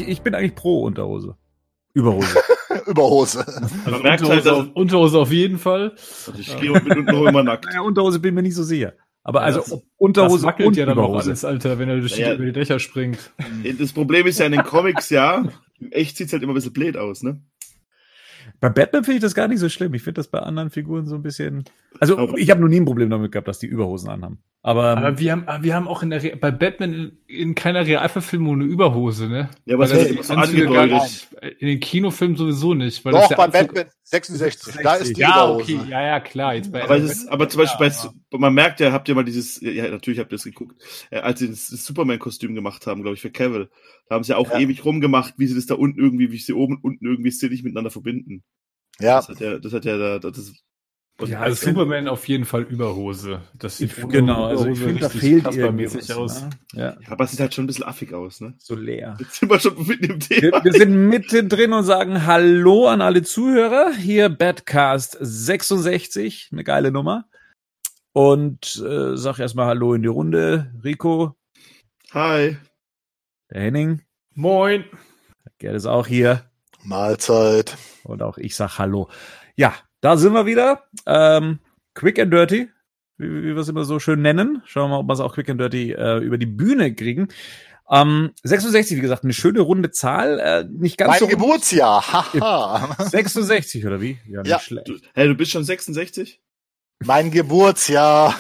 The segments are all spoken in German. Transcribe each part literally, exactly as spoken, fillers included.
ich, ich bin eigentlich pro Unterhose. Überhose. Überhose. Also man merkt halt, auf, Unterhose auf jeden Fall. Also ich gehe mit Unterhose immer nackt. Naja, Unterhose bin mir nicht so sicher. Aber Ja, also das, Unterhose das wackelt und ja dann auch Überhose. alles, Alter, wenn er durch die, Naja. über die Dächer springt. Das Problem ist ja in den Comics, ja, im Echt sieht's halt immer ein bisschen blöd aus, ne? Bei Batman finde ich das gar nicht so schlimm. Ich finde das bei anderen Figuren so ein bisschen. Also ich habe noch nie ein Problem damit gehabt, dass die Überhosen anhaben. Aber, Aber wir haben, aber wir haben auch in der Re- bei Batman in, in keiner Realverfilmung eine Überhose, ne? Ja, aber es Weil ist das immer so ganz viele gar angedeutet. nicht- In den Kinofilmen sowieso nicht. Weil das Doch, der bei Anzug- Batman sechsundsechzig, da ist die Ja, Überhose. okay, ja, ja, klar. Jetzt bei Aber, es ist, aber zum Beispiel, ja, bei, man merkt ja, habt ihr mal dieses, ja, natürlich habt ihr das geguckt, äh, als sie das, das Superman-Kostüm gemacht haben, glaube ich, für Cavill. Da haben sie ja auch Ja. ewig rumgemacht, wie sie das da unten irgendwie, wie sie oben und unten irgendwie stilig miteinander verbinden. Ja, Das hat ja, das hat ja da, das ist, ja, also Superman auf jeden Fall Überhose. Das sieht ich, genau, also ich Überhose finde, da richtig fehlt Kaspermäßig irgendwas. aus. Ne? Ja, ja, aber es sieht halt schon ein bisschen affig aus, ne? so leer. Jetzt sind wir schon mitten im Wir, Thema. wir sind mittendrin und sagen Hallo an alle Zuhörer. Hier Badcast sechsundsechzig, eine geile Nummer. Und äh, sag erstmal Hallo in die Runde. Rico, Hi. der Henning, Moin. Gerd ist auch hier. Mahlzeit. Und auch ich sag Hallo. Ja, da sind wir wieder. Ähm, quick and Dirty, wie, wie wir es immer so schön nennen. Schauen wir mal, ob wir es auch Quick and Dirty äh, über die Bühne kriegen. Ähm, sechsundsechzig, wie gesagt, eine schöne runde Zahl. Äh, nicht ganz Mein so Geburtsjahr, haha. sechsundsechzig, oder wie? Ja, nicht Ja. schlecht. Du, hey, du bist schon sechsundsechzig? Mein Geburtsjahr.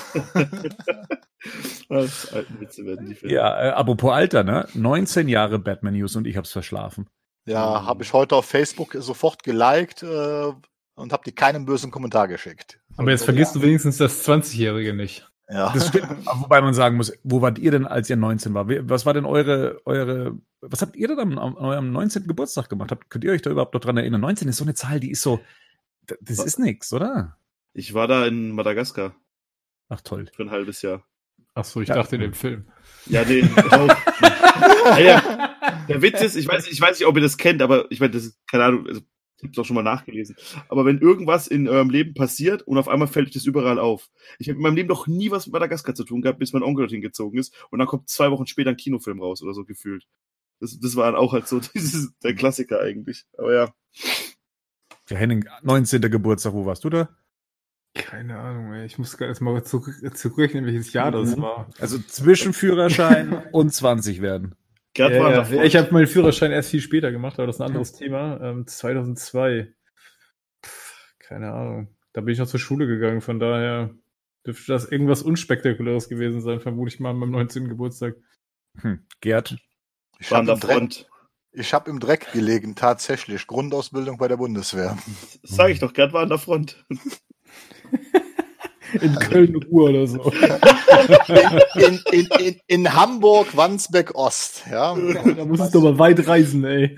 Was? Alten Witze werden die Filme. Ja, äh, apropos Alter, ne? neunzehn Jahre Batman News und ich hab's verschlafen. Ja, habe ich heute auf Facebook sofort geliked äh, und habe dir keinen bösen Kommentar geschickt. Aber jetzt vergisst du wenigstens das zwanzigjährige nicht. Ja. Das stimmt. Aber wobei man sagen muss, wo wart ihr denn, als ihr neunzehn war? Wie- Was war denn eure, eure, was habt ihr denn am, am eurem neunzehnten Geburtstag gemacht? Habt, könnt ihr euch da überhaupt noch dran erinnern? neunzehn ist so eine Zahl, die ist so, d- das ist nix, oder? Ich war da in Madagaskar Ach toll. für ein halbes Jahr. Ach so, ich Ja. dachte in dem Film. Ja, nee. auch. Ja, ja. Der Witz ist, ich weiß, ich weiß nicht, ob ihr das kennt, aber ich meine, das ist, keine Ahnung, also, ich habe es auch schon mal nachgelesen. Aber wenn irgendwas in eurem Leben passiert und auf einmal fällt euch das überall auf. Ich habe in meinem Leben noch nie was mit Madagaskar zu tun gehabt, bis mein Onkel dorthin gezogen ist und dann kommt zwei Wochen später ein Kinofilm raus oder so gefühlt. Das, das war dann auch halt so dieses, der Klassiker eigentlich. Aber ja. Der Henning, neunzehnten Geburtstag, wo warst du da? Keine Ahnung, ey. Ich muss gerade erst mal zurück, zurückrechnen, welches Jahr das Mhm. war. Also zwischen Führerschein und zwanzig werden. Gerd Ja, war ja. davor. Ich habe meinen Führerschein erst viel später gemacht, aber das ist ein anderes Thema. Ähm, zweitausendzwei. Pff, keine Ahnung. Da bin ich noch zur Schule gegangen, von daher dürfte das irgendwas Unspektakuläres gewesen sein, vermute ich mal an meinem neunzehnten Geburtstag. Hm. Gerd, Ich war an habe der im, Dreck- Front. ich hab im Dreck gelegen, tatsächlich. Grundausbildung bei der Bundeswehr. Das sage ich doch, Gerd war an der Front. In Köln-Ruhr oder so. In, in, in, in Hamburg, Wandsbek Ost. Ja. Da musstest du aber weit reisen, ey.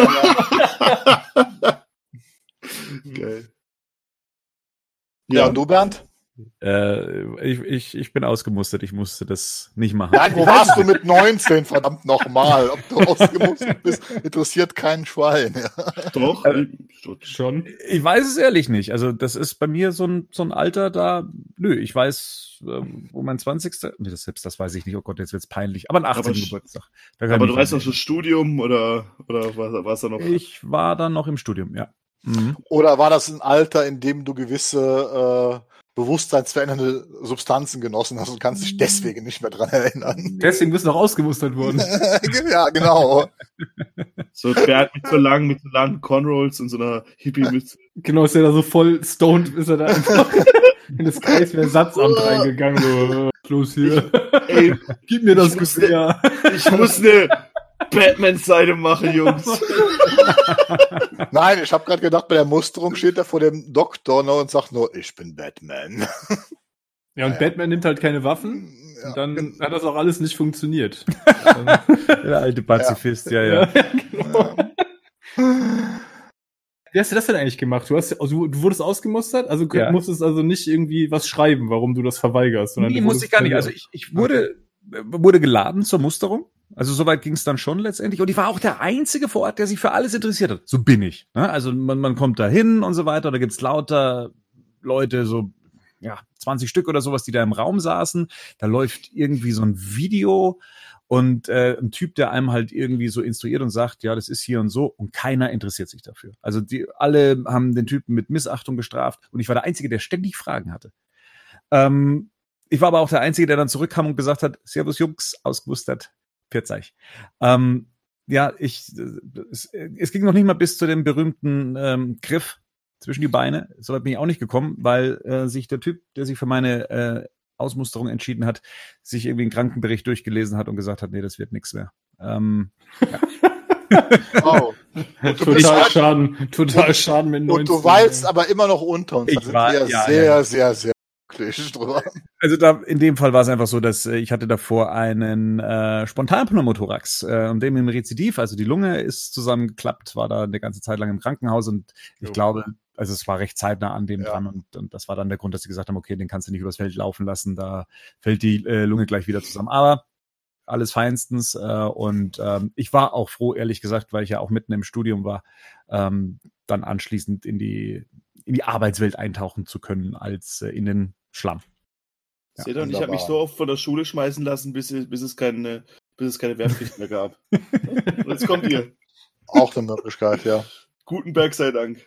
Geil. Ja, und du, Bernd? äh, ich, ich, ich bin ausgemustert, ich musste das nicht machen. Nein, wo warst du mit neunzehn? Verdammt nochmal. Ob du ausgemustert bist, interessiert kein Schwein. Ja. Doch. Äh, Schon. Ich weiß es ehrlich nicht. Also das ist bei mir so ein, so ein Alter da, nö, ich weiß, ähm, wo mein zwanzigster Nee, das, selbst das weiß ich nicht, oh Gott, jetzt wird's peinlich. Aber ein achtzehnten Aber- Geburtstag. Da kann Aber ich du mich weißt noch das Studium oder, oder war, war es da noch? Ich war dann noch im Studium, ja. Mhm. Oder war das ein Alter, in dem du gewisse äh, bewusstseinsverändernde Substanzen genossen hast und kannst dich deswegen nicht mehr dran erinnern? Deswegen bist du noch ausgemustert worden. Ja, genau. So Bert mit so langen, mit so langen Conrolls und so einer Hippie-Mütze. Genau, ist er da so voll stoned, ist er da einfach in das Kreiswehrsatzamt reingegangen. So, äh, los hier. Ey, Gib mir das Ich musste- Gewehr. ich muss eine Batman-Seite machen, Jungs. Nein, ich habe gerade gedacht, bei der Musterung steht er vor dem Doktor ne, und sagt nur, ich bin Batman. Ja, und Ja. Batman nimmt halt keine Waffen. Ja. Und dann hat das auch alles nicht funktioniert. Der alte Pazifist, ja, ja. genau. Wie hast du das denn eigentlich gemacht? Du, hast, also, du wurdest ausgemustert, also Ja. musstest also nicht irgendwie was schreiben, warum du das verweigerst. Sondern Nee, du musste wurdest ich gar nicht. Also verwirrt. ich, ich wurde, wurde geladen zur Musterung. Also soweit ging es dann schon letztendlich. Und ich war auch der Einzige vor Ort, der sich für alles interessiert hat. So bin ich. Ne? Also man, man kommt da hin und so weiter. Da gibt's lauter Leute, so ja zwanzig Stück oder sowas, die da im Raum saßen. Da läuft irgendwie so ein Video. und äh, ein Typ, der einem halt irgendwie so instruiert und sagt, ja, das ist hier und so, und keiner interessiert sich dafür. Also die alle haben den Typen mit Missachtung gestraft und ich war der Einzige, der ständig Fragen hatte. Ähm, ich war aber auch der Einzige, der dann zurückkam und gesagt hat, Servus Jungs, ausgemustert, Pfiat ähm, ja, ich, es, es ging noch nicht mal bis zu dem berühmten ähm, Griff zwischen die Beine. So weit bin ich auch nicht gekommen, weil äh, sich der Typ, der sich für meine äh, Ausmusterung entschieden hat, sich irgendwie einen Krankenbericht durchgelesen hat und gesagt hat, nee, das wird nichts mehr. Ähm, ja. Wow. Total Schaden, total und, Schaden mit neunzehn. Und du weilst aber immer noch unter uns. Ich Da sind war, wir ja, sehr, ja. sehr, sehr glücklich drüber. Also da in dem Fall war es einfach so, dass äh, ich hatte davor einen äh, Spontanpneumothorax äh, und dem im Rezidiv, also die Lunge ist zusammengeklappt, war da eine ganze Zeit lang im Krankenhaus und ich Jo. glaube, also es war recht zeitnah an dem Ja. dran und, und das war dann der Grund, dass sie gesagt haben, okay, den kannst du nicht übers Feld laufen lassen, da fällt die äh, Lunge gleich wieder zusammen. Aber alles feinstens äh, und ähm, ich war auch froh, ehrlich gesagt, weil ich ja auch mitten im Studium war, ähm, dann anschließend in die in die Arbeitswelt eintauchen zu können, als äh, in den Schlamm. Ja, Seht ihr, und ich habe mich wunderbar. so oft von der Schule schmeißen lassen, bis, bis, es, keine, bis es keine Wehrpflicht mehr gab. Und jetzt kommt ihr. Auch eine Möglichkeit, ja. Gutenberg sei Dank.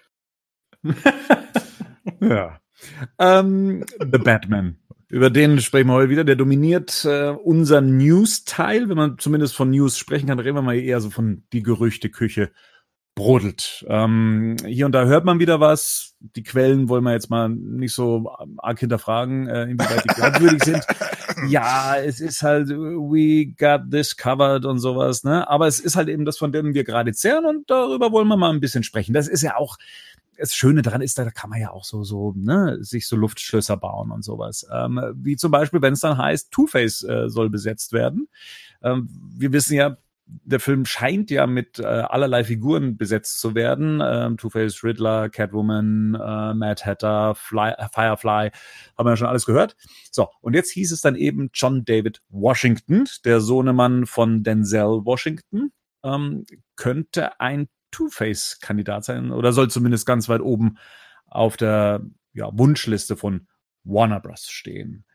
Ja. Ähm, The Batman. Über den sprechen wir heute wieder. Der dominiert äh, unser News-Teil. Wenn man zumindest von News sprechen kann, reden wir mal eher so von die Gerüchteküche brodelt. Ähm, hier und da hört man wieder was. Die Quellen wollen wir jetzt mal nicht so arg hinterfragen, äh, inwieweit die glaubwürdig sind. Ja, es ist halt, we got this covered und sowas, ne? Aber es ist halt eben das, von dem wir gerade zehren und darüber wollen wir mal ein bisschen sprechen. Das ist ja auch, das Schöne daran ist, da kann man ja auch so, so, ne, sich so Luftschlösser bauen und sowas. Ähm, wie zum Beispiel, wenn es dann heißt, Two-Face äh, soll besetzt werden. Ähm, wir wissen ja, der Film scheint ja mit äh, allerlei Figuren besetzt zu werden. Ähm, Two-Face, Riddler, Catwoman, äh, Mad Hatter, Fly, äh, Firefly, haben wir ja schon alles gehört. So, und jetzt hieß es dann eben John David Washington, der Sohnemann von Denzel Washington, ähm, könnte ein Two-Face-Kandidat sein oder soll zumindest ganz weit oben auf der ja, Wunschliste von Warner Bros. Stehen.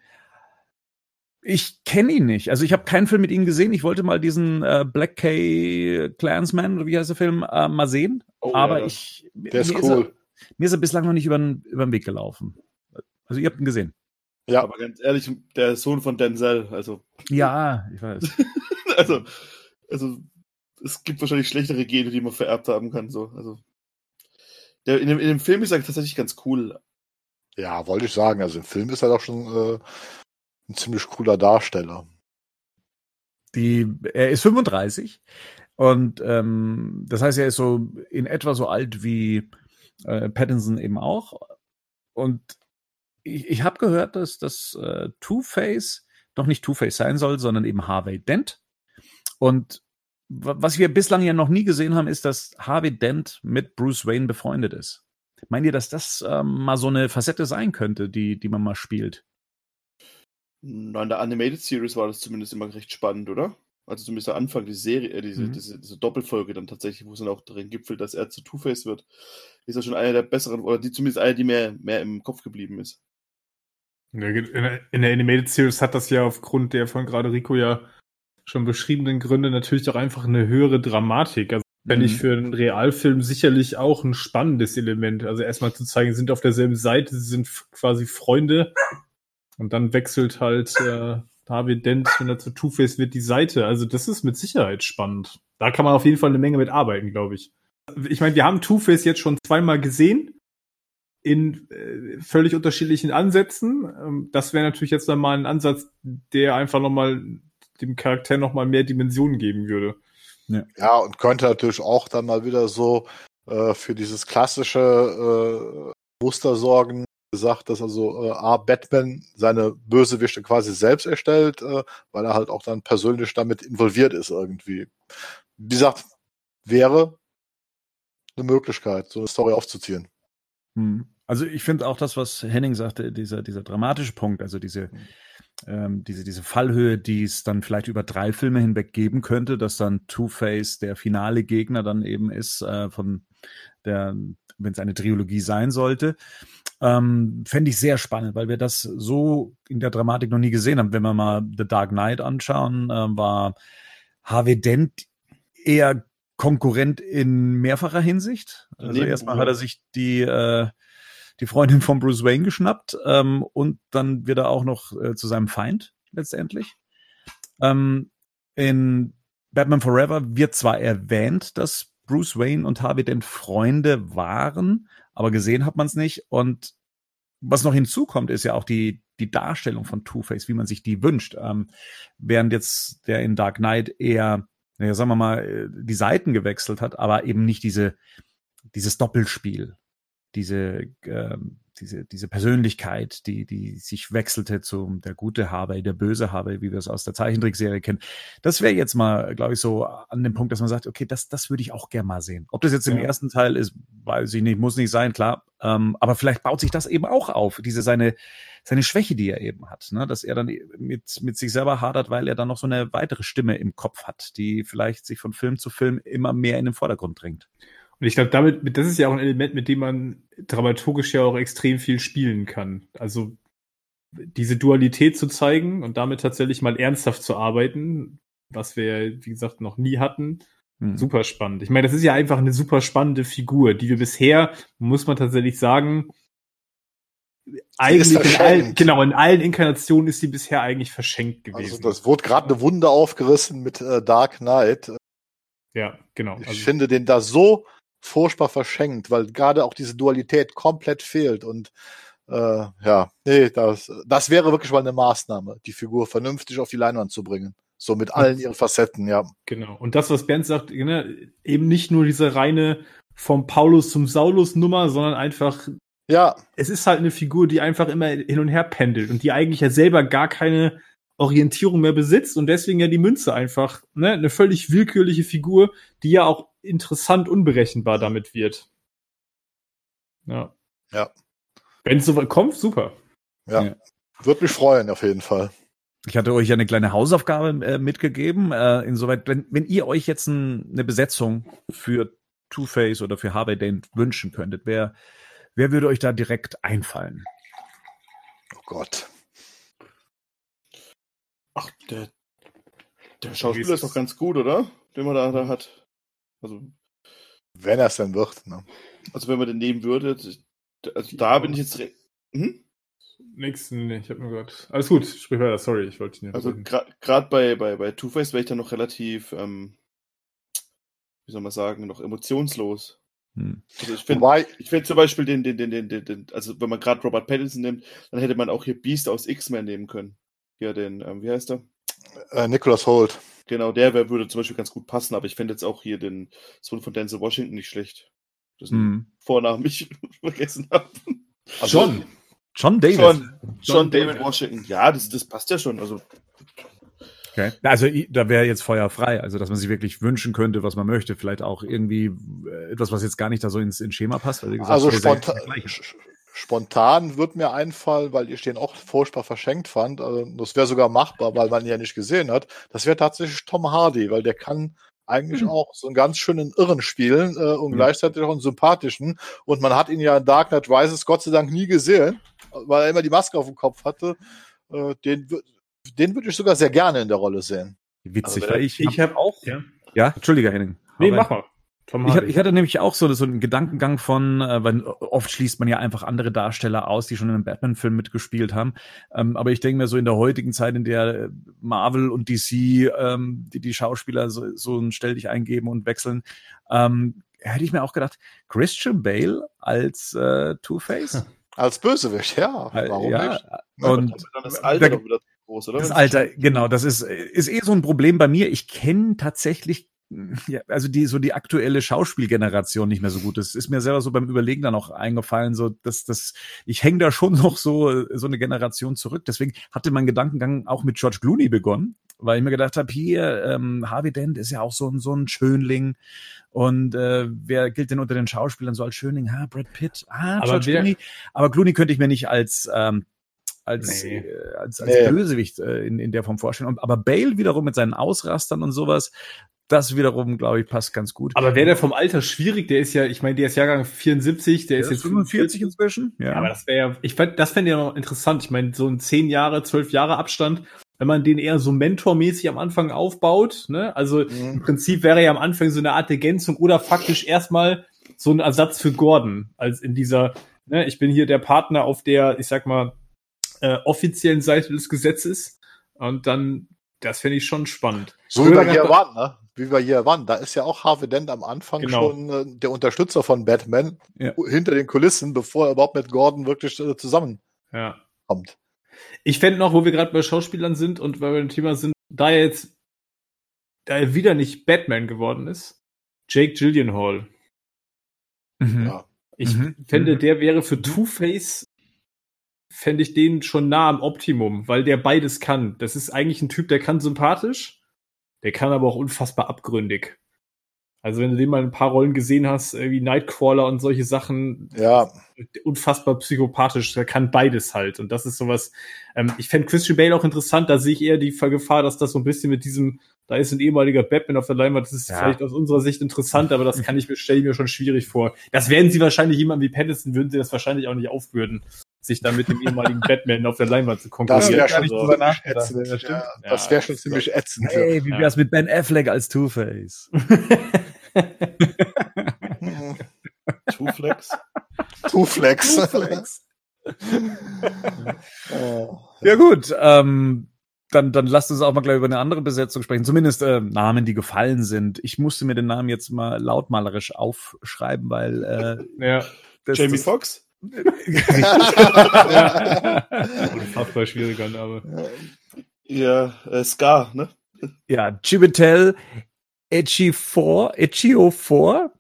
Ich kenne ihn nicht. Also ich habe keinen Film mit ihm gesehen. Ich wollte mal diesen äh, Black K Klansman, oder wie heißt der Film, äh, mal sehen. Oh, aber ja, ich Der ist mir cool. Ist er, mir ist er bislang noch nicht über den Weg gelaufen. Also ihr habt ihn gesehen. Ja. Aber ganz ehrlich, der Sohn von Denzel, also. Ja, ich weiß. also, also, es gibt wahrscheinlich schlechtere Gene, die man vererbt haben kann. So. Also, der, in, dem, in dem Film ist er tatsächlich ganz cool. Ja, wollte ich sagen. Also im Film ist er doch schon äh, ein ziemlich cooler Darsteller. Die, er ist fünfunddreißig und ähm, das heißt, er ist so in etwa so alt wie äh, Pattinson eben auch. Und ich, ich habe gehört, dass das äh, Two-Face doch nicht Two-Face sein soll, sondern eben Harvey Dent. Und w- was wir bislang ja noch nie gesehen haben, ist, dass Harvey Dent mit Bruce Wayne befreundet ist. Meint ihr, dass das ähm, mal so eine Facette sein könnte, die, die man mal spielt? Na, in der Animated Series war das zumindest immer recht spannend, oder? Also zumindest der Anfang, die Serie, äh, diese, Mhm. diese, diese Doppelfolge dann tatsächlich, wo es dann auch darin gipfelt, dass er zu Two-Face wird, ist ja schon einer der besseren, oder die zumindest eine, die mehr, mehr im Kopf geblieben ist. In der, in der Animated Series hat das ja aufgrund der von gerade Rico ja schon beschriebenen Gründe natürlich auch einfach eine höhere Dramatik. Also fände ich Mhm. für einen Realfilm sicherlich auch ein spannendes Element. Also erstmal zu zeigen, sie sind auf derselben Seite, sie sind f- quasi Freunde und dann wechselt halt äh, Harvey Dent, wenn er zu Two-Face wird, die Seite. Also das ist mit Sicherheit spannend. Da kann man auf jeden Fall eine Menge mit arbeiten, glaube ich. Ich meine, wir haben Two-Face jetzt schon zweimal gesehen in äh, völlig unterschiedlichen Ansätzen. Ähm, das wäre natürlich jetzt dann mal ein Ansatz, der einfach nochmal dem Charakter nochmal mehr Dimensionen geben würde. Ja, und könnte natürlich auch dann mal wieder so äh, für dieses klassische äh, Muster sorgen, gesagt, dass also äh, A, Batman seine Bösewichte quasi selbst erstellt, äh, weil er halt auch dann persönlich damit involviert ist irgendwie. Wie gesagt, wäre eine Möglichkeit, so eine Story aufzuziehen. Hm. Also ich finde auch das, was Henning sagte, dieser, dieser dramatische Punkt, also diese, ähm, diese, diese Fallhöhe, die es dann vielleicht über drei Filme hinweg geben könnte, dass dann Two-Face der finale Gegner dann eben ist, äh, von der, wenn es eine Trilogie sein sollte. Ähm, fände ich sehr spannend, weil wir das so in der Dramatik noch nie gesehen haben. Wenn wir mal The Dark Knight anschauen, äh, war Harvey Dent eher Konkurrent in mehrfacher Hinsicht. Also erstmal hat er sich die äh, die Freundin von Bruce Wayne geschnappt ähm, und dann wird er auch noch äh, zu seinem Feind letztendlich. Ähm, in Batman Forever wird zwar erwähnt, dass Bruce Wayne und Harvey Dent Freunde waren, aber gesehen hat man es nicht. Und was noch hinzukommt, ist ja auch die die Darstellung von Two-Face, wie man sich die wünscht. Ähm, während jetzt der in Dark Knight eher, ja, sagen wir mal, die Seiten gewechselt hat, aber eben nicht diese dieses Doppelspiel, diese ähm, diese diese Persönlichkeit, die die sich wechselte zu der gute Harvey, der böse Harvey, wie wir es aus der Zeichentrickserie kennen. Das wäre jetzt mal, glaube ich, so an dem Punkt, dass man sagt, okay, das das würde ich auch gerne mal sehen. Ob das jetzt im Ja. ersten Teil ist, weiß ich nicht, muss nicht sein, klar. Ähm, aber vielleicht baut sich das eben auch auf, diese seine seine Schwäche, die er eben hat, ne? Dass er dann mit mit sich selber hadert, weil er dann noch so eine weitere Stimme im Kopf hat, die vielleicht sich von Film zu Film immer mehr in den Vordergrund drängt. Und ich glaube, damit, das ist ja auch ein Element, mit dem man dramaturgisch ja auch extrem viel spielen kann. Also diese Dualität zu zeigen und damit tatsächlich mal ernsthaft zu arbeiten, was wir, wie gesagt, noch nie hatten. Hm. Super spannend. Ich meine, das ist ja einfach eine super spannende Figur, die wir bisher, muss man tatsächlich sagen, eigentlich in allen, genau, in allen Inkarnationen ist sie bisher eigentlich verschenkt gewesen. Also das wurde gerade eine Wunde aufgerissen mit äh, Dark Knight. Ja, genau. Ich also, finde den da so furchtbar verschenkt, weil gerade auch diese Dualität komplett fehlt und äh, ja, nee, das, das wäre wirklich mal eine Maßnahme, die Figur vernünftig auf die Leinwand zu bringen. So mit allen ihren Facetten, ja. Genau. Und das, was Bernd sagt, ne, eben nicht nur diese reine vom Paulus zum Saulus Nummer, sondern einfach, ja, es ist halt eine Figur, die einfach immer hin und her pendelt und die eigentlich ja selber gar keine Orientierung mehr besitzt und deswegen ja die Münze einfach, ne, eine völlig willkürliche Figur, die ja auch interessant unberechenbar damit wird. Ja. Ja. Wenn es so weit kommt, super. Ja. Ja. Würde mich freuen, auf jeden Fall. Ich hatte euch ja eine kleine Hausaufgabe äh, mitgegeben. Äh, insoweit, wenn, wenn ihr euch jetzt ein, eine Besetzung für Two-Face oder für Harvey Dent wünschen könntet, wer, wer würde euch da direkt einfallen? Oh Gott. Ach, der, der Schauspieler ist doch ganz gut, oder? Den man da, da hat. Also, wenn er es denn wird, ne? Also, wenn man den nehmen würde, also da bin ich jetzt. Re- hm? Nix, nee, ich hab nur gehört. Alles gut, sprich weiter, sorry, ich wollte nicht. Also, gerade gra- bei, bei, bei Two-Face wäre ich dann noch relativ, ähm, wie soll man sagen, noch emotionslos. Hm. Also ich finde Wobei, ich find zum Beispiel den, den, den, den, den, den, also wenn man gerade Robert Pattinson nimmt, dann hätte man auch hier Beast aus X-Men nehmen können. Hier den, ähm, wie heißt der? äh, Nicholas Hoult. Genau, der wär, würde zum Beispiel ganz gut passen, aber ich finde jetzt auch hier den Sohn von Denzel Washington nicht schlecht. Das Hm. Vornamen ich vergessen habe. Also, John. John Davis. John, John, John David David. Washington. Ja, das, das passt ja schon. Also Okay. Also i- da wäre jetzt Feuer frei, also dass man sich wirklich wünschen könnte, was man möchte, vielleicht auch irgendwie äh, etwas, was jetzt gar nicht da so ins, ins Schema passt. Weil, wie gesagt, also sehr, sehr spontan, gleich. sch- spontan wird mir einfallen, weil ich den auch furchtbar verschenkt fand. Also das wäre sogar machbar, weil man ihn ja nicht gesehen hat. Das wäre tatsächlich Tom Hardy, weil der kann eigentlich Hm. auch so einen ganz schönen Irren spielen äh, und Hm. gleichzeitig auch einen sympathischen. Und man hat ihn ja in Dark Knight Rises Gott sei Dank nie gesehen, weil er immer die Maske auf dem Kopf hatte. Äh, den wür- den würde ich sogar sehr gerne in der Rolle sehen. Witzig, Also, weil ich, Ich habe auch. Ja. ja, Entschuldige, Henning. Nee, Aber- mach mal. Tom Ich, Hardy. hab, ich hatte nämlich auch so, so einen Gedankengang von, äh, weil oft schließt man ja einfach andere Darsteller aus, die schon in einem Batman-Film mitgespielt haben. Ähm, aber ich denke mir so in der heutigen Zeit, in der äh, Marvel und D C ähm, die, die Schauspieler so, so ein Stell dich eingeben und wechseln, ähm, hätte ich mir auch gedacht, Christian Bale als äh, Two-Face? Als Bösewicht, ja. Äh, Warum ja, nicht? und dann das Alter da- doch wieder groß, oder? das Alter, genau, das ist, ist eh so ein Problem bei mir. Ich kenne tatsächlich, ja, also die, so die aktuelle Schauspielgeneration nicht mehr so gut. Das ist mir selber so beim Überlegen dann auch eingefallen, so, dass, dass, ich hänge da schon noch so, so eine Generation zurück. Deswegen hatte mein Gedankengang auch mit George Clooney begonnen, weil ich mir gedacht habe, hier, ähm, Harvey Dent ist ja auch so ein, so ein Schönling. Und äh, wer gilt denn unter den Schauspielern so als Schönling? Ha, Brad Pitt, ah, Aber George wer- Clooney. Aber Clooney könnte ich mir nicht als, ähm, als, Nee. äh, als, als Nee. Bösewicht äh, in, in der Form vorstellen. Und, aber Bale wiederum mit seinen Ausrastern und sowas, das wiederum, glaube ich, passt ganz gut. Aber wäre der vom Alter schwierig? Der ist ja, ich meine, der ist Jahrgang vierundsiebzig, der, der ist jetzt fünfundvierzig inzwischen. Ja. ja, aber das wäre ja, ich fand, das fände ich ja noch interessant. Ich meine, so ein zehn Jahre, zwölf Jahre Abstand, wenn man den eher so mentormäßig am Anfang aufbaut, ne? Also mhm. im Prinzip wäre ja am Anfang so eine Art Ergänzung oder faktisch erstmal so ein Ersatz für Gordon, als in dieser, ne, ich bin hier der Partner auf der, ich sag mal, äh, offiziellen Seite des Gesetzes. Und dann, das fände ich schon spannend. So wie bei Year One, ne? Wie bei Year One. Da ist ja auch Harvey Dent am Anfang Genau. schon äh, der Unterstützer von Batman Ja. hinter den Kulissen, bevor er überhaupt mit Gordon wirklich äh, zusammenkommt. Ja. Ich fände noch, wo wir gerade bei Schauspielern sind und weil wir beim Thema sind, da er jetzt, da er wieder nicht Batman geworden ist, Jake Gyllenhaal. Mhm. Ja. Ich Mhm. fände, Mhm. der wäre für Two-Face, fände ich den schon nah am Optimum, weil der beides kann. Das ist eigentlich ein Typ, der kann sympathisch, der kann aber auch unfassbar abgründig. Also wenn du den mal ein paar Rollen gesehen hast, wie Nightcrawler und solche Sachen, Ja. unfassbar psychopathisch, der kann beides halt. Und das ist sowas, ähm, ich fände Christian Bale auch interessant, da sehe ich eher die Gefahr, dass das so ein bisschen mit diesem, da ist ein ehemaliger Batman auf der Leinwand, das ist Ja. vielleicht aus unserer Sicht interessant, aber das kann ich mir, stelle ich mir schon schwierig vor. Das werden sie wahrscheinlich, jemand wie Pattinson, würden sie das wahrscheinlich auch nicht aufbürden, sich da mit dem ehemaligen Batman auf der Leinwand zu konkurrieren. Das wäre schon nicht ziemlich drüber nachgedacht. ätzend. Ja, stimmt. Ja, das Ja, wäre schon das- ziemlich ätzend. Hey, wie Ja. wär's mit Ben Affleck als Two-Face? Two-Flex. Two-Flex. Two-Flex. Oh. Ja gut, ähm, dann, dann lasst uns auch mal gleich über eine andere Besetzung sprechen. Zumindest äh, Namen, die gefallen sind. Ich musste mir den Namen jetzt mal lautmalerisch aufschreiben, weil äh, Ja, das, Jamie das, Foxx? unfassbar schwieriger Name. Ja, äh, Scar, ne? Ja, Chiwetel Ejiofor, Ejiofor.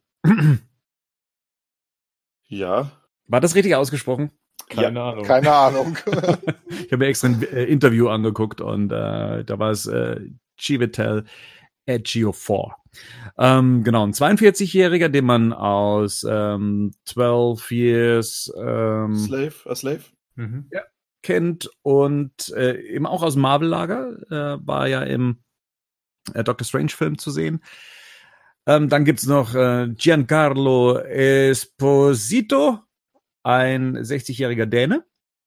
Ja. War das richtig ausgesprochen? Keine Ahnung. Keine Ahnung. Ich habe mir extra ein äh, Interview angeguckt und äh, da war es äh, Chiwetel Ejiofor. Ähm, genau, ein zweiundvierzigjähriger, den man aus ähm, zwölf Years ähm, Slave, a Slave? Mhm. kennt und äh, eben auch aus dem Marvel-Lager, äh, war ja im äh, Doctor Strange-Film zu sehen. Ähm, dann gibt's noch äh, Giancarlo Esposito, ein sechzigjähriger Däne.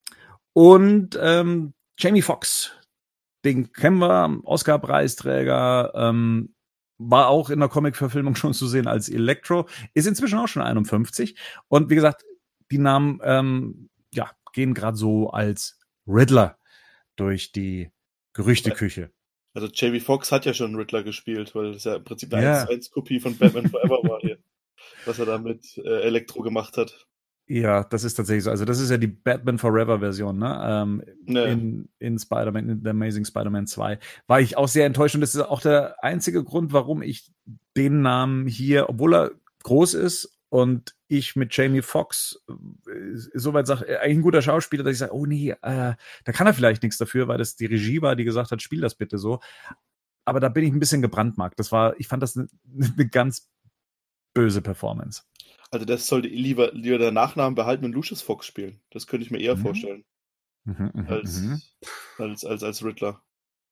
Und ähm, Jamie Foxx, den kennen wir, Oscar-Preisträger, ähm, war auch in der Comic-Verfilmung schon zu sehen als Electro, ist inzwischen auch schon einundfünfzig. Und wie gesagt, die Namen ähm, ja, gehen gerade so als Riddler durch die Gerüchteküche. Also Jamie Foxx hat ja schon Riddler gespielt, weil das ja im Prinzip eine Ja. eins zu eins Kopie von Batman Forever war hier. Was er da mit äh, Elektro gemacht hat. Ja, das ist tatsächlich so. Also das ist ja die Batman Forever Version, ne? Ähm, Ja. in, in Spider-Man, in The Amazing Spider-Man zwei. War ich auch sehr enttäuscht und das ist auch der einzige Grund, warum ich den Namen hier, obwohl er groß ist und ich mit Jamie Foxx äh, soweit sage, äh, eigentlich ein guter Schauspieler, dass ich sage, oh nee, äh, da kann er vielleicht nichts dafür, weil das die Regie war, die gesagt hat, spiel das bitte so. Aber da bin ich ein bisschen gebrandmarkt. Das war, ich fand das eine ne ganz böse Performance. Also das sollte lieber, lieber der Nachnamen behalten und Lucius Fox spielen. Das könnte ich mir eher Mhm. vorstellen. Mhm, mhm, Als, mhm. als, als, als Riddler.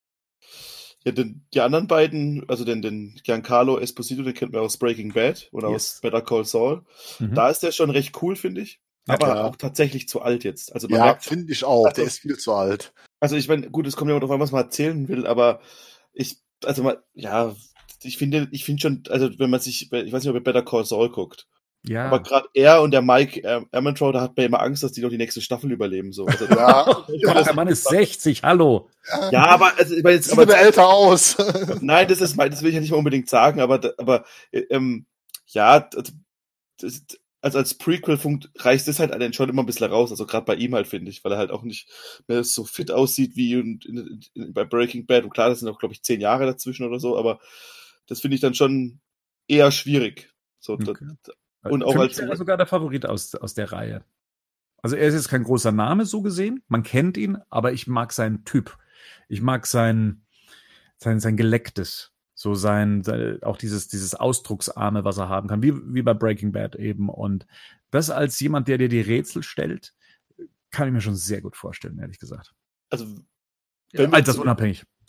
Ja, den, die anderen beiden, also den, den Giancarlo Esposito, den kennt man aus Breaking Bad oder Yes. aus Better Call Saul. Mhm. Da ist der schon recht cool, finde ich. Ja, aber klar. auch tatsächlich zu alt jetzt. Also man Ja, merkt, finde ich auch. Der Also- ist viel zu alt. also ich meine, gut, es kommt ja immer darauf an, was man erzählen will, aber ich, also mal, ja, ich finde, ich finde schon, also wenn man sich, ich weiß nicht, ob ihr Better Call Saul guckt, Ja. aber gerade er und der Mike ähm, Ehrmantraut, da hat man immer Angst, dass die noch die nächste Staffel überleben. So. Also, Ja, Ja, der Mann ist sechzig, hallo. ja, aber, also, ich meine jetzt, sieht aber aber älter aus. nein, das ist, das will ich ja nicht mal unbedingt sagen, aber, aber ähm, ja, das, das, also als Prequel funkt, reißt das halt einen schon immer ein bisschen raus, also gerade bei ihm halt, finde ich, weil er halt auch nicht mehr so fit aussieht wie in, in, in, bei Breaking Bad. Und klar, das sind auch, glaube ich, zehn Jahre dazwischen oder so, aber das finde ich dann schon eher schwierig. So, Okay. das, Und auch Für als- mich ist er sogar der Favorit aus, aus der Reihe. Also er ist jetzt kein großer Name so gesehen, man kennt ihn, aber ich mag seinen Typ. Ich mag sein, sein, sein Gelecktes. So sein, sein, auch dieses, dieses Ausdrucksarme, was er haben kann, wie, wie bei Breaking Bad eben. Und das als jemand, der dir die Rätsel stellt, kann ich mir schon sehr gut vorstellen, ehrlich gesagt. also, Ja, wenn wir altersunabhängig.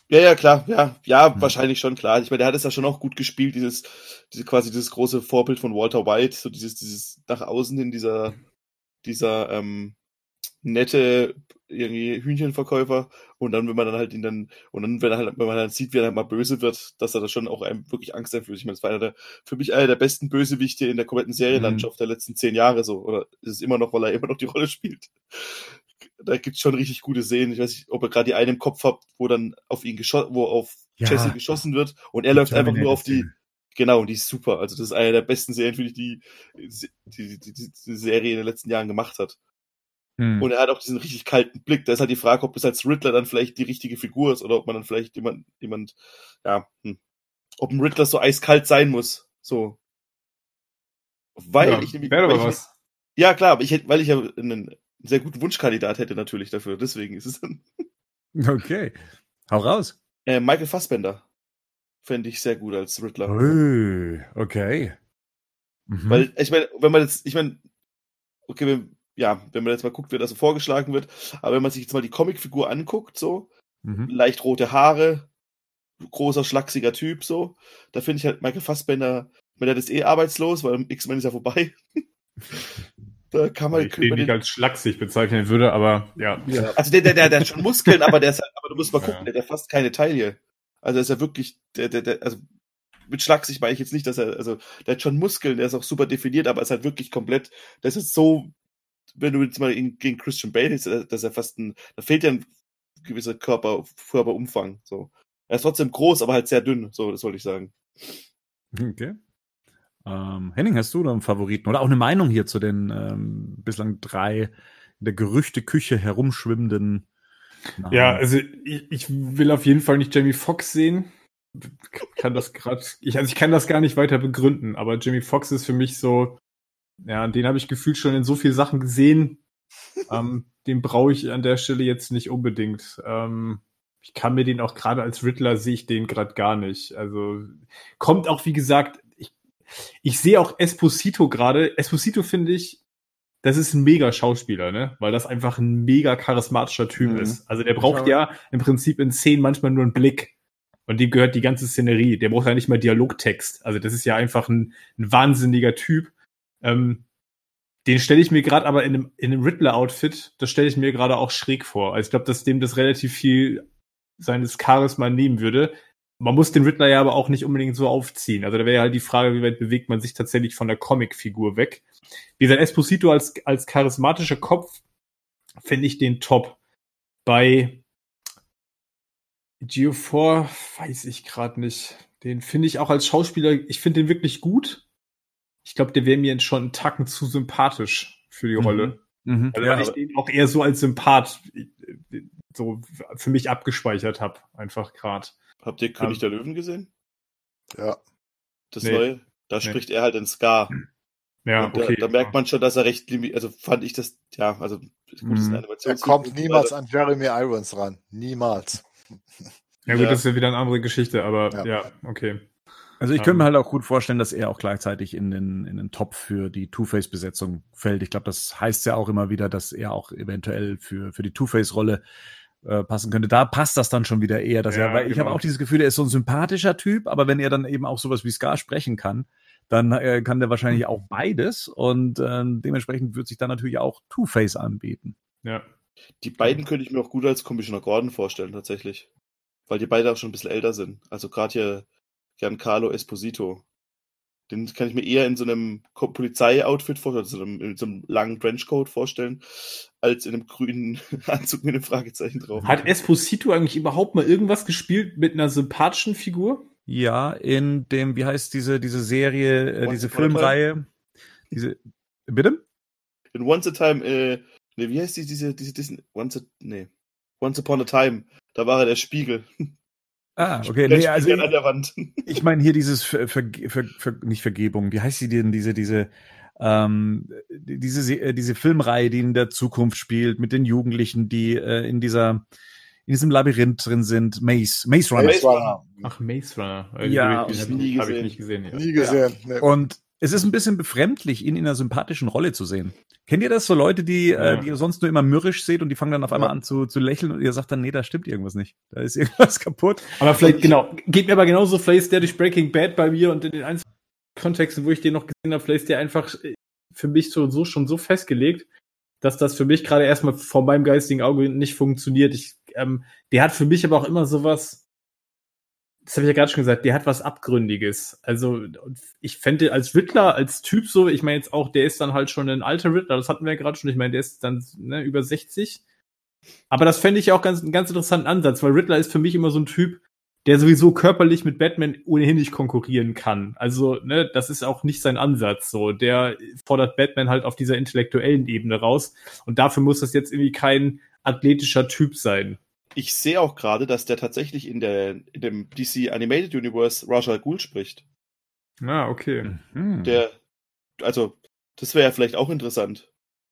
Ja, ja, klar, ja, ja, hm. wahrscheinlich schon, klar. Ich meine, der hat es ja schon auch gut gespielt, dieses, diese, quasi dieses große Vorbild von Walter White, so dieses, dieses nach außen hin, dieser, dieser, ähm, nette, irgendwie Hühnchenverkäufer und dann, wenn man dann halt ihn dann, und dann, wenn er halt, wenn man dann sieht, wie er halt mal böse wird, dass er da schon auch einem wirklich Angst einfühlt. Ich meine, das war einer der, für mich einer der besten Bösewichte in der kompletten Serienlandschaft mhm. der letzten zehn Jahre so, oder ist es immer noch, weil er immer noch die Rolle spielt. Da gibt's schon richtig gute Szenen. Ich weiß nicht, ob ihr gerade die eine im Kopf habt, wo dann auf ihn geschossen, wo auf ja. Jesse geschossen wird und er läuft einfach nur auf die, genau, und die ist super. Also das ist eine der besten Serien, finde ich, die die, die, die die Serie in den letzten Jahren gemacht hat. Hm. Und er hat auch diesen richtig kalten Blick. Da ist halt die Frage, ob das als Riddler dann vielleicht die richtige Figur ist oder ob man dann vielleicht jemand, jemand, ja, hm, ob ein Riddler so eiskalt sein muss. So. Weil ja, ich nämlich. Wäre weil aber ich, was. Ja, klar, aber ich hätte, weil ich ja einen sehr guten Wunschkandidat hätte natürlich dafür. Deswegen ist es dann. Okay. Hau raus. Äh, Michael Fassbender fände ich sehr gut als Riddler. Ui, okay. Mhm. Weil, ich meine, wenn man jetzt, ich meine, okay, wenn, ja, wenn man jetzt mal guckt, wer da so vorgeschlagen wird, aber wenn man sich jetzt mal die Comicfigur anguckt, so, mhm. leicht rote Haare, großer, schlachsiger Typ, so, da finde ich halt Michael Fassbender, weil der ist eh arbeitslos, weil X-Men ist ja vorbei. Da kann man. Ich den nicht als schlaksig bezeichnen würde, aber ja. ja. Also der, der, der, der hat schon Muskeln, aber der ist halt, aber du musst mal gucken, ja. der, der hat fast keine Taille. Also ist er wirklich, der, der, der, also mit schlaksig meine ich jetzt nicht, dass er, also der hat schon Muskeln, der ist auch super definiert, aber ist halt wirklich komplett, das ist so, wenn du jetzt mal in, gegen Christian Bale ist, dass er fast ein, da fehlt ja ein gewisser Körper, Körperumfang, so. Er ist trotzdem groß, aber halt sehr dünn, so, das wollte ich sagen. Okay. Ähm, Henning, hast du da einen Favoriten oder auch eine Meinung hier zu den ähm, bislang drei in der Gerüchteküche herumschwimmenden Namen? Ja, also ich, ich will auf jeden Fall nicht Jamie Foxx sehen. Kann das gerade, ich, also ich kann das gar nicht weiter begründen, aber Jamie Foxx ist für mich so, ja, den habe ich gefühlt schon in so vielen Sachen gesehen. ähm, den brauche ich an der Stelle jetzt nicht unbedingt. Ähm, ich kann mir den auch gerade als Riddler sehe ich den gerade gar nicht. Also kommt auch, wie gesagt, ich, ich sehe auch Esposito gerade. Esposito finde ich, das ist ein mega Schauspieler, ne? Weil das einfach ein mega charismatischer Typ mhm. ist. Also der braucht ja im Prinzip in Szenen manchmal nur einen Blick. Und dem gehört die ganze Szenerie. Der braucht ja nicht mal Dialogtext. Also das ist ja einfach ein, ein wahnsinniger Typ. Ähm, den stelle ich mir gerade aber in einem, in einem Riddler-Outfit, das stelle ich mir gerade auch schräg vor. Also ich glaube, dass dem das relativ viel seines Charisma nehmen würde. Man muss den Riddler ja aber auch nicht unbedingt so aufziehen. Also da wäre ja halt die Frage, wie weit bewegt man sich tatsächlich von der Comic-Figur weg. Wie gesagt, Esposito als, als charismatischer Kopf finde ich den top. Bei Geofor weiß ich gerade nicht. Den finde ich auch als Schauspieler, ich finde den wirklich gut. Ich glaube, der wäre mir schon einen Tacken zu sympathisch für die Rolle. Mhm. Also, ja, weil ich den auch eher so als Sympath so für mich abgespeichert habe, einfach gerade. Habt ihr König um, der Löwen gesehen? Ja. Das nee. Neue? Da nee. spricht er halt in Scar. Ja, und okay. Da, da merkt man schon, dass er recht limitiert, also fand ich das, ja, also gut, das ist eine Animation. Er kommt niemals an Jeremy Irons ran. Niemals. Ja gut, ja. Das ist ja wieder eine andere Geschichte, aber ja, ja okay. Also ich könnte mir halt auch gut vorstellen, dass er auch gleichzeitig in den, in den Topf für die Two-Face-Besetzung fällt. Ich glaube, das heißt ja auch immer wieder, dass er auch eventuell für, für die Two-Face-Rolle äh, passen könnte. Da passt das dann schon wieder eher, dass ja, er, weil genau. Ich habe auch dieses Gefühl, er ist so ein sympathischer Typ, aber wenn er dann eben auch sowas wie Scar sprechen kann, dann äh, kann der wahrscheinlich auch beides und äh, dementsprechend wird sich dann natürlich auch Two-Face anbieten. Ja. Die beiden könnte ich mir auch gut als Commissioner Gordon vorstellen, tatsächlich. Weil die beide auch schon ein bisschen älter sind. Also gerade hier Giancarlo Esposito. Den kann ich mir eher in so einem Polizei-Outfit vorstellen, also in so einem langen Trenchcoat vorstellen, als in einem grünen Anzug mit einem Fragezeichen drauf. Hat Esposito eigentlich überhaupt mal irgendwas gespielt mit einer sympathischen Figur? Ja, in dem, wie heißt diese, diese Serie, äh, diese Filmreihe? Diese, bitte? In Once a Time, äh, ne, wie heißt die, diese, diese Disney, Once a, nee, Once Upon a Time, da war er der Spiegel. Ah, okay, nee, also an der Wand. Ich meine hier dieses Ver, Ver, Ver, Ver, nicht Vergebung, wie heißt sie denn, diese, diese, ähm, diese, diese Filmreihe, die in der Zukunft spielt, mit den Jugendlichen, die äh, in dieser, in diesem Labyrinth drin sind, Maze, Maze Runner. Maze Runner. Ach, Maze Runner. Ja, habe ich, hab ich nicht gesehen. Ja. Nie gesehen. Ja. Nee. Und es ist ein bisschen befremdlich, ihn in einer sympathischen Rolle zu sehen. Kennt ihr das, so Leute, die, ja. äh, die ihr sonst nur immer mürrisch seht und die fangen dann auf einmal ja. an zu, zu lächeln und ihr sagt dann, nee, da stimmt irgendwas nicht. Da ist irgendwas kaputt. Aber vielleicht, ich, genau, geht mir aber genauso, vielleicht ist der durch Breaking Bad bei mir und in den einzelnen Kontexten, wo ich den noch gesehen habe, vielleicht ist der einfach für mich so, so schon so festgelegt, dass das für mich gerade erstmal vor meinem geistigen Auge nicht funktioniert. Ich, ähm, der hat für mich aber auch immer sowas, das habe ich ja gerade schon gesagt, der hat was Abgründiges. Also ich fände als Riddler, als Typ so, ich meine jetzt auch, der ist dann halt schon ein alter Riddler, das hatten wir ja gerade schon, ich meine, der ist dann ne, über sechzig. Aber das fände ich auch ganz, einen ganz interessanten Ansatz, weil Riddler ist für mich immer so ein Typ, der sowieso körperlich mit Batman ohnehin nicht konkurrieren kann. Also, ne, das ist auch nicht sein Ansatz so. Der fordert Batman halt auf dieser intellektuellen Ebene raus und dafür muss das jetzt irgendwie kein athletischer Typ sein. Ich sehe auch gerade, dass der tatsächlich in, der, in dem D C Animated Universe Ra's al Ghul spricht. Ah, okay. Mhm. Der, also, das wäre ja vielleicht auch interessant.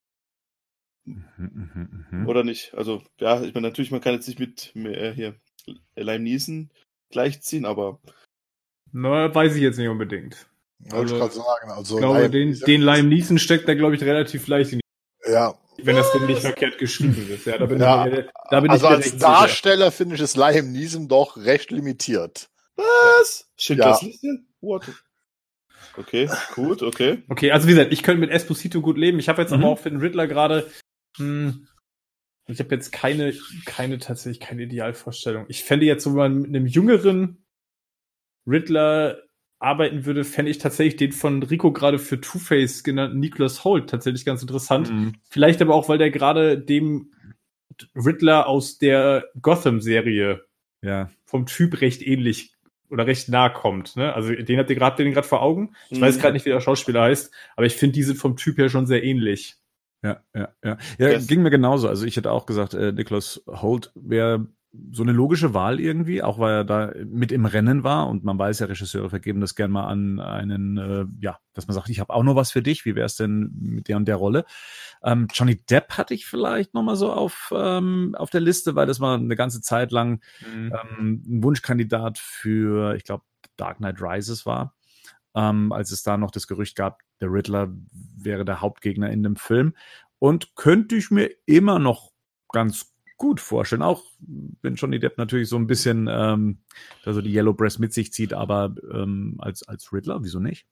Mhm, mh, mh. Oder nicht? Also, ja, ich meine, natürlich, man kann jetzt nicht mit äh, hier Liam Neeson gleichziehen, aber. Na, weiß ich jetzt nicht unbedingt. Wollte also, ich gerade sagen. Also, ich glaube, den, den Liam Neeson steckt da, glaube ich, relativ leicht in die. Ja. Wenn das denn nicht verkehrt geschrieben ist. Ja, da bin ja, ich, da bin also ich als Darsteller finde ich es Liam Neeson doch recht limitiert. Was? Schindlers Ja. Liste? What? Okay, gut, okay. Okay, also wie gesagt, ich könnte mit Esposito gut leben. Ich habe jetzt Mhm. aber auch für den Riddler gerade, hm, ich habe jetzt keine, keine tatsächlich keine Idealvorstellung. Ich fände jetzt, wenn man mit einem jüngeren Riddler arbeiten würde, fände ich tatsächlich den von Rico gerade für Two-Face genannten Nicholas Hoult tatsächlich ganz interessant. Mhm. Vielleicht aber auch, weil der gerade dem Riddler aus der Gotham-Serie Ja. vom Typ recht ähnlich oder recht nah kommt. Ne? Also den habt ihr gerade den gerade vor Augen. Ich Mhm. weiß gerade nicht, wie der Schauspieler heißt, aber ich finde, die sind vom Typ her schon sehr ähnlich. Ja, ja, ja. Ja, Yes. ging mir genauso. Also ich hätte auch gesagt, äh, Nicholas Hoult wäre so eine logische Wahl irgendwie, auch weil er da mit im Rennen war und man weiß ja, Regisseure vergeben das gern mal an einen, äh, ja, dass man sagt, ich habe auch noch was für dich, wie wär's denn mit der und der Rolle? Ähm, Johnny Depp hatte ich vielleicht noch mal so auf ähm, auf der Liste, weil das mal eine ganze Zeit lang Mhm. ähm, ein Wunschkandidat für, ich glaube, Dark Knight Rises war, ähm, als es da noch das Gerücht gab, der Riddler wäre der Hauptgegner in dem Film und könnte ich mir immer noch ganz gut vorstellen, auch wenn Johnny Depp natürlich so ein bisschen ähm, also die Yellow Press mit sich zieht, aber ähm, als, als Riddler, wieso nicht?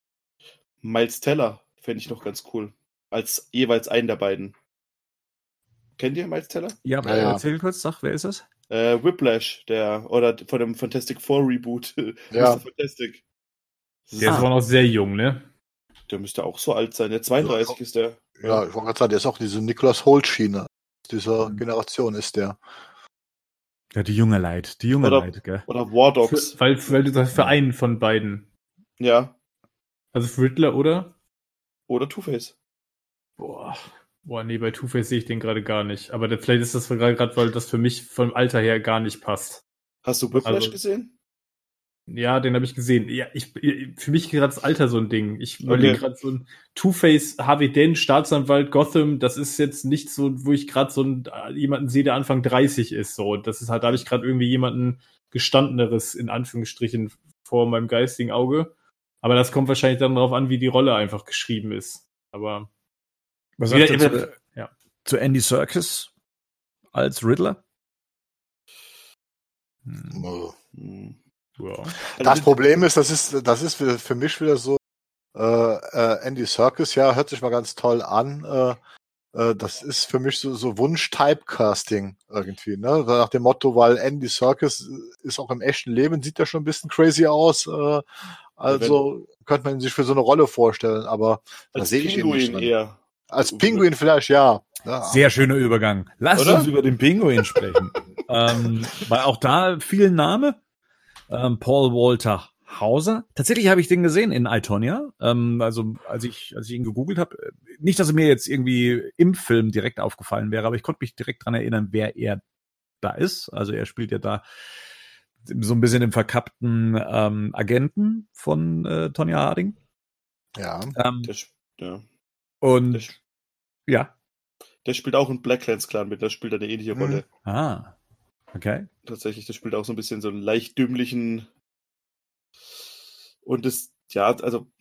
Miles Teller fände ich noch ganz cool. Als jeweils einen der beiden. Kennt ihr Miles Teller? Ja, Ja, ja. erzähl kurz, sag, wer ist das? Äh, Whiplash, der, oder von dem Fantastic Four Reboot. Ja. Mister Fantastic. Der ist Ah. aber noch sehr jung, ne? Der müsste auch so alt sein. Der zweiunddreißig Ja. ist der. Ja, ich wollte gerade sagen, der ist auch diese Nicholas Hoult-Schiene. Dieser Mhm. Generation ist der. Ja, die junge Leid, die junge Oder- Leid, gell? Oder War Dogs. Für, weil, weil du sagst, für einen von beiden. Ja. Also für Riddler, oder? Oder Two-Face. Boah. Boah, nee, bei Two-Face sehe ich den gerade gar nicht. Aber der, vielleicht ist das gerade, weil das für mich vom Alter her gar nicht passt. Hast du Whiplash Also- gesehen? Ja, den habe ich gesehen. Ja, ich, für mich gerade das Alter so ein Ding. Ich überlege Okay. gerade so ein Two-Face, Harvey Dent, Staatsanwalt, Gotham, das ist jetzt nicht so, wo ich gerade so einen, jemanden sehe, der Anfang dreißig ist. So, das ist halt, da habe ich gerade irgendwie jemanden gestandeneres in Anführungsstrichen vor meinem geistigen Auge. Aber das kommt wahrscheinlich dann darauf an, wie die Rolle einfach geschrieben ist. Aber Was Ja, sagt ihr ja, zu, ja. zu Andy Serkis als Riddler? hm, Also, Hm. ja. Also Das mit- Problem ist, das ist, das ist für, für mich wieder so, äh, äh, Andy Serkis, ja, hört sich mal ganz toll an. Äh, äh, das ist für mich so, so Wunsch-Typecasting irgendwie, ne? Nach dem Motto, weil Andy Serkis ist auch im echten Leben, sieht ja schon ein bisschen crazy aus. Äh, also könnte man sich für so eine Rolle vorstellen, aber da als sehe ich ihn nicht Pinguin drin. eher. Als Pinguin vielleicht, ja. ja. Sehr schöner Übergang. Lass Oder? uns über den Pinguin sprechen. ähm, weil auch da viel Name. Ähm, Paul Walter Hauser. Tatsächlich habe ich den gesehen in I, Tonya. Ähm, also als ich als ich ihn gegoogelt habe, nicht, dass er mir jetzt irgendwie im Film direkt aufgefallen wäre, aber ich konnte mich direkt dran erinnern, wer er da ist. Also er spielt ja da so ein bisschen den verkappten ähm, Agenten von äh, Tonya Harding. Ja. Ähm, Der, sp- ja. und der, sp- ja. der spielt auch in Black Clans Clan mit, der spielt eine ähnliche Mhm. Rolle. Ah. Okay. Tatsächlich, der spielt auch so ein bisschen so einen leicht dümmlichen und das, ja, also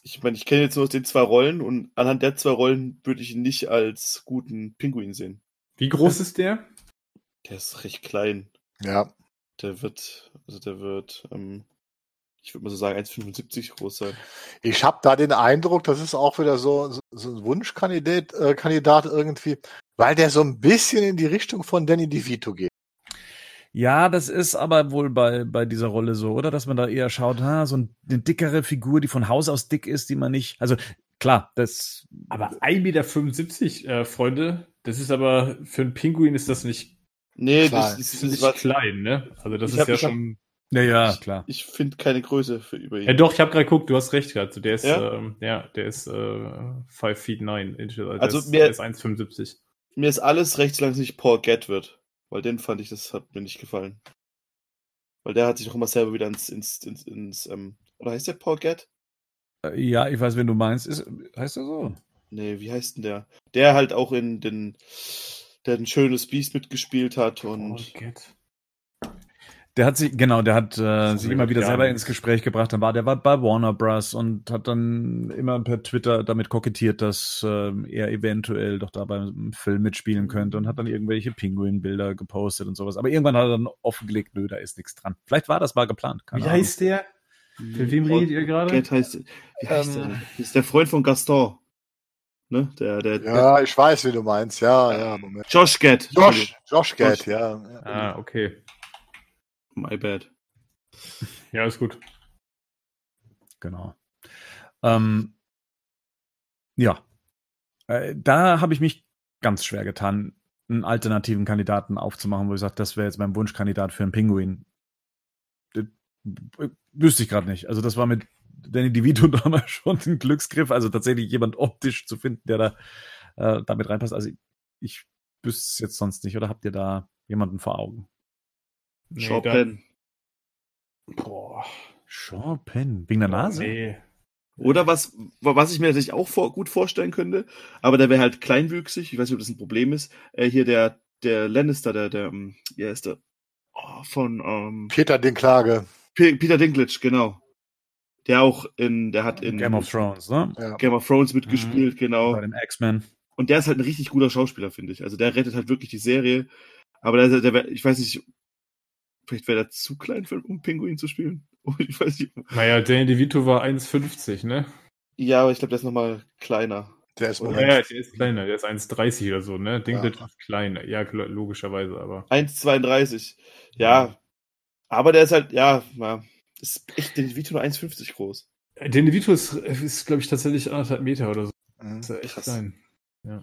ich meine, ich kenne jetzt nur den zwei Rollen und anhand der zwei Rollen würde ich ihn nicht als guten Pinguin sehen. Wie groß ist der? Der ist recht klein. Ja. Der wird, also der wird, ähm, ich würde mal so sagen, eins Komma fünfundsiebzig groß sein. Ich habe da den Eindruck, das ist auch wieder so, so, so ein Wunschkandidat äh, Kandidat irgendwie, weil der so ein bisschen in die Richtung von Danny DeVito geht. Ja, das ist aber wohl bei, bei dieser Rolle so, oder? Dass man da eher schaut, ha, so eine dickere Figur, die von Haus aus dick ist, die man nicht, also klar, das. Aber eins Komma fünfundsiebzig Meter, äh, Freunde, das ist aber, für einen Pinguin ist das nicht, Nee, Klein. das, das das, ist das nicht war, klein, ne? Also das Ich ist hab- ja ich hab- schon... Ja, ja, ich, klar. ich finde keine Größe für über ihn. Ja doch, ich habe gerade geguckt, du hast recht gehabt. Der ist, Ja? ähm, ja, der ist äh, five feet nine inches, also, Also der ist, mir- der ist eins Komma fünfundsiebzig. Mir ist alles recht, solange es nicht Paul Gadd wird. Weil den fand ich, das hat mir nicht gefallen. Weil der hat sich doch immer selber wieder ins, ins, ins, ins ähm, oder heißt der Paul Gadd? Äh, Ja, ich weiß, wen du meinst. Ist, heißt er so? Nee, wie heißt denn der? Der halt auch in den, der ein schönes Biest mitgespielt hat und Der hat sich, genau, der hat äh, Das sich ist immer wieder gar selber nichts. ins Gespräch gebracht. Dann war der war bei Warner Bros. Und hat dann immer per Twitter damit kokettiert, dass ähm, er eventuell doch da beim Film mitspielen könnte und hat dann irgendwelche Pinguin-Bilder gepostet und sowas. Aber irgendwann hat er dann offengelegt, nö, da ist nichts dran. Vielleicht war das mal geplant. Keine Wie Ahnung. heißt der? Für wem Paul redet ihr gerade? Gadd heißt, wie heißt Ähm. der? Das ist der Freund von Gaston. Ne? Der, der, der Ja, ich weiß, wie du meinst. Ja, ja, Moment. Josh Gad. Josh, Josh Gad, Josh. ja. ja. Ah, okay. My bad. Ja, ist gut. Genau. Ähm, ja. Äh, da habe ich mich ganz schwer getan, einen alternativen Kandidaten aufzumachen, wo ich sage, das wäre jetzt mein Wunschkandidat für einen Pinguin. Das, äh, wüsste ich gerade nicht. Also das war mit Danny DeVito damals schon ein Glücksgriff, also tatsächlich jemand optisch zu finden, der da äh, damit reinpasst. Also ich, ich wüsste es jetzt sonst nicht. Oder habt ihr da jemanden vor Augen? Nee, Sean da- Penn. Boah. Sean Penn. Wegen der Nase? Nee. Oder was, was ich mir natürlich auch vor, gut vorstellen könnte, aber der wäre halt kleinwüchsig, ich weiß nicht, ob das ein Problem ist. Äh, hier der, der Lannister, der, der, ähm, wie heißt der? Oh, von ähm, Peter Dinklage. P- Peter Dinklage, genau. Der auch in, der hat in Game of Thrones, ne? Ja. Game of Thrones mitgespielt, genau. Bei den X-Men. Und der ist halt ein richtig guter Schauspieler, finde ich. Also der rettet halt wirklich die Serie. Aber der, der wär, ich weiß nicht, vielleicht wäre der zu klein, für, um Pinguin zu spielen. Ich weiß nicht. Naja, Danny DeVito war eins Komma fünfzig, ne? Ja, aber ich glaube, der ist nochmal kleiner. Der ist Ja, Moment. ja, der ist kleiner, der ist eins Komma dreißig oder so, ne? Dinklage Ja. ist klein. Ja, klar, logischerweise, aber. eins Komma zweiunddreißig. Ja. Aber der ist halt, ja, ja ist echt der Vito nur eins Komma fünfzig groß. Danny DeVito ist, ist glaube ich, tatsächlich anderthalb Meter oder so. Mhm. Das ist ja echt Krass. klein. Ja.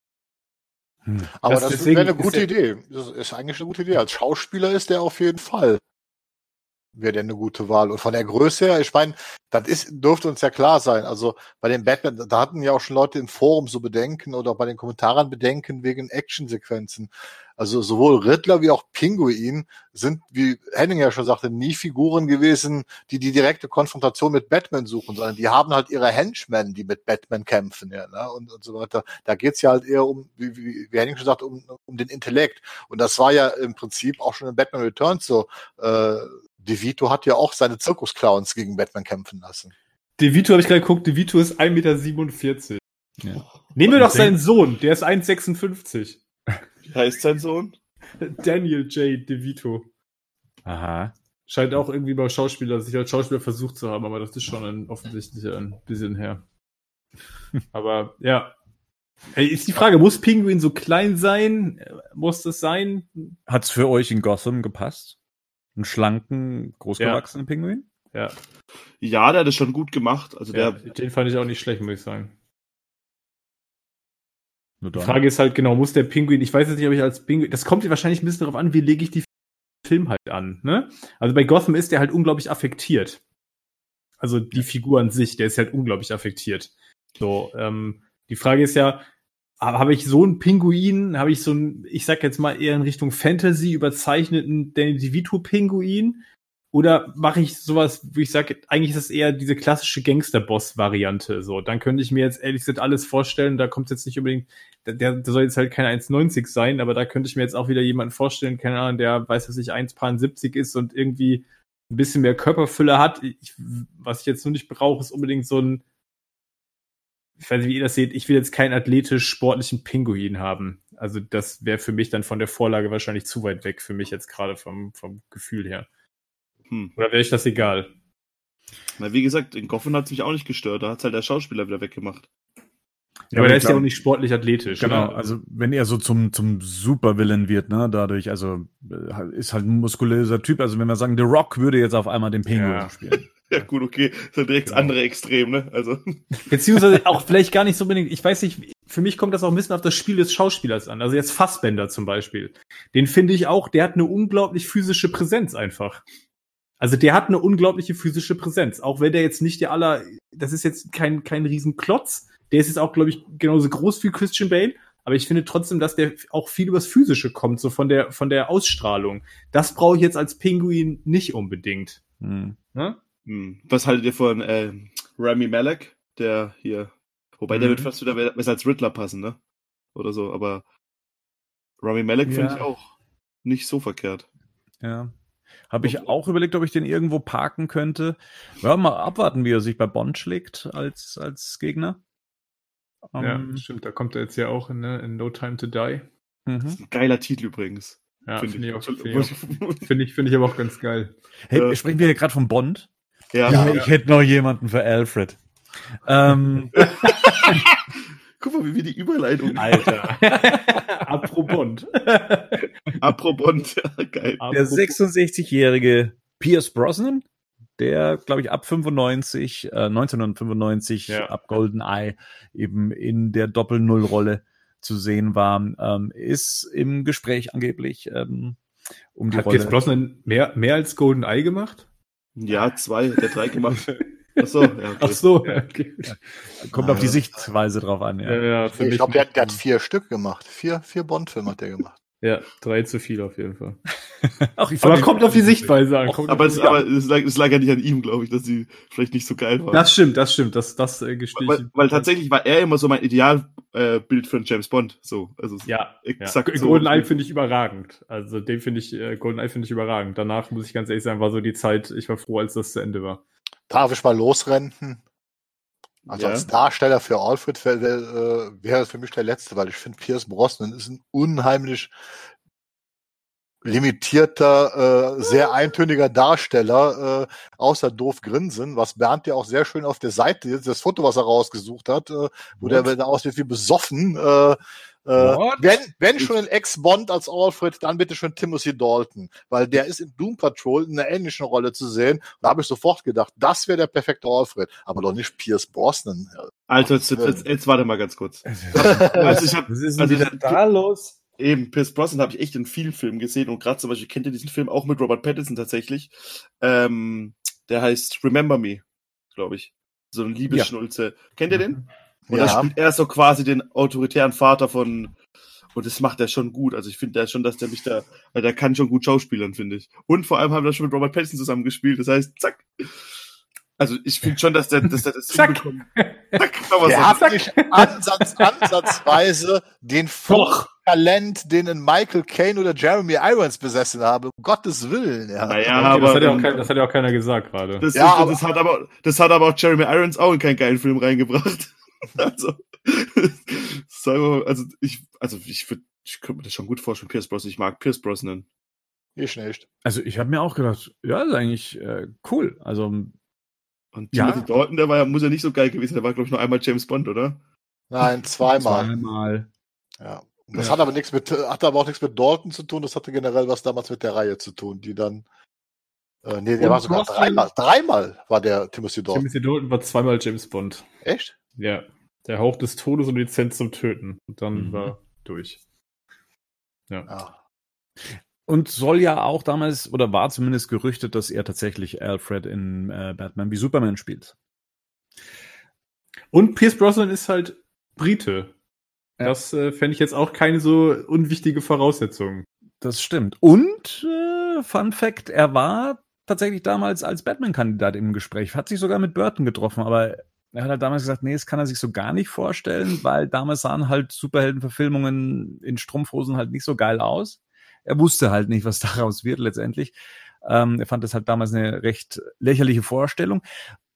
Hm. Aber Das- das, deswegen wäre eine ist gute der- Idee. Das ist eigentlich eine gute Idee. Als Schauspieler ist der auf jeden Fall. Wäre der eine gute Wahl. Und von der Größe her, ich meine, das ist, dürfte uns ja klar sein. Also bei den Batman, da hatten ja auch schon Leute im Forum so Bedenken oder bei den Kommentaren Bedenken wegen Actionsequenzen. Also sowohl Riddler wie auch Pinguin sind, wie Henning ja schon sagte, nie Figuren gewesen, die die direkte Konfrontation mit Batman suchen, sondern die haben halt ihre Henchmen, die mit Batman kämpfen, ja, ne? und, und so weiter. Da geht's ja halt eher um, wie, wie, wie Henning schon sagt, um, um den Intellekt. Und das war ja im Prinzip auch schon in Batman Returns so. Äh, DeVito hat ja auch seine Zirkusclowns gegen Batman kämpfen lassen. DeVito habe ich gerade geguckt, DeVito ist eins Komma siebenundvierzig Meter. Ja. Nehmen wir Und doch seinen Sohn, der ist eins Komma sechsundfünfzig. Wie heißt sein Sohn? Daniel J. DeVito. Aha. Scheint auch irgendwie bei Schauspieler, sich als Schauspieler versucht zu haben, aber das ist schon ein, offensichtlich ein bisschen her. Aber ja. Ey, ist die Frage, muss Pinguin so klein sein? Muss das sein? Hat's für euch in Gotham gepasst? Einen schlanken, großgewachsenen Pinguin? Ja, Ja, der hat es schon gut gemacht. Also ja, der, den fand ich auch nicht schlecht, muss ich sagen. Nur Die dann. Frage ist halt genau, muss der Pinguin, ich weiß jetzt nicht, ob ich als Pinguin, das kommt wahrscheinlich ein bisschen darauf an, wie lege ich die Film halt an, ne? Also bei Gotham ist der halt unglaublich affektiert. Also die Figur an sich, der ist halt unglaublich affektiert. So, ähm, die Frage ist ja, habe hab ich so einen Pinguin, habe ich so einen, ich sag jetzt mal eher in Richtung Fantasy überzeichneten Danny DeVito-Pinguin? Oder mache ich sowas, wo ich sage, eigentlich ist das eher diese klassische Gangster-Boss-Variante. So, dann könnte ich mir jetzt ehrlich gesagt alles vorstellen, da kommt jetzt nicht unbedingt, der, der soll jetzt halt kein eins Komma neunzig sein, aber da könnte ich mir jetzt auch wieder jemanden vorstellen, keine Ahnung, der weiß, dass ich eins Komma siebzig ist und irgendwie ein bisschen mehr Körperfülle hat. Ich, was ich jetzt nur nicht brauche, ist unbedingt so ein ich weiß nicht, wie ihr das seht, ich will jetzt keinen athletisch-sportlichen Pinguin haben. Also das wäre für mich dann von der Vorlage wahrscheinlich zu weit weg, für mich jetzt gerade vom, vom Gefühl her. Hm. Oder wäre ich das egal? Na, wie gesagt, in Goffin hat es mich auch nicht gestört, da hat es halt der Schauspieler wieder weggemacht. Ja, aber der ist ja auch nicht sportlich athletisch. Genau, ne? also wenn er so zum zum Supervillain wird, ne, dadurch, also äh, ist halt ein muskulöser Typ. Also wenn wir sagen, The Rock würde jetzt auf einmal den Pinguin Ja. spielen. Ja gut, okay, das ist direkt das Genau. andere Extrem, ne? Also Beziehungsweise auch vielleicht gar nicht so unbedingt, ich weiß nicht, für mich kommt das auch ein bisschen auf das Spiel des Schauspielers an. Also jetzt Fassbender zum Beispiel. Den finde ich auch, der hat eine unglaublich physische Präsenz einfach. Also der hat eine unglaubliche physische Präsenz. Auch wenn der jetzt nicht der aller, das ist jetzt kein, kein Riesenklotz. Der ist jetzt auch, glaube ich, genauso groß wie Christian Bale. Aber ich finde trotzdem, dass der auch viel übers Physische kommt, so von der, von der Ausstrahlung. Das brauche ich jetzt als Pinguin nicht unbedingt. Hm. Ne? hm. Was haltet ihr von äh, Rami Malek, der hier, wobei Mhm. der wird fast wieder besser als Riddler passen, ne? Oder so, aber Rami Malek Ja. finde ich auch nicht so verkehrt. Ja. Habe ich auch überlegt, ob ich den irgendwo parken könnte. Ja, mal abwarten, wie er sich bei Bond schlägt als, als Gegner. Ja, Ähm, stimmt. Da kommt er jetzt ja auch in, ne, in No Time to Die. mhm. Das ist ein geiler Titel übrigens. Ja, Finde finde ich, ich. auch, finde ich, auch- finde ich, finde ich aber auch ganz geil. Hey, Ja. sprechen wir hier gerade von Bond? Ja, Ja, ich hätte noch jemanden für Alfred. Ähm, guck mal, wie wir die Überleitung. Alter. Apropos Bond. Apropos, ja, geil. der sechsundsechzigjährige Pierce Brosnan, der, glaube ich, ab fünfundneunzig, äh, neunzehnhundertfünfundneunzig, Ja. ab GoldenEye eben in der Doppel-Null-Rolle zu sehen war, ähm, ist im Gespräch angeblich ähm, um die Hat Rolle. jetzt Brosnan mehr, mehr als GoldenEye gemacht? Ja, zwei, der drei gemacht. Achso, ja, okay. Ach so, ja, okay. Kommt auf die Sichtweise drauf an, ja. Ja, ja, für Ich mich- glaube, der, der hat vier Stück gemacht. Vier, vier Bond-Filme hat der gemacht. Ja, drei zu viel auf jeden Fall. Ach, ich fand Aber den- kommt auf die Sichtweise an. Kommt Aber auf es, die- aber es, lag, es lag ja nicht an ihm, glaube ich, dass sie vielleicht nicht so geil war. Das stimmt, das stimmt. Das, das äh, gestehe ich. weil, weil tatsächlich war er immer so mein Idealbild äh, Bild für einen James Bond. So, also Ja, exakt ja. so. GoldenEye finde ich überragend. Also den finde ich, äh, GoldenEye finde ich überragend. Danach, muss ich ganz ehrlich sagen, war so die Zeit, ich war froh, als das zu Ende war. Darf ich mal losrennen? Also Ja. als Darsteller für Alfred wäre äh, wäre es für mich der letzte, weil ich finde, Pierce Brosnan ist ein unheimlich limitierter, äh, sehr eintöniger Darsteller, äh, außer doof grinsen, was Bernd ja auch sehr schön auf der Seite, das Foto, was er rausgesucht hat, äh, wo der wenn er aussieht wie besoffen, äh, äh, What? wenn, wenn schon ein Ex-Bond als Alfred, dann bitte schon Timothy Dalton, weil der ist in Doom Patrol in einer ähnlichen Rolle zu sehen. Da habe ich sofort gedacht, das wäre der perfekte Alfred, aber doch nicht Pierce Brosnan. Alter, jetzt, jetzt, jetzt warte mal ganz kurz. Also ich hab, Was ist also denn wieder da los? Eben, Pierce Brosnan habe ich echt in vielen Filmen gesehen und gerade zum Beispiel kennt ihr diesen Film auch mit Robert Pattinson tatsächlich. Ähm, der heißt Remember Me, glaube ich. So ein Liebesschnulze. Kennt ihr den? Und da Ja. spielt er so quasi den autoritären Vater von, und das macht er schon gut. Also ich finde da schon, dass der mich da, weil der kann schon gut schauspielern, finde ich. Und vor allem haben wir schon mit Robert Pattinson zusammen gespielt. Das heißt, zack. Also ich finde schon, dass der, dass der das Zack. hinbekommt. Zack. Nochmal Der so. hat nicht Ansatz, ansatzweise den Talent, den ein Michael Caine oder Jeremy Irons besessen haben. Um Gottes Willen, ja. Naja, Okay, aber das, hat ja auch ähm, kein, das hat ja auch keiner gesagt gerade. Das, Ja, ist, aber- das, hat aber, das hat aber auch Jeremy Irons auch in keinen geilen Film reingebracht. Also, sagen wir mal, also ich, also ich würde, ich könnte mir das schon gut vorstellen, Pierce Brosnan. Ich mag Pierce Brosnan. Ich nicht. Also ich habe mir auch gedacht, ja, ist eigentlich äh, cool. Also Und Ja. Timothy Dalton, der war ja, muss ja nicht so geil gewesen. Der war, glaube ich, nur einmal James Bond, oder? Nein, zweimal. zweimal. Ja. Und das Ja. hat aber nichts mit, hatte aber auch nichts mit Dalton zu tun. Das hatte generell was damals mit der Reihe zu tun, die dann, äh, nee, der Und war sogar Brosnan- dreimal, dreimal war der Timothy Dalton. Timothy Dalton war zweimal James Bond. Echt? Ja. Der Hauch des Todes und Lizenz zum Töten. Und dann Mhm. war durch. Ja. Und soll ja auch damals, oder war zumindest gerüchtet, dass er tatsächlich Alfred in äh, Batman wie Superman spielt. Und Pierce Brosnan ist halt Brite. Ja. Das äh, fände ich jetzt auch keine so unwichtige Voraussetzung. Das stimmt. Und, äh, Fun Fact, er war tatsächlich damals als Batman-Kandidat im Gespräch. Hat sich sogar mit Burton getroffen, aber er hat halt damals gesagt, nee, das kann er sich so gar nicht vorstellen, weil damals sahen halt Superheldenverfilmungen in Strumpfhosen halt nicht so geil aus. Er wusste halt nicht, was daraus wird letztendlich. Ähm, er fand das halt damals eine recht lächerliche Vorstellung.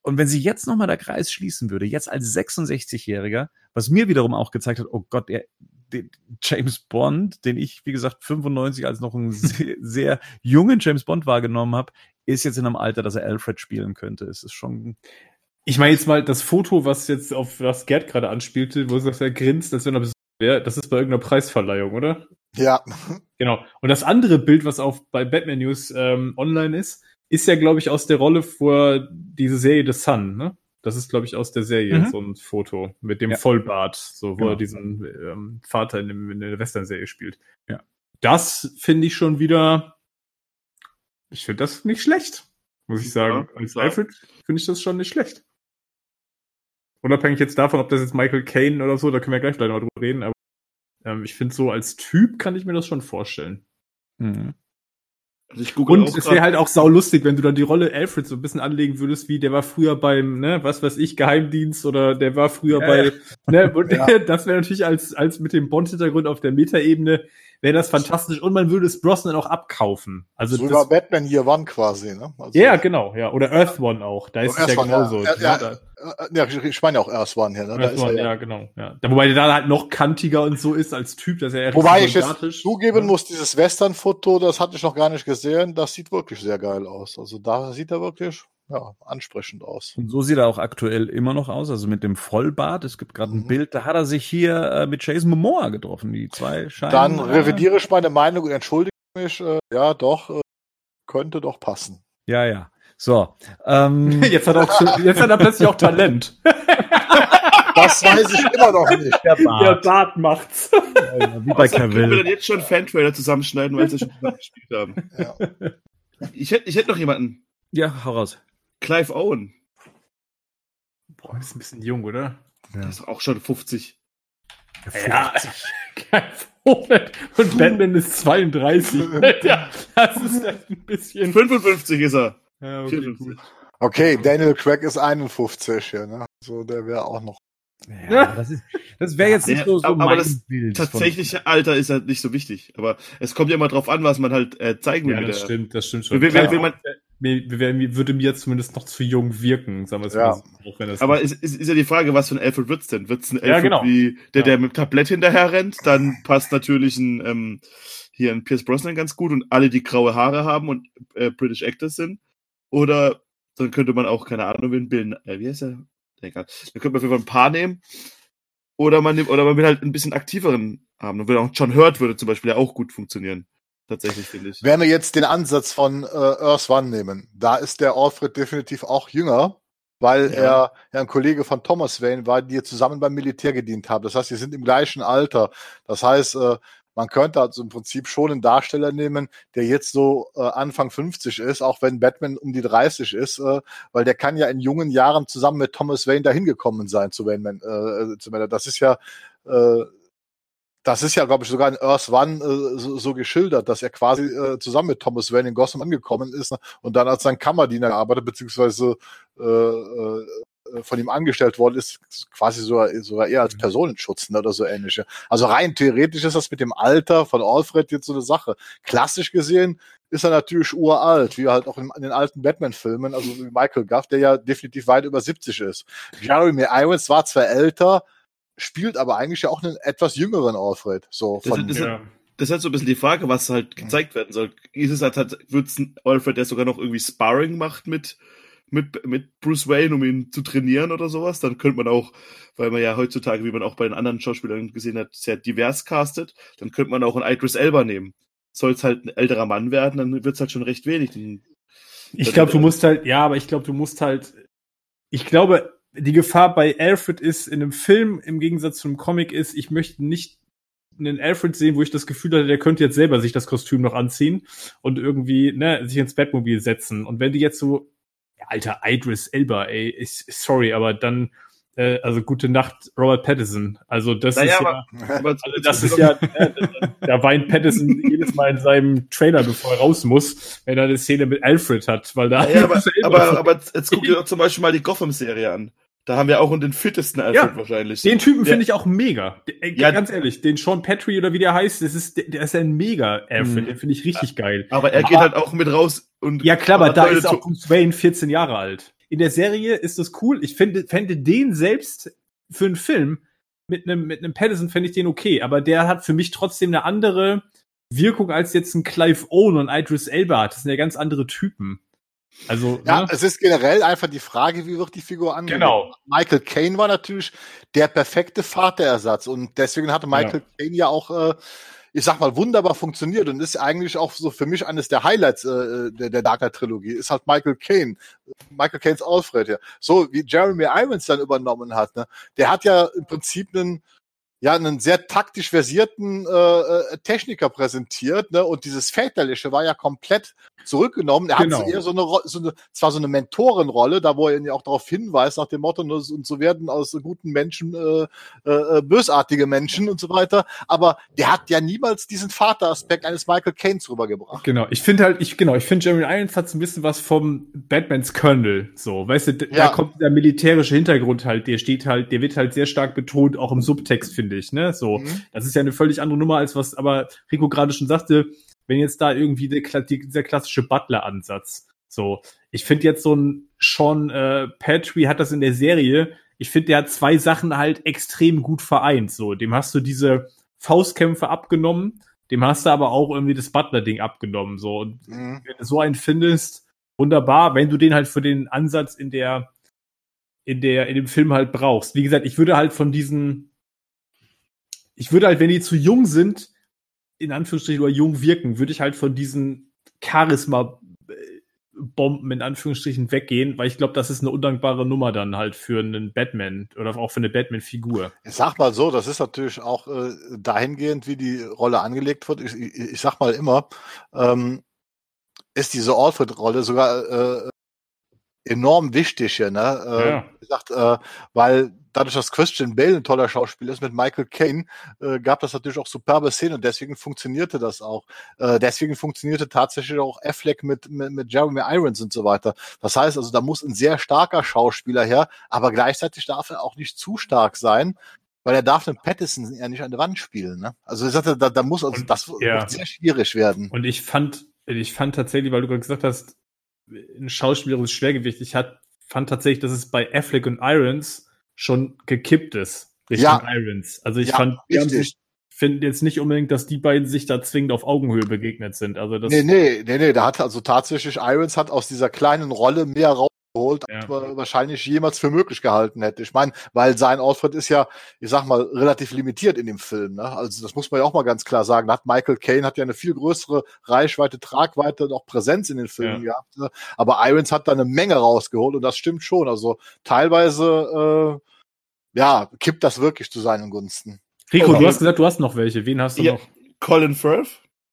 Und wenn sie jetzt nochmal der Kreis schließen würde, jetzt als sechsundsechzigjähriger, was mir wiederum auch gezeigt hat, oh Gott, der, der James Bond, den ich, wie gesagt, fünfundneunzig als noch einen sehr, sehr jungen James Bond wahrgenommen habe, ist jetzt in einem Alter, dass er Alfred spielen könnte. Es ist schon... Ich meine jetzt mal das Foto, was jetzt auf was Gerd gerade anspielte, wo er grinst, als wenn er besoffen wäre, das ist bei irgendeiner Preisverleihung, oder? Ja. Genau. Und das andere Bild, was auf bei Batman News ähm, online ist, ist ja, glaube ich, aus der Rolle vor diese Serie The Sun, ne? Das ist, glaube ich, aus der Serie Mhm. so ein Foto mit dem Ja. Vollbart, so wo Genau. er diesen ähm, Vater in, dem, in der Western-Serie spielt. Ja. Das finde ich schon wieder, ich finde das nicht schlecht, muss ich sagen. Ja, Als ja. Alfred finde ich das schon nicht schlecht. Unabhängig jetzt davon, ob das jetzt Michael Caine oder so, da können wir gleich vielleicht mal drüber reden, aber ähm, ich finde so als Typ kann ich mir das schon vorstellen. Mhm. Also ich google Und auch es grad- wäre halt auch saulustig, wenn du dann die Rolle Alfred so ein bisschen anlegen würdest, wie der war früher beim, ne, was weiß ich, Geheimdienst oder der war früher Ja, bei, ne, und Ja. das wäre natürlich als, als mit dem Bond-Hintergrund auf der Metaebene, wäre das fantastisch und man würde es Brosnan auch abkaufen. Also So das, war Batman Year One quasi, ne? Also, ja, genau, ja. Oder Earth One auch, da ist Earth es ja One, genauso. Ja, ja, da- äh, ja, ich- ich meine ja auch Earth One hier, ne? Da Earth ist er One, ja. ja, genau, ja. Da, wobei der da halt noch kantiger und so ist als Typ, dass er ja Wobei richtig ich jetzt sympathisch- zugeben ja. muss, dieses Western-Foto, das hatte ich noch gar nicht gesehen, das sieht wirklich sehr geil aus. Also da sieht er wirklich, ja, ansprechend aus. Und so sieht er auch aktuell immer noch aus, also mit dem Vollbart. Es gibt gerade ein Mhm. Bild, da hat er sich hier äh, mit Jason Momoa getroffen. Die zwei scheinen... Dann äh, revidiere ich meine Meinung und entschuldige mich, äh, ja doch, äh, könnte doch passen. Ja, ja. So. Ähm, Jetzt hat er, auch, jetzt hat er plötzlich auch Talent. Das weiß ich immer noch nicht. der Der Bart. Bart macht's. Wie bei Außerdem können wir Cavill. dann jetzt schon Fan-Trailer zusammenschneiden, weil sie schon zusammen gespielt haben. Ja. Ich hätte ich hätte noch jemanden. Ja, hau raus. Clive Owen. Boah, ist ein bisschen jung, oder? Der ist auch schon fünfzig. Ja, kein Vorwurf. Und Batman ist zweiunddreißig. Ja, das ist echt ein bisschen. fünfundfünfzig ist er. Ja, okay, vierundfünfzig. gut. Okay, Daniel Craig ist einundfünfzig hier, ne? So, der wäre auch noch. Ja, das ist, das wäre jetzt nicht Ja, so, so aber mein das Bild. von- Tatsächliche Alter ist halt nicht so wichtig. Aber es kommt ja immer drauf an, was man halt äh, zeigen will. Ja, mit das der- stimmt, das stimmt schon. Will- will- Klar, will man- mir, mir, würde mir zumindest noch zu jung wirken, sagen wir es Ja. mal so. Auch wenn das Aber es ist, ist ja die Frage, was für ein Alfred wird's denn? Wird's ein Alfred Ja, genau. wie der, Ja. der mit dem Tablett hinterher rennt? Dann passt natürlich ein ähm, hier ein Pierce Brosnan ganz gut und alle, die graue Haare haben und äh, British Actors sind. Oder dann könnte man auch, keine Ahnung, wen Bill, äh, wie heißt der? Egal. Dann könnte man auf jeden Fall ein Paar nehmen. Oder man nimmt, oder man will halt ein bisschen aktiveren haben. Und will auch John Hurt würde zum Beispiel ja auch gut funktionieren. Tatsächlich, finde ich. Wenn wir jetzt den Ansatz von äh, Earth One nehmen, da ist der Alfred definitiv auch jünger, weil Ja. er ja ein Kollege von Thomas Wayne war, die zusammen beim Militär gedient haben. Das heißt, die sind im gleichen Alter. Das heißt, äh, man könnte also im Prinzip schon einen Darsteller nehmen, der jetzt so äh, Anfang fünfzig ist, auch wenn Batman um die dreißig ist, äh, weil der kann ja in jungen Jahren zusammen mit Thomas Wayne dahin gekommen sein zu Wayne. Äh, zu Wayne. Das ist ja äh, Das ist ja, glaube ich, sogar in Earth One äh, so, so geschildert, dass er quasi äh, zusammen mit Thomas Wayne in Gotham angekommen ist, ne, und dann als sein Kammerdiener gearbeitet, beziehungsweise äh, äh, von ihm angestellt worden ist, quasi sogar, sogar eher als Personenschutz, ne, oder so ähnliche. Also rein theoretisch ist das mit dem Alter von Alfred jetzt so eine Sache. Klassisch gesehen ist er natürlich uralt, wie halt auch in, in den alten Batman-Filmen, also wie Michael Gough, der ja definitiv weit über siebzig ist. Jeremy Irons war zwar älter, spielt aber eigentlich ja auch einen etwas jüngeren Alfred. So Das von, ist- Ja. Das ist halt so ein bisschen die Frage, was halt gezeigt werden soll. Ist es halt, halt wird's ein Alfred, der sogar noch irgendwie Sparring macht mit, mit, mit Bruce Wayne, um ihn zu trainieren oder sowas? Dann könnte man auch, weil man ja heutzutage, wie man auch bei den anderen Schauspielern gesehen hat, sehr divers castet, dann könnte man auch einen Idris Elba nehmen. Soll es halt ein älterer Mann werden, dann wird's halt schon recht wenig. Dann- Ich glaube, du musst halt, ja, aber ich glaube, du musst halt, ich glaube, die Gefahr bei Alfred ist, in einem Film im Gegensatz zu einem Comic ist, ich möchte nicht einen Alfred sehen, wo ich das Gefühl hatte, der könnte jetzt selber sich das Kostüm noch anziehen und irgendwie, ne, sich ins Batmobil setzen. Und wenn die jetzt so, ja, alter Idris Elba, ey, ich, sorry, aber dann, äh, also gute Nacht, Robert Pattinson. Also das Naja, ist aber, ja, aber also das ist ja, äh, da weint Pattinson jedes Mal in seinem Trailer, bevor er raus muss, wenn er eine Szene mit Alfred hat, weil da Ja, aber, selber- aber, aber jetzt guck dir doch zum Beispiel mal die Gotham-Serie an. Da haben wir auch den fittesten Alfred Ja, wahrscheinlich. den Typen Der- finde ich auch mega. Äh, Ja, ganz ehrlich, den Sean Petrie oder wie der heißt, das ist, der, der ist ein mega Alfred, Mhm. den finde ich richtig geil. Aber er geht halt auch mit raus und Ja klar, aber hat da Leute ist auch zu- Bruce Wayne vierzehn Jahre alt. in der Serie ist das cool. Ich finde, fände den selbst für einen Film mit einem mit einem Pattinson fände ich den okay, aber der hat für mich trotzdem eine andere Wirkung als jetzt ein Clive Owen und Idris Elba hat. Das sind ja ganz andere Typen. Also, ja, ne? Es ist generell einfach die Frage, wie wird die Figur angenommen. Genau. Michael Caine war natürlich der perfekte Vaterersatz und deswegen hatte Michael ja. Caine ja auch, äh, ich sag mal, wunderbar funktioniert und ist eigentlich auch so für mich eines der Highlights äh, der, der Dark Knight Trilogie, ist halt Michael Caine. Michael Caines Alfred, ja. So wie Jeremy Irons dann übernommen hat, ne? Der hat ja im Prinzip einen ja, einen sehr taktisch versierten äh, Techniker präsentiert, ne? Und dieses Väterliche war ja komplett zurückgenommen. Er genau. hat so eher so eine, so eine, zwar so eine Mentorenrolle, da wo er ihn ja auch darauf hinweist, nach dem Motto, und so werden aus guten Menschen äh, äh, bösartige Menschen und so weiter. Aber der hat ja niemals diesen Vateraspekt eines Michael Caines rübergebracht. Genau, ich finde halt, ich genau, ich finde Jeremy Irons hat so ein bisschen was vom Batmans Colonel, so, weißt du, d- ja. da kommt der militärische Hintergrund halt, der steht halt, der wird halt sehr stark betont, auch im Subtext, finde ich, ne, so. Mhm. Das ist ja eine völlig andere Nummer, als was, aber Rico gerade schon sagte, wenn jetzt da irgendwie der, dieser klassische Butler-Ansatz, so. Ich finde jetzt so ein Sean äh, Patry hat das in der Serie, ich finde, der hat zwei Sachen halt extrem gut vereint, so. Dem hast du diese Faustkämpfe abgenommen, dem hast du aber auch irgendwie das Butler-Ding abgenommen, so. Und mhm. wenn du so einen findest, wunderbar, wenn du den halt für den Ansatz in der, in der, in dem Film halt brauchst. Wie gesagt, ich würde halt von diesen, ich würde halt, wenn die zu jung sind, in Anführungsstrichen oder jung wirken, würde ich halt von diesen Charisma-Bomben in Anführungsstrichen weggehen, weil ich glaube, das ist eine undankbare Nummer dann halt für einen Batman oder auch für eine Batman-Figur. Ich sag mal so, das ist natürlich auch äh, dahingehend, wie die Rolle angelegt wird. Ich, ich, ich sag mal immer, ähm, ist diese Alfred-Rolle sogar äh, enorm wichtig hier, ne? Äh, ja. Wie gesagt, äh, weil dadurch, dass Christian Bale ein toller Schauspieler ist, mit Michael Caine, äh, gab das natürlich auch superbe Szenen und deswegen funktionierte das auch. Äh, deswegen funktionierte tatsächlich auch Affleck mit, mit, mit Jeremy Irons und so weiter. Das heißt also, da muss ein sehr starker Schauspieler her, aber gleichzeitig darf er auch nicht zu stark sein, weil er darf den Pattinson ja nicht an der Wand spielen, ne? Also ich sagte, da, da muss, also und, das ja. wird sehr schwierig werden. Und ich fand, ich fand tatsächlich, weil du gerade gesagt hast, ein schauspielerisches Schwergewicht, ich hat, fand tatsächlich, dass es bei Affleck und Irons schon gekippt ist, Richtung Ja. Irons. Also ich Ja, fand, die haben richtig. sich, finde jetzt nicht unbedingt, dass die beiden sich da zwingend auf Augenhöhe begegnet sind. Also das, Nee, nee, nee, nee, da hat also tatsächlich, Irons hat aus dieser kleinen Rolle mehr rausgeholt, als Ja. man wahrscheinlich jemals für möglich gehalten hätte. Ich meine, weil sein Alfred ist ja, ich sag mal, relativ limitiert in dem Film, ne? Also das muss man ja auch mal ganz klar sagen. Da hat Michael Caine hat ja eine viel größere Reichweite, Tragweite und auch Präsenz in den Filmen Ja. gehabt. Ne? Aber Irons hat da eine Menge rausgeholt und das stimmt schon. Also teilweise, äh, ja, kippt das wirklich zu seinen Gunsten. Rico, Okay. du hast gesagt, du hast noch welche. Wen hast du Ja. noch? Colin Firth?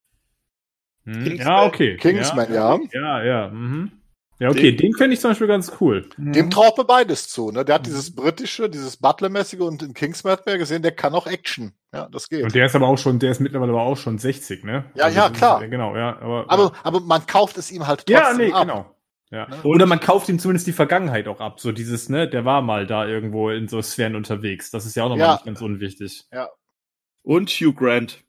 Hm? Kingsman. Ja, okay. Kingsman, ja. Ja, ja. Mhm. Ja, okay, den fände ich zum Beispiel ganz cool. Dem traut mir beides zu. Ne? Der hat dieses britische, dieses Butler-mäßige und in Kingsman hat man ja gesehen, der kann auch Action. Ja, das geht. Und der ist aber auch schon, der ist mittlerweile aber auch schon sechzig, ne? Ja, ja, das klar. Ist, genau, ja. Aber, aber, aber man kauft es ihm halt trotzdem ja, nee, ab. genau. Ja. Ne? Oder man kauft ihm zumindest die Vergangenheit auch ab. So dieses, ne, der war mal da irgendwo in so Sphären unterwegs. Das ist ja auch nochmal Ja. nicht ganz unwichtig. Ja. Und Hugh Grant.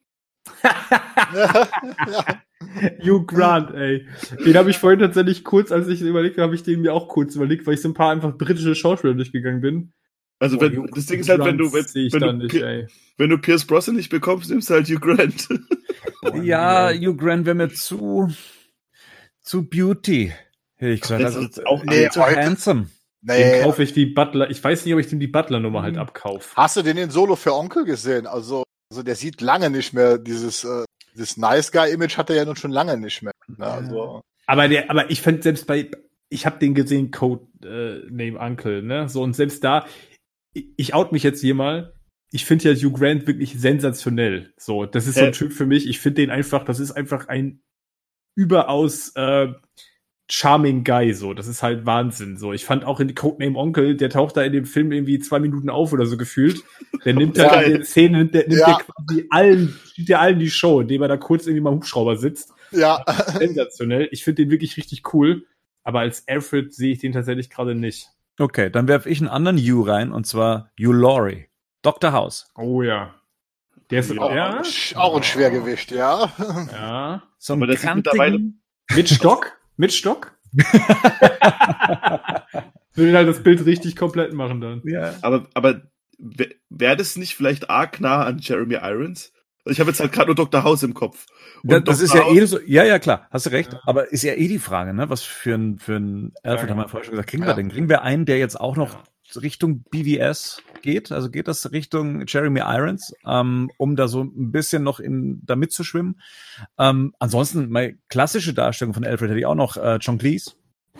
ja. Hugh Grant, ey. Den habe ich vorhin tatsächlich kurz, als ich überlegt habe, habe ich den mir auch kurz überlegt, weil ich so ein paar einfach britische Schauspieler durchgegangen bin. Also Oh, wenn, Hugh das Ding ist halt, wenn du, wenn, sehe ich wenn, dann du nicht, Pi- ey. wenn du Pierce Brosnan nicht bekommst, nimmst du halt Hugh Grant. Ja, Hugh Grant wäre mir zu, zu Beauty, hätte ich gesagt. Das Also, ist auch nee, nee, zu heute- handsome. Den Nee. kaufe ich die Butler. Ich weiß nicht, ob ich dem die Butler-Nummer halt Mhm. abkaufe. Hast du den in Solo für Onkel gesehen? Also, also der sieht lange nicht mehr dieses, äh, dieses Nice Guy-Image hat er ja nun schon lange nicht mehr. Ne? Also, Aber der, aber ich fand selbst bei, ich habe den gesehen, Code äh, Name Uncle, ne? So, und selbst da, ich, ich out mich jetzt hier mal. Ich finde ja Hugh Grant wirklich sensationell. So, das ist so ein Äh. Typ für mich. Ich finde den einfach, das ist einfach ein überaus äh, charming Guy. So, das ist halt Wahnsinn. So, ich fand auch in Codename Onkel, der taucht da in dem Film irgendwie zwei Minuten auf oder so gefühlt. Der nimmt da Ja. in den Szenen, nimmt der, nimmt Ja. der quasi allen, steht der allen die Show, indem er da kurz irgendwie mal im Hubschrauber sitzt. ja. Sensationell. Ich finde den wirklich richtig cool. Aber als Alfred sehe ich den tatsächlich gerade nicht. Okay, dann werfe ich einen anderen Hugh rein, und zwar Hugh Laurie. Doktor House. Oh ja. Der ist Ja. ja. Auch ein Schwergewicht, ja. Ja. So Aber einen das ist mittlerweile- kantigen, Mit Stock? Mit Stock? Würde halt das Bild richtig komplett machen dann. Ja. Aber, aber wäre wär das nicht vielleicht arg nah an Jeremy Irons? Ich habe jetzt halt gerade nur Doktor House im Kopf. Da, das Doktor ist ja House, eh so, ja, ja, klar, hast du recht. Ja. Aber ist ja eh die Frage, ne? Was für ein, für ein Alfred Ja, haben wir vorher schon gesagt, kriegen ja. wir denn? Kriegen wir einen, der jetzt auch noch Richtung B V S geht? Also geht das Richtung Jeremy Irons, ähm, um da so ein bisschen noch in, da mitzuschwimmen? Ähm, ansonsten, meine klassische Darstellung von Alfred hätte ich auch noch äh, John Cleese.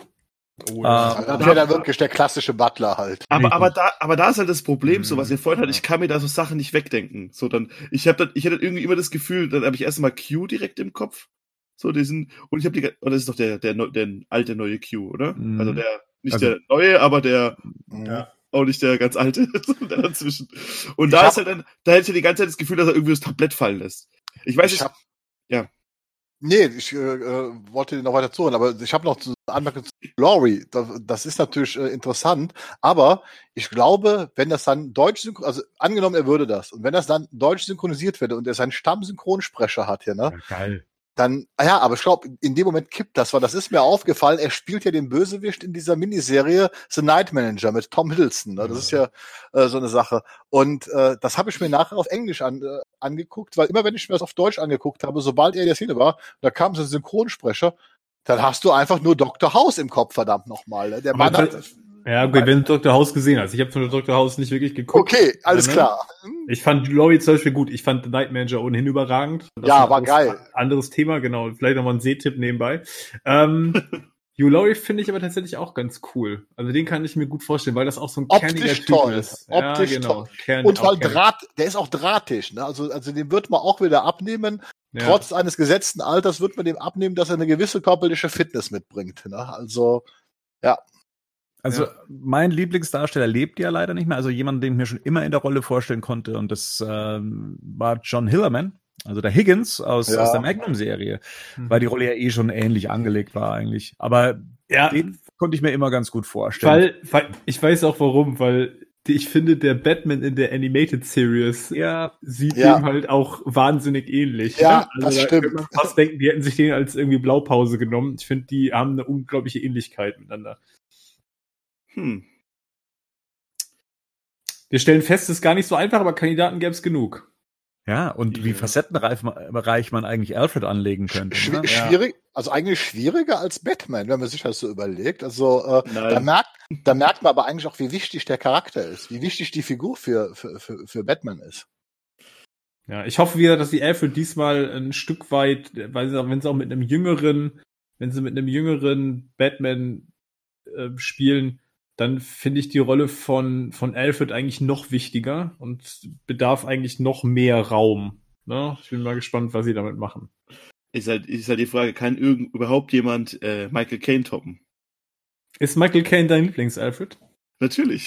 Oh, ja. Das wäre dann wirklich der klassische Butler halt. Aber, aber da, aber da ist halt das Problem, so was ihr vorhin Ja. hattet, ich kann mir da so Sachen nicht wegdenken. So dann, ich habe dann, ich hatte irgendwie immer das Gefühl, dann habe ich erstmal Q direkt im Kopf. So diesen, und ich habe die, oder das ist doch der, der, der, der alte neue Q, oder? Mhm. Also der, nicht Also- der neue, aber der, Ja. auch nicht der ganz alte, der dazwischen. Und Ich da hab- ist halt dann, da hätte ich ja die ganze Zeit das Gefühl, dass er irgendwie das Tablett fallen lässt. Ich weiß Ich nicht, hab, ja. Nee, ich äh, äh, wollte dir noch weiter zuhören, aber ich habe noch zu Anmerkung zu Glory. Das, das ist natürlich äh, interessant, aber ich glaube, wenn das dann deutsch synchron, also angenommen, er würde das, und wenn das dann deutsch synchronisiert würde und er seinen Stammsynchronsprecher hat hier, ne, geil. dann, ah ja, aber ich glaube, in dem Moment kippt das, weil das ist mir aufgefallen, er spielt ja den Bösewicht in dieser Miniserie The Night Manager mit Tom Hiddleston. Ne? Das ist ja äh, so eine Sache. Und äh, das habe ich mir nachher auf Englisch an, äh, angeguckt, weil immer wenn ich mir das auf Deutsch angeguckt habe, sobald er in der Szene war, da kam so ein Synchronsprecher, dann hast du einfach nur Doktor House im Kopf, verdammt nochmal. Ne? Der Aber Mann hat, das- Ja, okay, wenn du Doktor House gesehen hast. Ich habe von Doktor House nicht wirklich geguckt. okay, alles Ne? klar. Ich fand Laurie zum Beispiel gut. Ich fand The Night Manager ohnehin überragend. Das Ja, ist ein war anderes, geil. Anderes Thema, genau. Vielleicht nochmal ein Sehtipp nebenbei. Ähm, Hugh Laurie finde ich aber tatsächlich auch ganz cool. Also den kann ich mir gut vorstellen, weil das auch so ein Optisch kerniger Typ toll. ist. Optisch ja, genau. toll. Kern, Und auch weil kernig. Draht, der ist auch drahtig, ne? Also, also den wird man auch wieder abnehmen. Ja. Trotz eines gesetzten Alters wird man dem abnehmen, dass er eine gewisse körperliche Fitness mitbringt. Ne? Also, Also Ja. mein Lieblingsdarsteller lebt ja leider nicht mehr. Also jemand, den ich mir schon immer in der Rolle vorstellen konnte. Und das ähm, war John Hillerman, also der Higgins aus, Ja. aus der Magnum-Serie, Mhm. weil die Rolle ja eh schon ähnlich angelegt war eigentlich. Aber ja, den konnte ich mir immer ganz gut vorstellen. weil, weil, ich weiß auch warum, weil die, ich finde, der Batman in der Animated Series ja, sieht Ja. dem halt auch wahnsinnig ähnlich. Ja, Also das da stimmt. könnte man fast denken, die hätten sich den als irgendwie Blaupause genommen. Ich finde, die haben eine unglaubliche Ähnlichkeit miteinander. Hm. Wir stellen fest, es ist gar nicht so einfach, aber Kandidaten gäbe es genug. ja, und wie Ja. facettenreich man, reich man eigentlich Alfred anlegen könnte. schwi- Ne? Ja. schwierig, also eigentlich schwieriger als Batman, wenn man sich das so überlegt. Also, äh, Nein. da merkt, da merkt man aber eigentlich auch, wie wichtig der Charakter ist, wie wichtig die Figur für, für, für, für Batman ist. Ja, ich hoffe wieder, dass die Alfred diesmal ein Stück weit, weil sie, auch- wenn sie auch mit einem jüngeren, wenn sie mit einem jüngeren Batman äh, spielen, dann finde ich die Rolle von, von Alfred eigentlich noch wichtiger und bedarf eigentlich noch mehr Raum. Ne? Ich bin mal gespannt, was sie damit machen. Ist halt, ist halt die Frage, kann irgend, überhaupt jemand äh, Michael Caine toppen? Ist Michael Caine dein Lieblings-Alfred? Natürlich.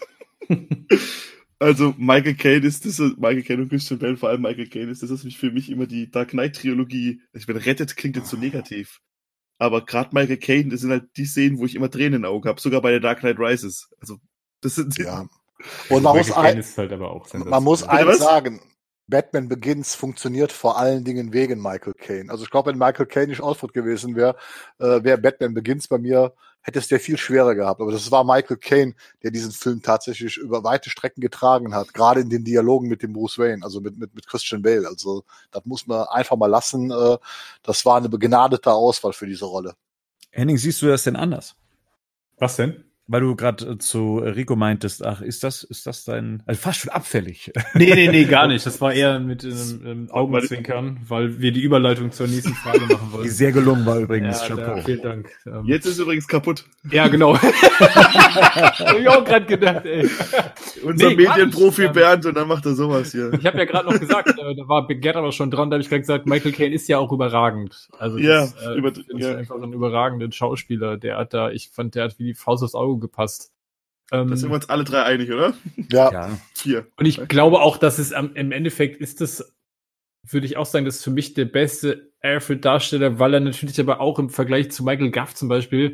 Also Michael Caine ist das, Michael Caine und Christian Bale, vor allem Michael Caine ist das, was mich für mich immer die Dark Knight Trilogie, ich bin rettet, klingt jetzt so negativ. Aber gerade Michael Caine, das sind halt die Szenen, wo ich immer Tränen in den Augen habe, sogar bei der Dark Knight Rises. Also das sind Ja. Und man muss, Michael Caine ein, ist halt aber auch man muss sensationell. eins was? sagen, Batman Begins funktioniert vor allen Dingen wegen Michael Caine. Also ich glaube, wenn Michael Caine nicht Alfred gewesen wäre, äh, wäre Batman Begins bei mir, hätte es der viel schwerer gehabt. Aber das war Michael Caine, der diesen Film tatsächlich über weite Strecken getragen hat, gerade in den Dialogen mit dem Bruce Wayne, also mit, mit, mit Christian Bale. Also das muss man einfach mal lassen. Äh, das war eine begnadete Auswahl für diese Rolle. Henning, siehst du das denn anders? Was denn? Weil du gerade äh, zu Rico meintest, ach, ist das, ist das dein, also fast schon abfällig. Nee, nee, nee, gar nicht. Das war eher mit einem, einem Augenzwinkern, weil wir die Überleitung zur nächsten Frage machen Die wollten. sehr gelungen war übrigens. Ja, Chapeau. da, vielen Dank. Ähm, Jetzt ist übrigens kaputt. Ja, genau. Hab ich auch gerade gedacht, ey. Unser Nee, gar Medienprofi nicht. Bernd und dann macht er sowas hier. Ich habe ja gerade noch gesagt, äh, da war Big Gerd aber schon dran, da habe ich gerade gesagt, Michael Caine ist ja auch überragend. Also Ja, das, äh, über- ich finde ja. einfach ein überragender Schauspieler. Der hat da, ich fand, der hat wie die Faust aufs Auge gepasst. Ähm, Da sind wir uns alle drei einig, oder? Ja, Ja. Vier. Und ich glaube auch, dass es am, im Endeffekt ist das, würde ich auch sagen, das ist für mich der beste Alfred-Darsteller, weil er natürlich aber auch im Vergleich zu Michael Gough zum Beispiel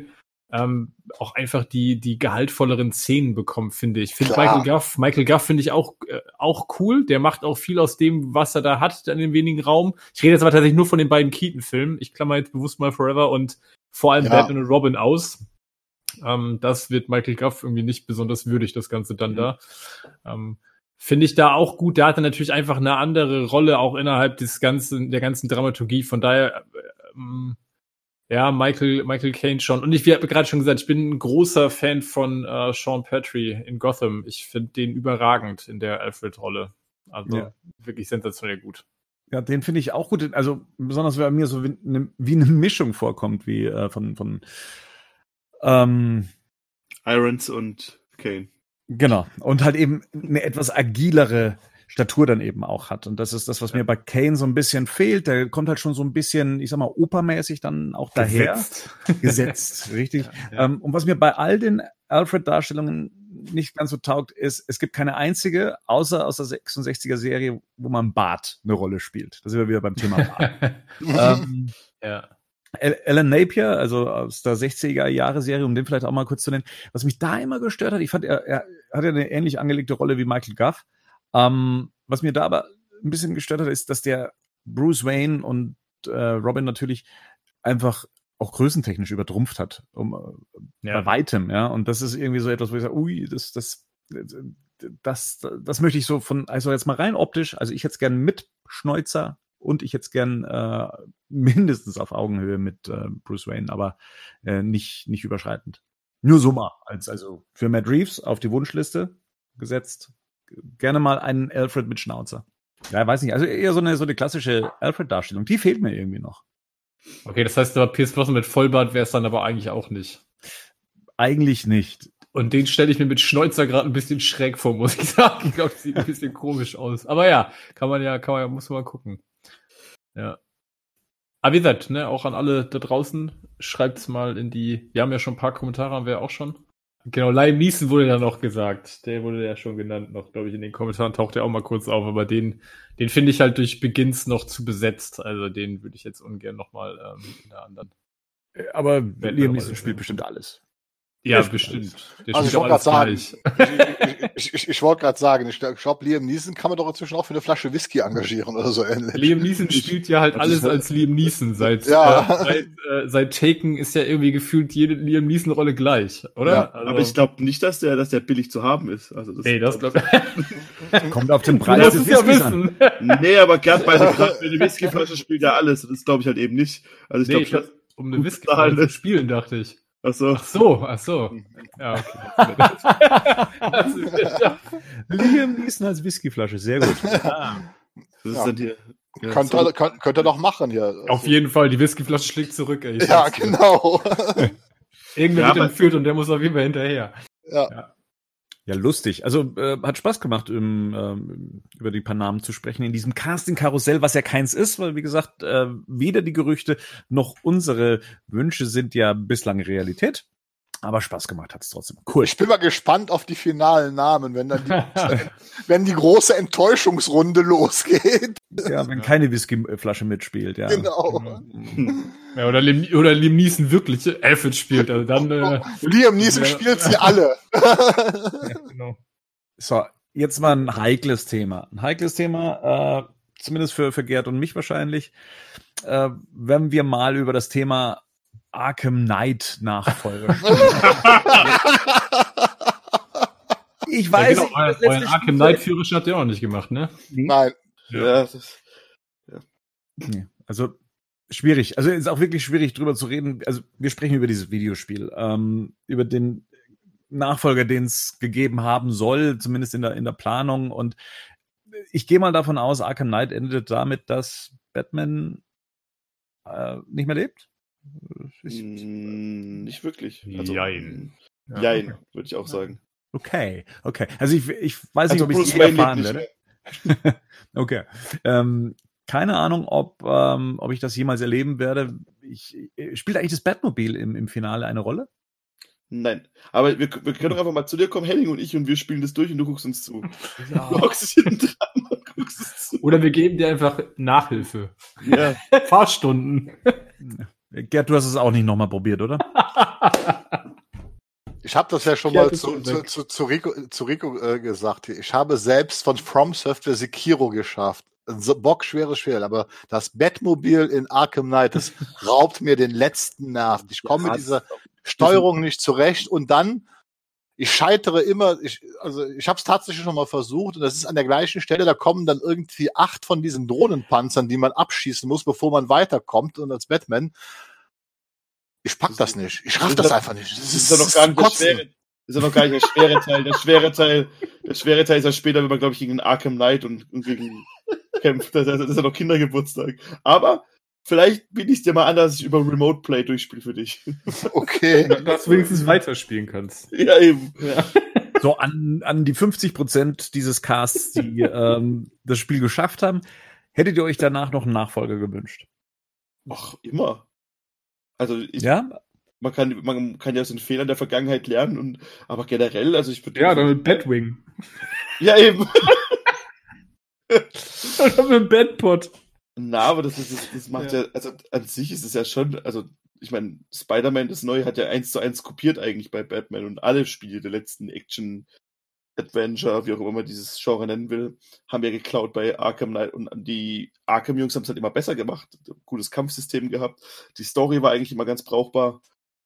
ähm, auch einfach die die gehaltvolleren Szenen bekommt, finde ich. Finde Klar. Michael Gough, Michael Gough finde ich auch äh, auch cool. Der macht auch viel aus dem, was er da hat, in dem wenigen Raum. Ich rede jetzt aber tatsächlich nur von den beiden Keaton-Filmen. Ich klammer jetzt bewusst mal Forever und vor allem Ja. Batman und Robin aus. Ähm, das wird Michael Gough irgendwie nicht besonders würdig, das Ganze dann Mhm. da. Ähm, Finde ich da auch gut. Da hat er natürlich einfach eine andere Rolle auch innerhalb des ganzen, der ganzen Dramaturgie. Von daher, ähm, ja, Michael, Michael Caine schon. Und ich, wie habe gerade schon gesagt, ich bin ein großer Fan von äh, Sean Petrie in Gotham. Ich finde den überragend in der Alfred-Rolle. Also Ja. wirklich sensationell gut. Ja, den finde ich auch gut. Also besonders, weil er mir so wie eine, wie eine Mischung vorkommt, wie äh, von, von ähm, Irons und Kane. genau. Und halt eben eine etwas agilere Statur dann eben auch hat. Und das ist das, was mir bei Kane so ein bisschen fehlt. Der kommt halt schon so ein bisschen, ich sag mal, opermäßig dann auch daher. Gesetzt. Gesetzt, richtig. Ja. Ähm, und was mir bei all den Alfred-Darstellungen nicht ganz so taugt, ist, es gibt keine einzige, außer aus der sechsundsechziger-Serie, wo man Bart eine Rolle spielt. Da sind wir wieder beim Thema Bart. ähm, Ja. Alan Napier, also aus der sechziger-Jahre-Serie, um den vielleicht auch mal kurz zu nennen, was mich da immer gestört hat, ich fand, er, er hat ja eine ähnlich angelegte Rolle wie Michael Gough. Ähm, was mir da aber ein bisschen gestört hat, ist, dass der Bruce Wayne und äh, Robin natürlich einfach auch größentechnisch übertrumpft hat, um äh, Ja. bei weitem, ja. Und das ist irgendwie so etwas, wo ich sage, ui, das, das, das, das, das möchte ich so von, also jetzt mal rein optisch, also ich hätte es gern mit Schnäuzer und ich hätte es gern äh, mindestens auf Augenhöhe mit äh, Bruce Wayne, aber äh, nicht, nicht überschreitend. Nur so mal, als also für Matt Reeves auf die Wunschliste gesetzt. Gerne mal einen Alfred mit Schnauzer. Ja, weiß nicht, also eher so eine, so eine klassische Alfred-Darstellung. Die fehlt mir irgendwie noch. Okay, das heißt aber Pierce Brosnan mit Vollbart wäre es dann aber eigentlich auch nicht. Eigentlich nicht. Und den stelle ich mir mit Schnäuzer gerade ein bisschen schräg vor, muss ich sagen. Ich glaube, das sieht ein bisschen komisch aus. Aber ja, kann man ja, kann man ja, muss man mal gucken. Ja. Aber wie gesagt, ne, auch an alle da draußen, schreibt's mal in die, wir haben ja schon ein paar Kommentare, haben wir ja auch schon. Genau, Liam Neeson wurde ja noch gesagt. Der wurde ja schon genannt noch, glaube ich, in den Kommentaren taucht er auch mal kurz auf, aber den, den finde ich halt durch Begins noch zu besetzt. Also den würde ich jetzt ungern nochmal ähm, in der anderen. Aber Batman Liam Neeson Rolle. spielt bestimmt alles. Ja, Der spielt bestimmt. Der Also ich spielt wollte auch gerade alles sagen, gleich. ich, ich, ich, ich wollte gerade sagen, ich glaube, Liam Neeson kann man doch inzwischen auch für eine Flasche Whisky engagieren oder so ähnlich. Liam Neeson spielt ja halt alles als Liam Neeson. Seit, Ja. äh, seit, äh, seit Taken ist ja irgendwie gefühlt jede Liam Neeson-Rolle gleich, oder? Ja, also, Aber ich glaube nicht, dass der, dass der billig zu haben ist. Also das, nee, das glaube ich. Kommt auf den Du Preis musst des es ja Whiskys an. wissen. Nee, aber gerade bei der gerade die Whiskyflasche spielt ja alles. Das glaube ich halt eben nicht. Also ich Nee, glaube ich schon. hab, um eine gut Whisky bezahlen zu ist. spielen, dachte ich. Ach so. Ach so, ach so. Ja, okay. Das ist ja- Liam Neeson als Whiskyflasche, sehr gut. Das ist Ja. dann hier. Ja, Könnte, so. könnt, könnt ihr doch machen hier. Auf jeden Fall, die Whiskyflasche schlägt zurück, ey. Ich Ja, sag's dir. genau. Irgendwer Ja, wird aber- entführt und der muss auf jeden Fall hinterher. Ja. Ja, lustig. Also äh, hat Spaß gemacht, im, ähm, über die paar Namen zu sprechen in diesem Casting-Karussell, was ja keins ist, weil wie gesagt, äh, weder die Gerüchte noch unsere Wünsche sind ja bislang Realität. Aber Spaß gemacht hat's trotzdem. Cool. Ich bin mal gespannt auf die finalen Namen, wenn dann die, wenn die große Enttäuschungsrunde losgeht. Ja, wenn keine Whiskyflasche mitspielt, ja. Genau. Ja, oder Liam, oder Liam Neeson wirklich Alfred spielt, also dann, äh, Liam Neeson Ja. spielt sie alle. ja, genau. So, jetzt mal ein heikles Thema. Ein heikles Thema, äh, zumindest für, für Gerd und mich wahrscheinlich, äh, wenn wir mal über das Thema Arkham Knight Nachfolger sprechen. Ich weiß Ja, genau, nicht, euer, was euren letztlich Arkham Knight Führerschein habt ihr auch noch nicht gemacht, ne? Nein. Ja, das, Nee, also schwierig. Also ist auch wirklich schwierig drüber zu reden. Also wir sprechen über dieses Videospiel, ähm, über den Nachfolger, den es gegeben haben soll, zumindest in der in der Planung. Und ich gehe mal davon aus, Arkham Knight endet damit, dass Batman äh, nicht mehr lebt. Ich, Mm, nicht wirklich. Also, Jein. Ja, Jein, okay. würde ich auch sagen. okay, okay. Also ich, ich weiß Also nicht, ob ich es Bruce Wayne erfahren lebt nicht werde. Okay. Ähm, keine Ahnung, ob, ähm, ob ich das jemals erleben werde. Ich, spielt eigentlich das Batmobil im, im Finale eine Rolle? Nein. Aber wir, wir können doch einfach mal zu dir kommen, Henning und ich, und wir spielen das durch und du guckst uns zu. Du hockst hinten dran und guckst uns zu. Oder wir geben dir einfach Nachhilfe. Ja. Fahrstunden. Gerd, du hast es auch nicht nochmal probiert, oder? Ich habe das ja schon Ja, mal das zu, ist zu, weg. zu, zu Rico, zu Rico äh, gesagt. Ich habe selbst von From Software Sekiro geschafft. Ein so bockschweres Spiel, aber das Batmobil in Arkham Knight, das raubt mir den letzten Nerv. Ich komme mit Ja, dieser das- Steuerung nicht zurecht und dann, ich scheitere immer, ich, also ich habe es tatsächlich schon mal versucht und das ist an der gleichen Stelle, da kommen dann irgendwie acht von diesen Drohnenpanzern, die man abschießen muss, bevor man weiterkommt und als Batman, ich pack das nicht. Ich raff ist das doch- einfach nicht. Das Das ist, ist ja noch gar nicht der kotzen. schwere, ist ja noch gar nicht der schwere Teil. Der schwere Teil, der schwere Teil ist ja später, wenn man, glaube ich, gegen den Arkham Knight und, und gegen kämpft. Das, das ist ja noch Kindergeburtstag. Aber vielleicht biete ich dir mal an, dass ich über Remote Play durchspiele für dich. Okay. Dass du wenigstens weiterspielen kannst. Ja, eben. Ja. So an, an die fünfzig Prozent dieses Casts, die ähm, das Spiel geschafft haben, hättet ihr euch danach noch einen Nachfolger gewünscht? Ach, immer. Also ich, Ja? man kann, man kann ja aus den Fehlern der Vergangenheit lernen und, aber generell, also ich würde. Ja, dann mit Batwing. Ja, eben. Oder mit Batpod. Na, aber das ist, das, das macht ja. ja, also an sich ist es ja schon, also ich meine, Spider-Man, das Neue, hat ja eins zu eins kopiert eigentlich bei Batman und alle Spiele der letzten Action, Adventure, wie auch immer man dieses Genre nennen will, haben ja geklaut bei Arkham Knight und die Arkham-Jungs haben es halt immer besser gemacht, gutes Kampfsystem gehabt, die Story war eigentlich immer ganz brauchbar.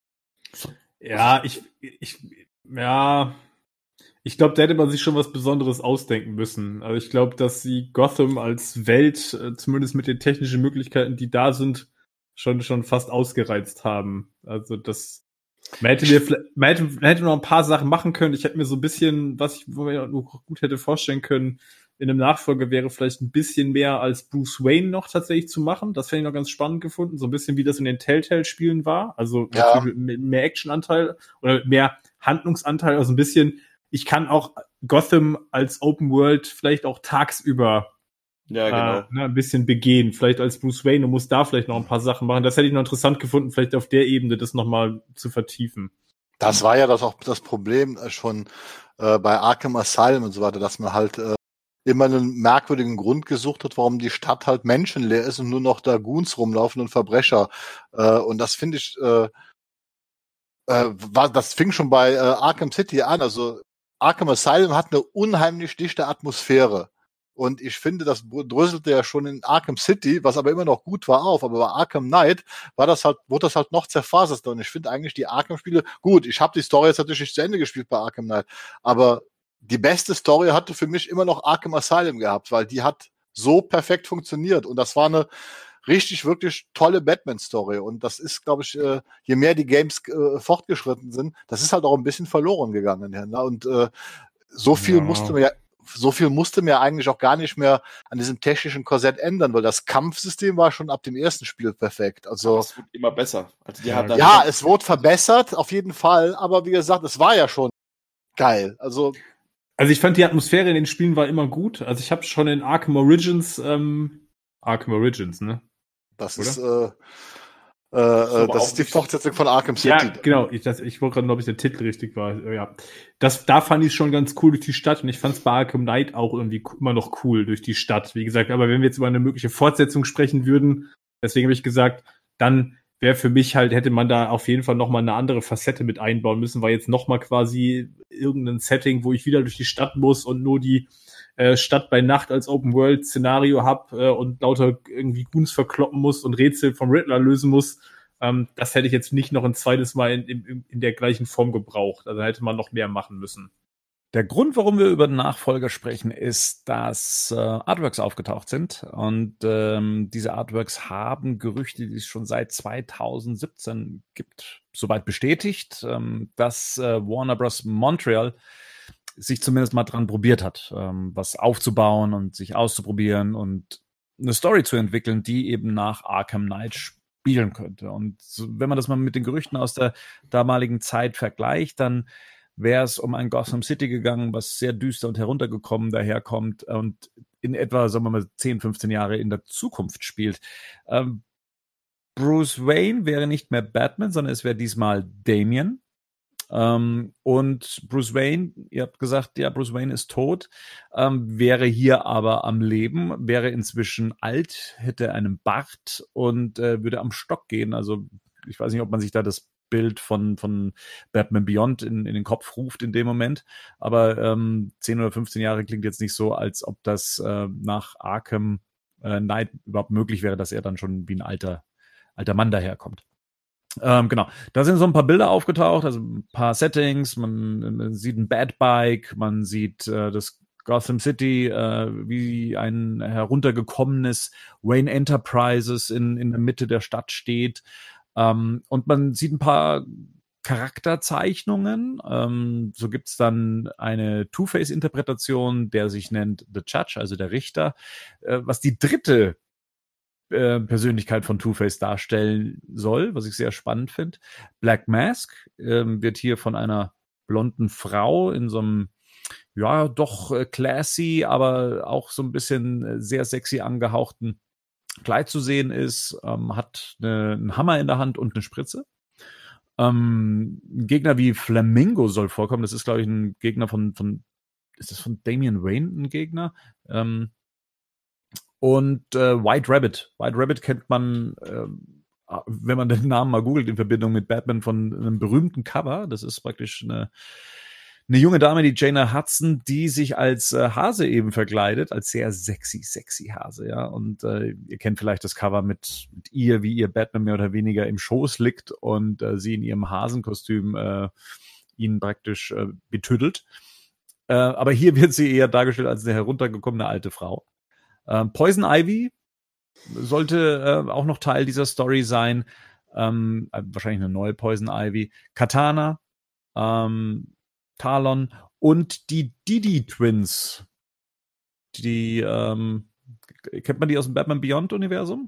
Ja, ich, ich, ja, ich glaube, da hätte man sich schon was Besonderes ausdenken müssen. Also ich glaube, dass sie Gotham als Welt, äh, zumindest mit den technischen Möglichkeiten, die da sind, schon, schon fast ausgereizt haben. Also das, man hätte mir, vielleicht- man hätte, man hätte noch ein paar Sachen machen können. Ich hätte mir so ein bisschen, was ich wo mir noch gut hätte vorstellen können, in einem Nachfolger wäre vielleicht ein bisschen mehr als Bruce Wayne noch tatsächlich zu machen. Das fände ich noch ganz spannend gefunden. So ein bisschen wie das in den Telltale-Spielen war. Also Ja. natürlich mit mehr Action-Anteil oder mit mehr Handlungsanteil. Also ein bisschen, ich kann auch Gotham als Open World vielleicht auch tagsüber Ja, genau. äh, ne, ein bisschen begehen. Vielleicht als Bruce Wayne und muss da vielleicht noch ein paar Sachen machen. Das hätte ich noch interessant gefunden, vielleicht auf der Ebene das nochmal zu vertiefen. Das war ja das auch das Problem äh, schon äh, bei Arkham Asylum und so weiter, dass man halt äh, immer einen merkwürdigen Grund gesucht hat, warum die Stadt halt menschenleer ist und nur noch da Goons rumlaufen und Verbrecher. Äh, und das finde ich, äh, äh, war, das fing schon bei äh, Arkham City an. Also Arkham Asylum hat eine unheimlich dichte Atmosphäre. Und ich finde, das dröselte ja schon in Arkham City, was aber immer noch gut war, auf. Aber bei Arkham Knight war das halt, wurde das halt noch zerfaserter. Und ich finde eigentlich die Arkham-Spiele, gut, ich habe die Story jetzt natürlich nicht zu Ende gespielt bei Arkham Knight, aber die beste Story hatte für mich immer noch Arkham Asylum gehabt, weil die hat so perfekt funktioniert. Und das war eine richtig, wirklich tolle Batman-Story. Und das ist, glaube ich, äh, je mehr die Games äh, fortgeschritten sind, das ist halt auch ein bisschen verloren gegangen. Ja, ne? Und äh, so viel Ja. musste man ja so viel musste mir eigentlich auch gar nicht mehr an diesem technischen Korsett ändern, weil das Kampfsystem war schon ab dem ersten Spiel perfekt. Also Aber es wird immer besser. Also die Ja, haben dann ja, es wurde verbessert, auf jeden Fall, aber wie gesagt, es war ja schon geil. Also Also ich fand die Atmosphäre in den Spielen war immer gut. Also ich habe schon in Arkham Origins, ähm, Arkham Origins, ne? das Oder? ist äh, äh, aber äh, das auch ist die nicht- Fortsetzung von Arkham City. Ja, genau. Ich, das- ich wollte gerade noch, ob ich der Titel richtig war. Ja, das, da fand ich schon ganz cool durch die Stadt und ich fand es bei Arkham Knight auch irgendwie co- immer noch cool durch die Stadt. Wie gesagt, aber wenn wir jetzt über eine mögliche Fortsetzung sprechen würden, deswegen habe ich gesagt, dann wäre für mich halt, hätte man da auf jeden Fall nochmal eine andere Facette mit einbauen müssen, weil jetzt nochmal quasi irgendein Setting, wo ich wieder durch die Stadt muss und nur die äh, Stadt bei Nacht als Open-World-Szenario hab äh, und lauter irgendwie Goons verkloppen muss und Rätsel vom Riddler lösen muss. Ähm, das hätte ich jetzt nicht noch ein zweites Mal in, in, in der gleichen Form gebraucht. Also da hätte man noch mehr machen müssen. Der Grund, warum wir über den Nachfolger sprechen, ist, dass äh, Artworks aufgetaucht sind. Und ähm, diese Artworks haben Gerüchte, die es schon seit zweitausendsiebzehn gibt, soweit bestätigt, ähm, dass äh, Warner Bros. Montreal sich zumindest mal dran probiert hat, ähm, was aufzubauen und sich auszuprobieren und eine Story zu entwickeln, die eben nach Arkham Knight spielen könnte. Und so, wenn man das mal mit den Gerüchten aus der damaligen Zeit vergleicht, dann wäre es um ein Gotham City gegangen, was sehr düster und heruntergekommen daherkommt und in etwa, sagen wir mal, zehn, fünfzehn Jahre in der Zukunft spielt. Ähm, Bruce Wayne wäre nicht mehr Batman, sondern es wäre diesmal Damian. Ähm, und Bruce Wayne, ihr habt gesagt, ja, Bruce Wayne ist tot, ähm, wäre hier aber am Leben, wäre inzwischen alt, hätte einen Bart und äh, würde am Stock gehen. Also ich weiß nicht, ob man sich da das Bild von, von Batman Beyond in, in den Kopf ruft in dem Moment. Aber ähm, zehn oder fünfzehn Jahre klingt jetzt nicht so, als ob das äh, nach Arkham äh, Knight überhaupt möglich wäre, dass er dann schon wie ein alter, alter Mann daherkommt. Ähm, genau, da sind so ein paar Bilder aufgetaucht, also ein paar Settings, man, man sieht ein Batbike, man sieht äh, das Gotham City, äh, wie ein heruntergekommenes Wayne Enterprises in, in der Mitte der Stadt steht. Ähm, und man sieht ein paar Charakterzeichnungen. Ähm, so gibt's dann eine Two-Face-Interpretation, der sich nennt The Judge, also der Richter, äh, was die dritte äh, Persönlichkeit von Two-Face darstellen soll, was ich sehr spannend finde. Black Mask ähm, wird hier von einer blonden Frau in so einem ja, doch äh, classy, aber auch so ein bisschen äh, sehr sexy angehauchten Kleid zu sehen ist, ähm, hat eine, einen Hammer in der Hand und eine Spritze. Ähm, ein Gegner wie Flamingo soll vorkommen. Das ist, glaube ich, ein Gegner von, von ist das von Damian Wayne ein Gegner? Ähm, und äh, White Rabbit. White Rabbit kennt man, äh, wenn man den Namen mal googelt, in Verbindung mit Batman von einem berühmten Cover. Das ist praktisch eine Eine junge Dame, die Jana Hudson, die sich als äh, Hase eben verkleidet, als sehr sexy, sexy Hase, ja. Und äh, ihr kennt vielleicht das Cover mit, mit ihr, wie ihr Batman mehr oder weniger im Schoß liegt und äh, sie in ihrem Hasenkostüm äh, ihn praktisch äh, betüdelt. Äh, aber hier wird sie eher dargestellt als eine heruntergekommene alte Frau. Äh, Poison Ivy sollte äh, auch noch Teil dieser Story sein. Ähm, wahrscheinlich eine neue Poison Ivy. Katana, ähm, Talon und die Didi Twins. Die, ähm, kennt man die aus dem Batman Beyond-Universum?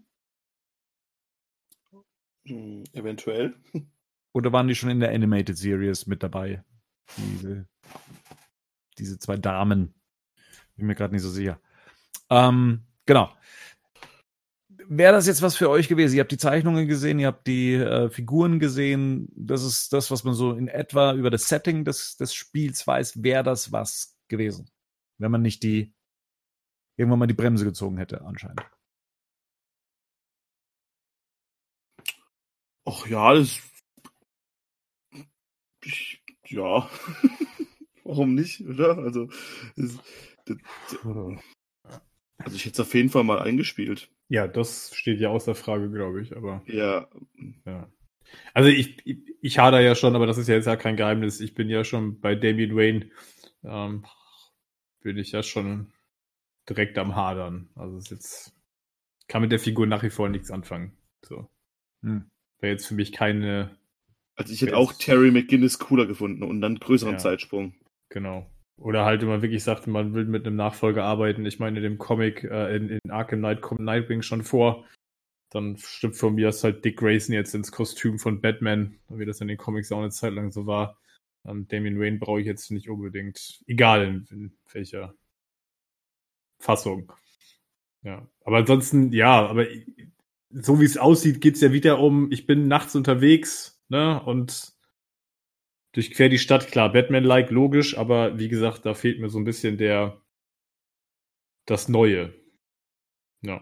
Hm, eventuell. Oder waren die schon in der Animated Series mit dabei? Diese, diese zwei Damen. Bin mir gerade nicht so sicher. Ähm, genau. Wäre das jetzt was für euch gewesen? Ihr habt die Zeichnungen gesehen, ihr habt die äh, Figuren gesehen. Das ist das, was man so in etwa über das Setting des, des Spiels weiß. Wäre das was gewesen? Wenn man nicht die irgendwann mal die Bremse gezogen hätte, anscheinend. Ach ja, das. Ich, ja. Warum nicht, oder? Also, das, das, also ich hätte es auf jeden Fall mal eingespielt. Ja, das steht ja außer Frage, glaube ich, aber. Ja. Ja. Also ich, ich, ich hader ja schon, aber das ist ja jetzt ja kein Geheimnis. Ich bin ja schon bei Damian Wayne, ähm, bin ich ja schon direkt am Hadern. Also es ist jetzt, kann mit der Figur nach wie vor nichts anfangen. So. Hm. Wäre jetzt für mich keine. Also ich hätte auch Terry McGinnis cooler gefunden und dann größeren ja, Zeitsprung. Genau. Oder halt, wenn man wirklich sagt, man will mit einem Nachfolger arbeiten. Ich meine, in dem Comic, äh, in, in Arkham Knight kommt Nightwing schon vor. Dann stimmt von mir, dass halt Dick Grayson jetzt ins Kostüm von Batman, wie das in den Comics auch eine Zeit lang so war. Ähm, Damian Wayne brauche ich jetzt nicht unbedingt. Egal in, in welcher Fassung. Ja. Aber ansonsten, ja, aber so wie es aussieht, geht's ja wieder um, ich bin nachts unterwegs, ne, und durchquer die Stadt, klar, Batman-like, logisch, aber wie gesagt, da fehlt mir so ein bisschen der, das Neue. Ja.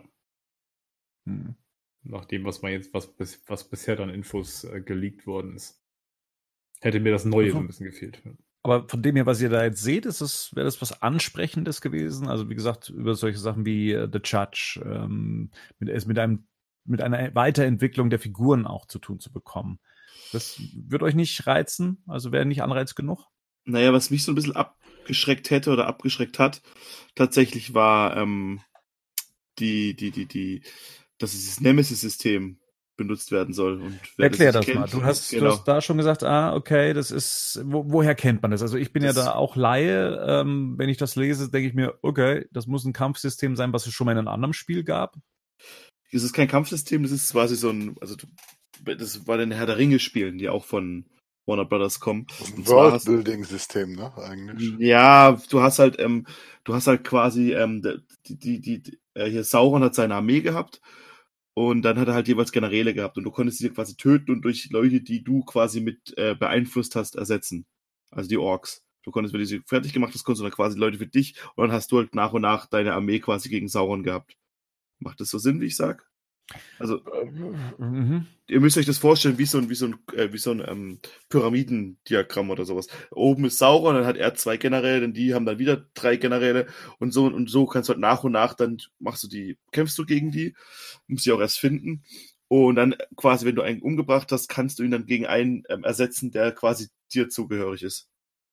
Hm. Nach dem, was man jetzt, was, was bisher dann Infos äh, geleakt worden ist. Hätte mir das Neue also so ein bisschen gefehlt. Ja. Aber von dem her, was ihr da jetzt seht, ist es, wäre das was Ansprechendes gewesen? Also wie gesagt, über solche Sachen wie äh, The Judge, ähm, mit, es mit einem, mit einer Weiterentwicklung der Figuren auch zu tun zu bekommen. Das wird euch nicht reizen? Also wäre nicht Anreiz genug? Naja, was mich so ein bisschen abgeschreckt hätte oder abgeschreckt hat, tatsächlich war ähm, die, die, die, die, dass dieses Nemesis-System benutzt werden soll. Und erklär das, das mal. Du hast, genau. du hast da schon gesagt, ah, okay, das ist, wo, woher kennt man das? Also ich bin das, ja da auch Laie. Ähm, wenn ich das lese, denke ich mir, okay, das muss ein Kampfsystem sein, was es schon mal in einem anderen Spiel gab. Das ist kein Kampfsystem, das ist quasi so ein, also das war den Herr der Ringe Spielen, die auch von Warner Brothers kommen. Ein World-Building-System, ne, eigentlich. Ja, du hast halt, ähm, du hast halt quasi, ähm, die, die, die, die äh, hier Sauron hat seine Armee gehabt und dann hat er halt jeweils Generäle gehabt und du konntest sie quasi töten und durch Leute, die du quasi mit äh, beeinflusst hast, ersetzen. Also die Orks. Du konntest, wenn du sie fertig gemacht hast, konntest du dann quasi Leute für dich und dann hast du halt nach und nach deine Armee quasi gegen Sauron gehabt. Macht das so Sinn, wie ich sag? Also, Mhm. ihr müsst euch das vorstellen wie so ein, wie so ein, äh, wie so ein ähm, Pyramidendiagramm oder sowas. Oben ist Sauron, dann hat er zwei Generäle, dann die haben dann wieder drei Generäle und so und so kannst du halt nach und nach, dann machst du die, kämpfst du gegen die, musst die auch erst finden. Und dann quasi, wenn du einen umgebracht hast, kannst du ihn dann gegen einen ähm, ersetzen, der quasi dir zugehörig ist.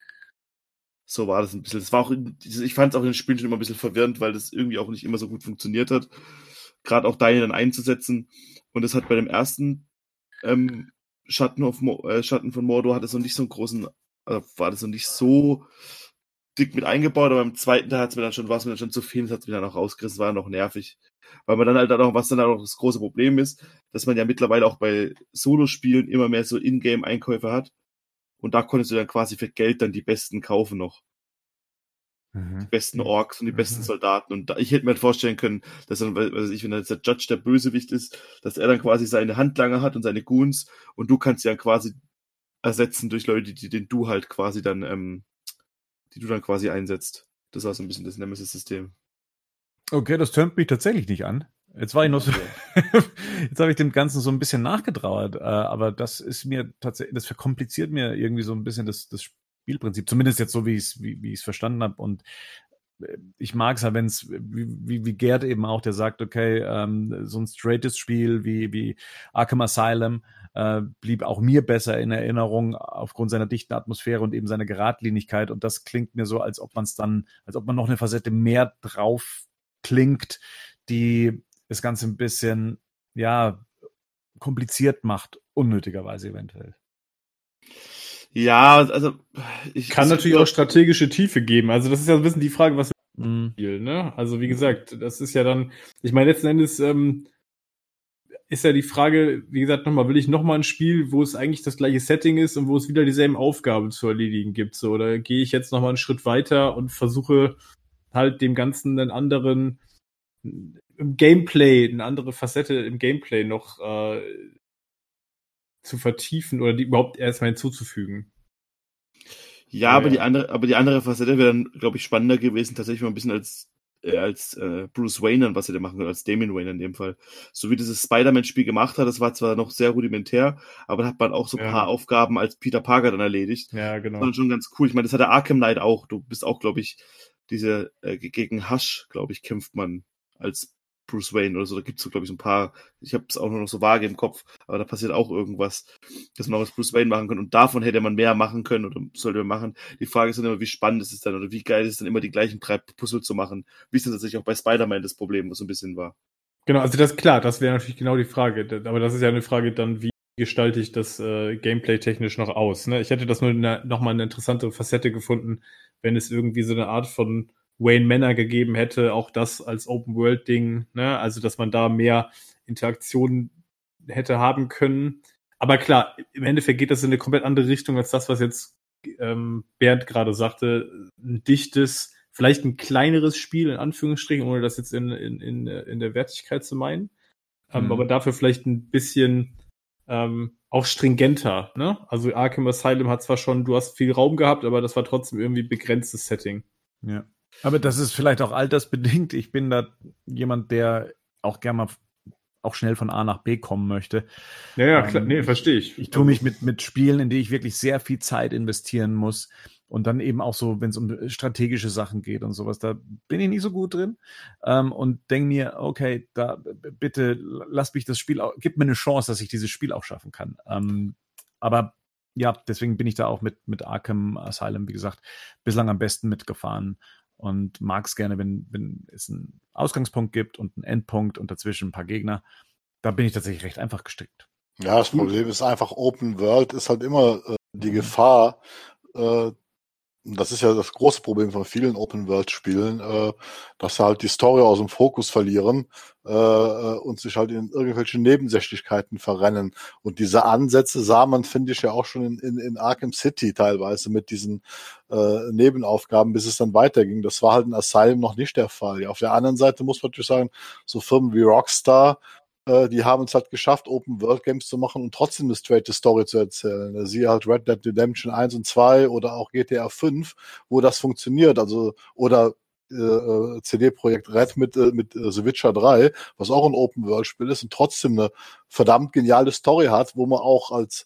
So war das ein bisschen. Das war auch, in, ich fand es auch in den Spielen schon immer ein bisschen verwirrend, weil das irgendwie auch nicht immer so gut funktioniert hat. Gerade auch deine dann einzusetzen. Und das hat bei dem ersten ähm, Schatten, of Mo äh, Schatten von Mordor hat es noch nicht so einen großen, äh, war das noch nicht so dick mit eingebaut, aber beim zweiten Teil hat's mir dann schon, war es mir dann schon zu viel, das hat es mir dann auch rausgerissen, war noch nervig. Weil man dann halt auch, was dann auch das große Problem ist, dass man ja mittlerweile auch bei Solo-Spielen immer mehr so Ingame-Einkäufe hat. Und da konntest du dann quasi für Geld dann die besten kaufen noch. Mhm. Die besten Orks und die Mhm. besten Soldaten. Und da, ich hätte mir halt vorstellen können, dass dann, weil weiß ich, wenn jetzt der Judge der Bösewicht ist, dass er dann quasi seine Handlanger hat und seine Goons und du kannst ja quasi ersetzen durch Leute, die den du halt quasi dann, ähm, die du dann quasi einsetzt. Das war so ein bisschen das Nemesis-System. Okay, das tönt mich tatsächlich nicht an. Jetzt war ich noch so, jetzt habe ich dem Ganzen so ein bisschen nachgetrauert, äh, aber das ist mir tatsächlich, das verkompliziert mir irgendwie so ein bisschen das, das Spielprinzip, zumindest jetzt so, wie ich es wie, wie ich es verstanden habe. Und äh, ich mag es halt, wenn es, wie, wie, wie Gerd eben auch, der sagt, okay, ähm, so ein straightes Spiel wie, wie Arkham Asylum äh, blieb auch mir besser in Erinnerung aufgrund seiner dichten Atmosphäre und eben seiner Geradlinigkeit. Und das klingt mir so, als ob man es dann, als ob man noch eine Facette mehr drauf klingt, die das Ganze ein bisschen, ja, kompliziert macht, unnötigerweise eventuell. Ja, also ich Kann es natürlich gibt auch strategische Tiefe geben. Also das ist ja ein bisschen die Frage, was Mhm. Spiel, ne? Also wie gesagt, das ist ja dann, ich meine, letzten Endes ähm, ist ja die Frage, wie gesagt, nochmal, will ich nochmal ein Spiel, wo es eigentlich das gleiche Setting ist und wo es wieder dieselben Aufgaben zu erledigen gibt, so, oder gehe ich jetzt nochmal einen Schritt weiter und versuche halt dem Ganzen einen anderen im Gameplay, eine andere Facette im Gameplay noch äh, zu vertiefen oder die überhaupt erstmal hinzuzufügen. Ja, Oh, aber ja. die andere, aber die andere Facette wäre dann, glaube ich, spannender gewesen, tatsächlich mal ein bisschen als äh, als äh, Bruce Wayne dann, was er da machen kann, als Damian Wayne in dem Fall. So wie dieses Spider-Man-Spiel gemacht hat, das war zwar noch sehr rudimentär, aber da hat man auch so ein Ja. paar Aufgaben als Peter Parker dann erledigt. Ja, Das genau. war schon ganz cool. Ich meine, das hat der Arkham Knight auch. Du bist auch, glaube ich, diese äh, gegen Hush, glaube ich, kämpft man als Bruce Wayne oder so. Da gibt's so, glaube ich, so ein paar, ich habe es auch nur noch so vage im Kopf, aber da passiert auch irgendwas, dass man auch als Bruce Wayne machen kann. Und davon hätte man mehr machen können oder sollte man machen. Die Frage ist dann immer, wie spannend ist es dann oder wie geil ist es dann immer, die gleichen drei Puzzle zu machen. Wie es dann tatsächlich auch bei Spider-Man das Problem, was so ein bisschen war. Genau, also das klar, das wäre natürlich genau die Frage. Aber das ist ja eine Frage dann, wie gestalte ich das äh, Gameplay-technisch noch aus? Ne? Ich hätte das nur nochmal eine interessantere Facette gefunden, wenn es irgendwie so eine Art von Wayne Manor gegeben hätte, auch das als Open-World-Ding, ne? Also dass man da mehr Interaktion hätte haben können. Aber klar, im Endeffekt geht das in eine komplett andere Richtung als das, was jetzt ähm, Bernd gerade sagte. Ein dichtes, vielleicht ein kleineres Spiel, in Anführungsstrichen, ohne das jetzt in, in, in, in der Wertigkeit zu meinen. Ähm, Mhm. aber dafür vielleicht ein bisschen ähm, auch stringenter. Ne? Also Arkham Asylum hat zwar schon, du hast viel Raum gehabt, aber das war trotzdem irgendwie begrenztes Setting. Ja. Aber das ist vielleicht auch altersbedingt. Ich bin da jemand, der auch gerne mal auch schnell von A nach B kommen möchte. Ja, ja, klar. Ähm, Nee, verstehe ich. Ich tue mich mit, mit Spielen, in die ich wirklich sehr viel Zeit investieren muss. Und dann eben auch so, wenn es um strategische Sachen geht und sowas, da bin ich nicht so gut drin. Ähm, und denke mir, okay, da bitte lass mich das Spiel, auch, gib mir eine Chance, dass ich dieses Spiel auch schaffen kann. Ähm, aber ja, deswegen bin ich da auch mit, mit Arkham Asylum, wie gesagt, bislang am besten mitgefahren. Und mag es gerne, wenn, wenn es einen Ausgangspunkt gibt und einen Endpunkt und dazwischen ein paar Gegner. Da bin ich tatsächlich recht einfach gestrickt. Ja, das Problem ist einfach, Open World ist halt immer äh, die Gefahr, äh, das ist ja das große Problem von vielen Open-World-Spielen, äh, dass sie halt die Story aus dem Fokus verlieren äh, und sich halt in irgendwelche Nebensächlichkeiten verrennen. Und diese Ansätze sah man, finde ich, ja auch schon in, in, in Arkham City teilweise mit diesen äh, Nebenaufgaben, bis es dann weiterging. Das war halt in Asylum noch nicht der Fall. Ja, auf der anderen Seite muss man natürlich sagen, so Firmen wie Rockstar, die haben es halt geschafft, Open-World-Games zu machen und trotzdem eine straighte Story zu erzählen. Siehe halt Red Dead Redemption eins und zwei oder auch G T A fünf, wo das funktioniert. Also, oder äh, C D-Projekt Red mit, äh, mit äh, The Witcher drei, was auch ein Open-World-Spiel ist und trotzdem eine verdammt geniale Story hat, wo man auch als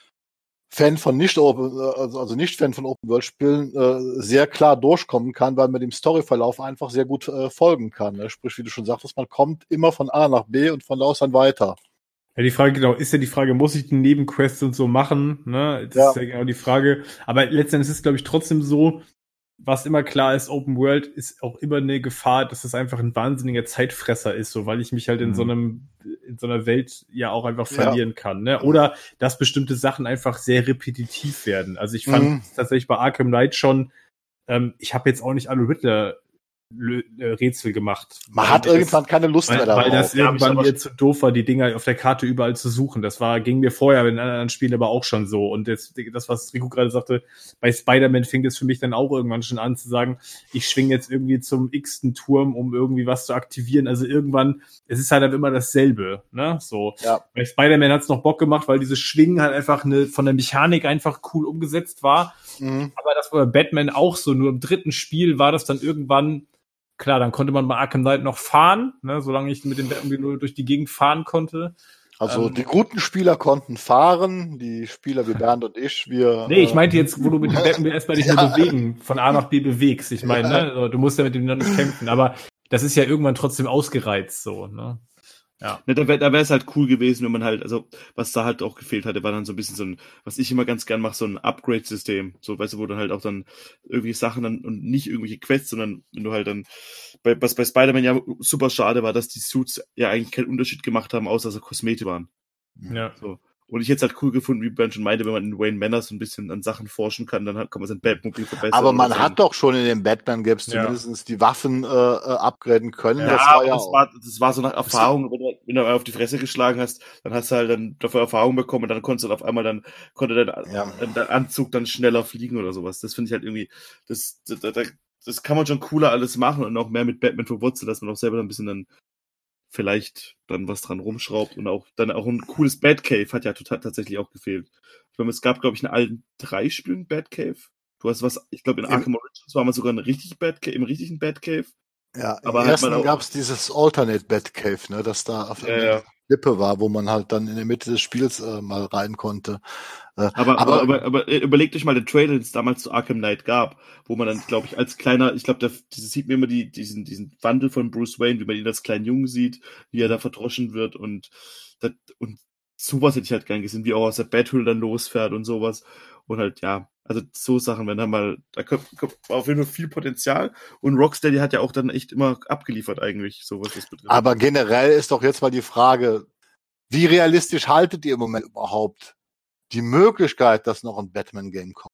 Fan von nicht Open, also, also nicht Fan von Open-World-Spielen äh, sehr klar durchkommen kann, weil man dem Storyverlauf einfach sehr gut äh, folgen kann. Ne? Sprich, wie du schon sagtest, man kommt immer von A nach B und von da aus dann weiter. Ja, die Frage, genau, ist ja die Frage, muss ich die Nebenquests und so machen? Ne? Das Ja. ist ja genau die Frage. Aber letztendlich ist es, glaube ich, trotzdem so, was immer klar ist, Open World ist auch immer eine Gefahr, dass es einfach ein wahnsinniger Zeitfresser ist, so, weil ich mich halt in Mhm. so einem, in so einer Welt ja auch einfach Ja. verlieren kann, ne? Oder, dass bestimmte Sachen einfach sehr repetitiv werden. Also ich fand Mhm. tatsächlich bei Arkham Knight schon, ähm, ich habe jetzt auch nicht alle Riddler Lö- äh, Rätsel gemacht. Man Weil hat das- irgendwann keine Lust weil, mehr darauf. weil das Ja, hab ich irgendwann aber- mir zu doof war, die Dinger auf der Karte überall zu suchen. Das war, ging mir vorher in anderen Spielen aber auch schon so. Und das, das was Rico gerade sagte, bei Spider-Man fing es für mich dann auch irgendwann schon an zu sagen, ich schwinge jetzt irgendwie zum x-ten Turm, um irgendwie was zu aktivieren. Also irgendwann, es ist halt immer dasselbe, ne? So. Ja. Bei Spider-Man hat es noch Bock gemacht, weil dieses Schwingen halt einfach eine, von der Mechanik einfach cool umgesetzt war. Mhm. Aber das war bei Batman auch so. Nur im dritten Spiel war das dann irgendwann, klar, dann konnte man bei Arkham Knight noch fahren, ne, solange ich mit dem Batmobil nur durch die Gegend fahren konnte. Also Ähm, die guten Spieler konnten fahren, die Spieler wie Bernd und ich, wir... Nee, ich äh, meinte jetzt, wo du mit dem Batmobil erstmal dich Ja. nur bewegen, von A nach B bewegst. Ich meine, ne, also, du musst ja mit dem noch nicht kämpfen, aber das ist ja irgendwann trotzdem ausgereizt, so, ne. Ja. Ne, da wäre da es halt cool gewesen, wenn man halt, also was da halt auch gefehlt hatte, war dann so ein bisschen so ein, was ich immer ganz gern mache, so ein Upgrade-System. So, weißt du, wo du halt auch dann irgendwie Sachen dann und nicht irgendwelche Quests, sondern wenn du halt dann, bei, was bei Spider-Man ja super schade war, dass die Suits ja eigentlich keinen Unterschied gemacht haben, außer dass sie Kosmetik waren. Ja. So. Und ich hätte es halt cool gefunden, wie Ben schon meinte, wenn man in Wayne Manor so ein bisschen an Sachen forschen kann, dann hat, kann man sein Batmobil verbessern. Aber man oder sein- hat doch schon in den Batman-Games Ja. zumindest die Waffen äh, äh, upgraden können. Ja, das aber war ja das, auch. war, das war so nach Erfahrung, wenn du, wenn du auf die Fresse geschlagen hast, dann hast du halt dann dafür Erfahrung bekommen und dann konntest du dann auf einmal dann, konnte dein, Ja. dein Anzug dann schneller fliegen oder sowas. Das finde ich halt irgendwie, das, das, das, das kann man schon cooler alles machen und auch mehr mit Batman verwurzelt, dass man auch selber dann ein bisschen dann vielleicht dann was dran rumschraubt und auch dann auch ein cooles Batcave hat ja total tatsächlich auch gefehlt. Ich meine, es gab, glaube ich, in allen drei Spielen Batcave. Du hast was, ich glaube, in Im- Arkham Origins war man sogar ein richtig Batcave, im richtigen Batcave. Ja, im Aber halt ersten man auch- gab es dieses Alternate Batcave, ne, das da auf Ja, der ja. Lippe war, wo man halt dann in der Mitte des Spiels äh, mal rein konnte. Äh, Aber, aber, aber, aber, aber überlegt euch mal den Trailer, den es damals zu Arkham Knight gab, wo man dann, glaube ich, als kleiner, ich glaube, da dieses sieht mir immer die, diesen, diesen Wandel von Bruce Wayne, wie man ihn als kleinen Jungen sieht, wie er da verdroschen wird und, das, und sowas hätte ich halt gern gesehen, wie er auch aus der Bathöhle dann losfährt und sowas. Und halt, ja, also so Sachen, wenn da mal, da kommt, kommt auf jeden Fall viel Potenzial und Rocksteady hat ja auch dann echt immer abgeliefert eigentlich, so was das betrifft. aber generell ist doch jetzt mal die Frage, wie realistisch haltet ihr im Moment überhaupt die Möglichkeit, dass noch ein Batman-Game kommt?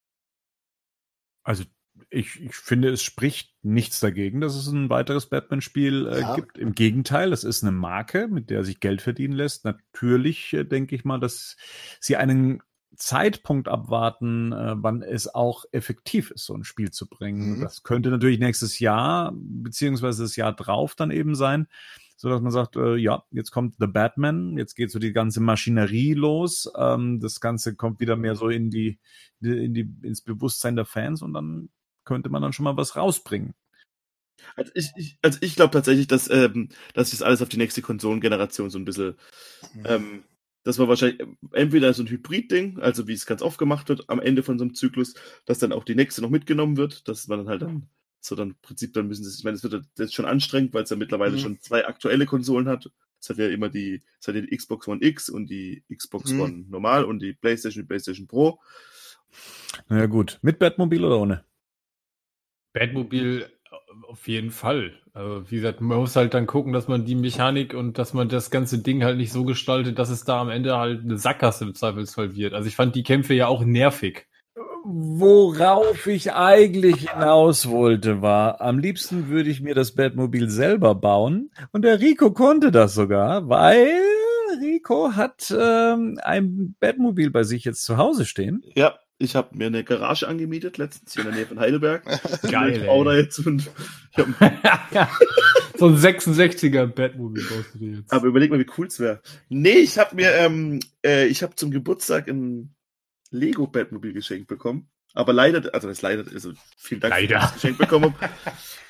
Also ich, ich finde, es spricht nichts dagegen, dass es ein weiteres Batman-Spiel äh, Ja. gibt. Im Gegenteil, es ist eine Marke, mit der sich Geld verdienen lässt. Natürlich äh, denke ich mal, dass sie einen Zeitpunkt abwarten, äh, wann es auch effektiv ist, so ein Spiel zu bringen. Mhm. Das könnte natürlich nächstes Jahr, beziehungsweise das Jahr drauf dann eben sein, so dass man sagt, äh, ja, jetzt kommt The Batman, jetzt geht so die ganze Maschinerie los, ähm, das Ganze kommt wieder mehr so in die, in die, ins Bewusstsein der Fans und dann könnte man dann schon mal was rausbringen. Also ich, ich, also ich glaube tatsächlich, dass, ähm, dass sich das alles auf die nächste Konsolengeneration so ein bisschen, ähm, dass man wahrscheinlich entweder so ein Hybrid-Ding, also wie es ganz oft gemacht wird, am Ende von so einem Zyklus, dass dann auch die nächste noch mitgenommen wird, dass man dann halt dann so dann im Prinzip dann müssen sie, ich meine, es wird jetzt schon anstrengend, weil es ja mittlerweile Mhm. schon zwei aktuelle Konsolen hat. Es hat ja immer die, es hat ja die Xbox One X und die Xbox Mhm. One normal und die PlayStation, die PlayStation Pro. Naja gut, mit Batmobil oder ohne? Batmobil auf jeden Fall. Also, wie gesagt, man muss halt dann gucken, dass man die Mechanik und dass man das ganze Ding halt nicht so gestaltet, dass es da am Ende halt eine Sackgasse im Zweifelsfall wird. Also ich fand die Kämpfe ja auch nervig. Worauf ich eigentlich hinaus wollte, war, am liebsten würde ich mir das Batmobil selber bauen. Und der Rico konnte das sogar, weil Rico hat ähm, ein Batmobil bei sich jetzt zu Hause stehen. Ja, ich habe mir eine Garage angemietet, letztens hier in der Nähe von Heidelberg. Geil, Ich baue da ey. jetzt und ich hab, So ein sechsundsechziger Batmobil baust du dir jetzt. aber überleg mal, wie cool es wäre. Nee, ich habe mir, ähm, äh, ich habe zum Geburtstag ein Lego Batmobil geschenkt bekommen. Aber leider, also das leider, also vielen Dank, Leider. dass ich das geschenkt bekommen habe.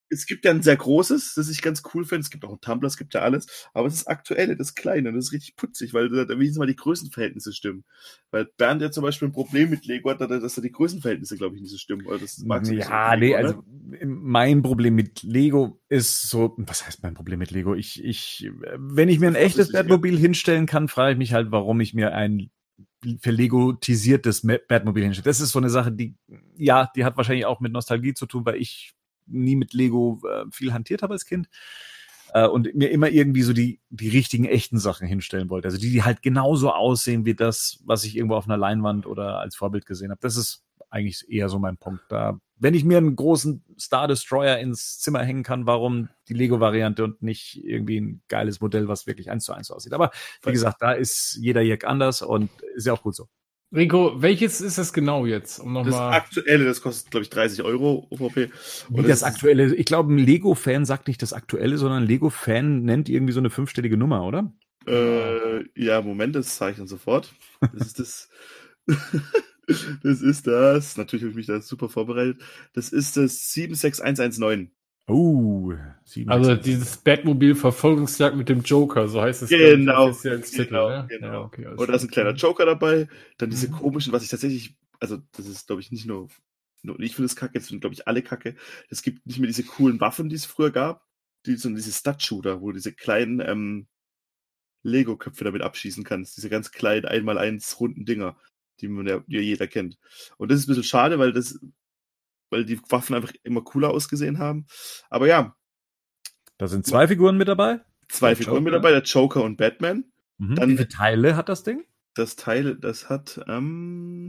es gibt ja ein sehr großes, das ich ganz cool finde. Es gibt auch ein Tumblr, es gibt ja alles. Aber es ist das aktuelle, das kleine. Das ist richtig putzig, weil da, da wenigstens mal die Größenverhältnisse stimmen. Weil Bernd ja zum Beispiel ein Problem mit Lego hat, dass da die Größenverhältnisse, glaube ich, nicht so stimmen. Oder das magst du nicht so Ja, mit nee, Lego, also ne? mein Problem mit Lego ist so, was heißt mein Problem mit Lego? Ich, ich, wenn ich mir ein Das echtes ist nicht Batmobil hinstellen kann, frage ich mich halt, warum ich mir ein verlegotisiertes Batmobil hinstelle. Das ist so eine Sache, die, ja, die hat wahrscheinlich auch mit Nostalgie zu tun, weil ich nie mit Lego äh, viel hantiert habe als Kind äh, und mir immer irgendwie so die, die richtigen, echten Sachen hinstellen wollte. Also die, die halt genauso aussehen wie das, was ich irgendwo auf einer Leinwand oder als Vorbild gesehen habe. Das ist eigentlich eher so mein Punkt. Da, wenn ich mir einen großen Star Destroyer ins Zimmer hängen kann, warum die Lego-Variante und nicht irgendwie ein geiles Modell, was wirklich eins zu eins aussieht. Aber wie gesagt, da ist jeder Jack anders und ist ja auch gut so. Rico, welches ist es genau jetzt? Um noch Das mal aktuelle, das kostet, glaube ich, dreißig Euro O V P. Wie das, das aktuelle, ich glaube, ein Lego-Fan sagt nicht das aktuelle, sondern ein Lego-Fan nennt irgendwie so eine fünfstellige Nummer, oder? Äh, ja, Moment, das zeige ich dann sofort. Das ist das. Das ist das. Natürlich habe ich mich da super vorbereitet. Das ist das sieben sechs eins eins neun. Oh, also dieses Batmobil-Verfolgungsjagd mit dem Joker, so heißt es. Genau, ich, als genau, Titel, ne? genau. Ja, okay, und da ist ein kleiner Joker dabei. Dann diese Mhm. komischen, was ich tatsächlich, also das ist, glaube ich, nicht nur, nur ich finde es kacke, jetzt sind, glaube ich, alle kacke. Es gibt nicht mehr diese coolen Waffen, die es früher gab. Die, sondern diese Stud-Shooter, wo du diese kleinen ähm, Lego-Köpfe damit abschießen kannst. Diese ganz kleinen einmal eins runden Dinger, die man ja, die ja jeder kennt. Und das ist ein bisschen schade, weil das, weil die Waffen einfach immer cooler ausgesehen haben. Aber ja. Da sind zwei Figuren mit dabei? Zwei der Figuren Joker. mit dabei, der Joker und Batman. Mhm. Dann, wie viele Teile hat das Ding? Das Teil, das hat, ähm,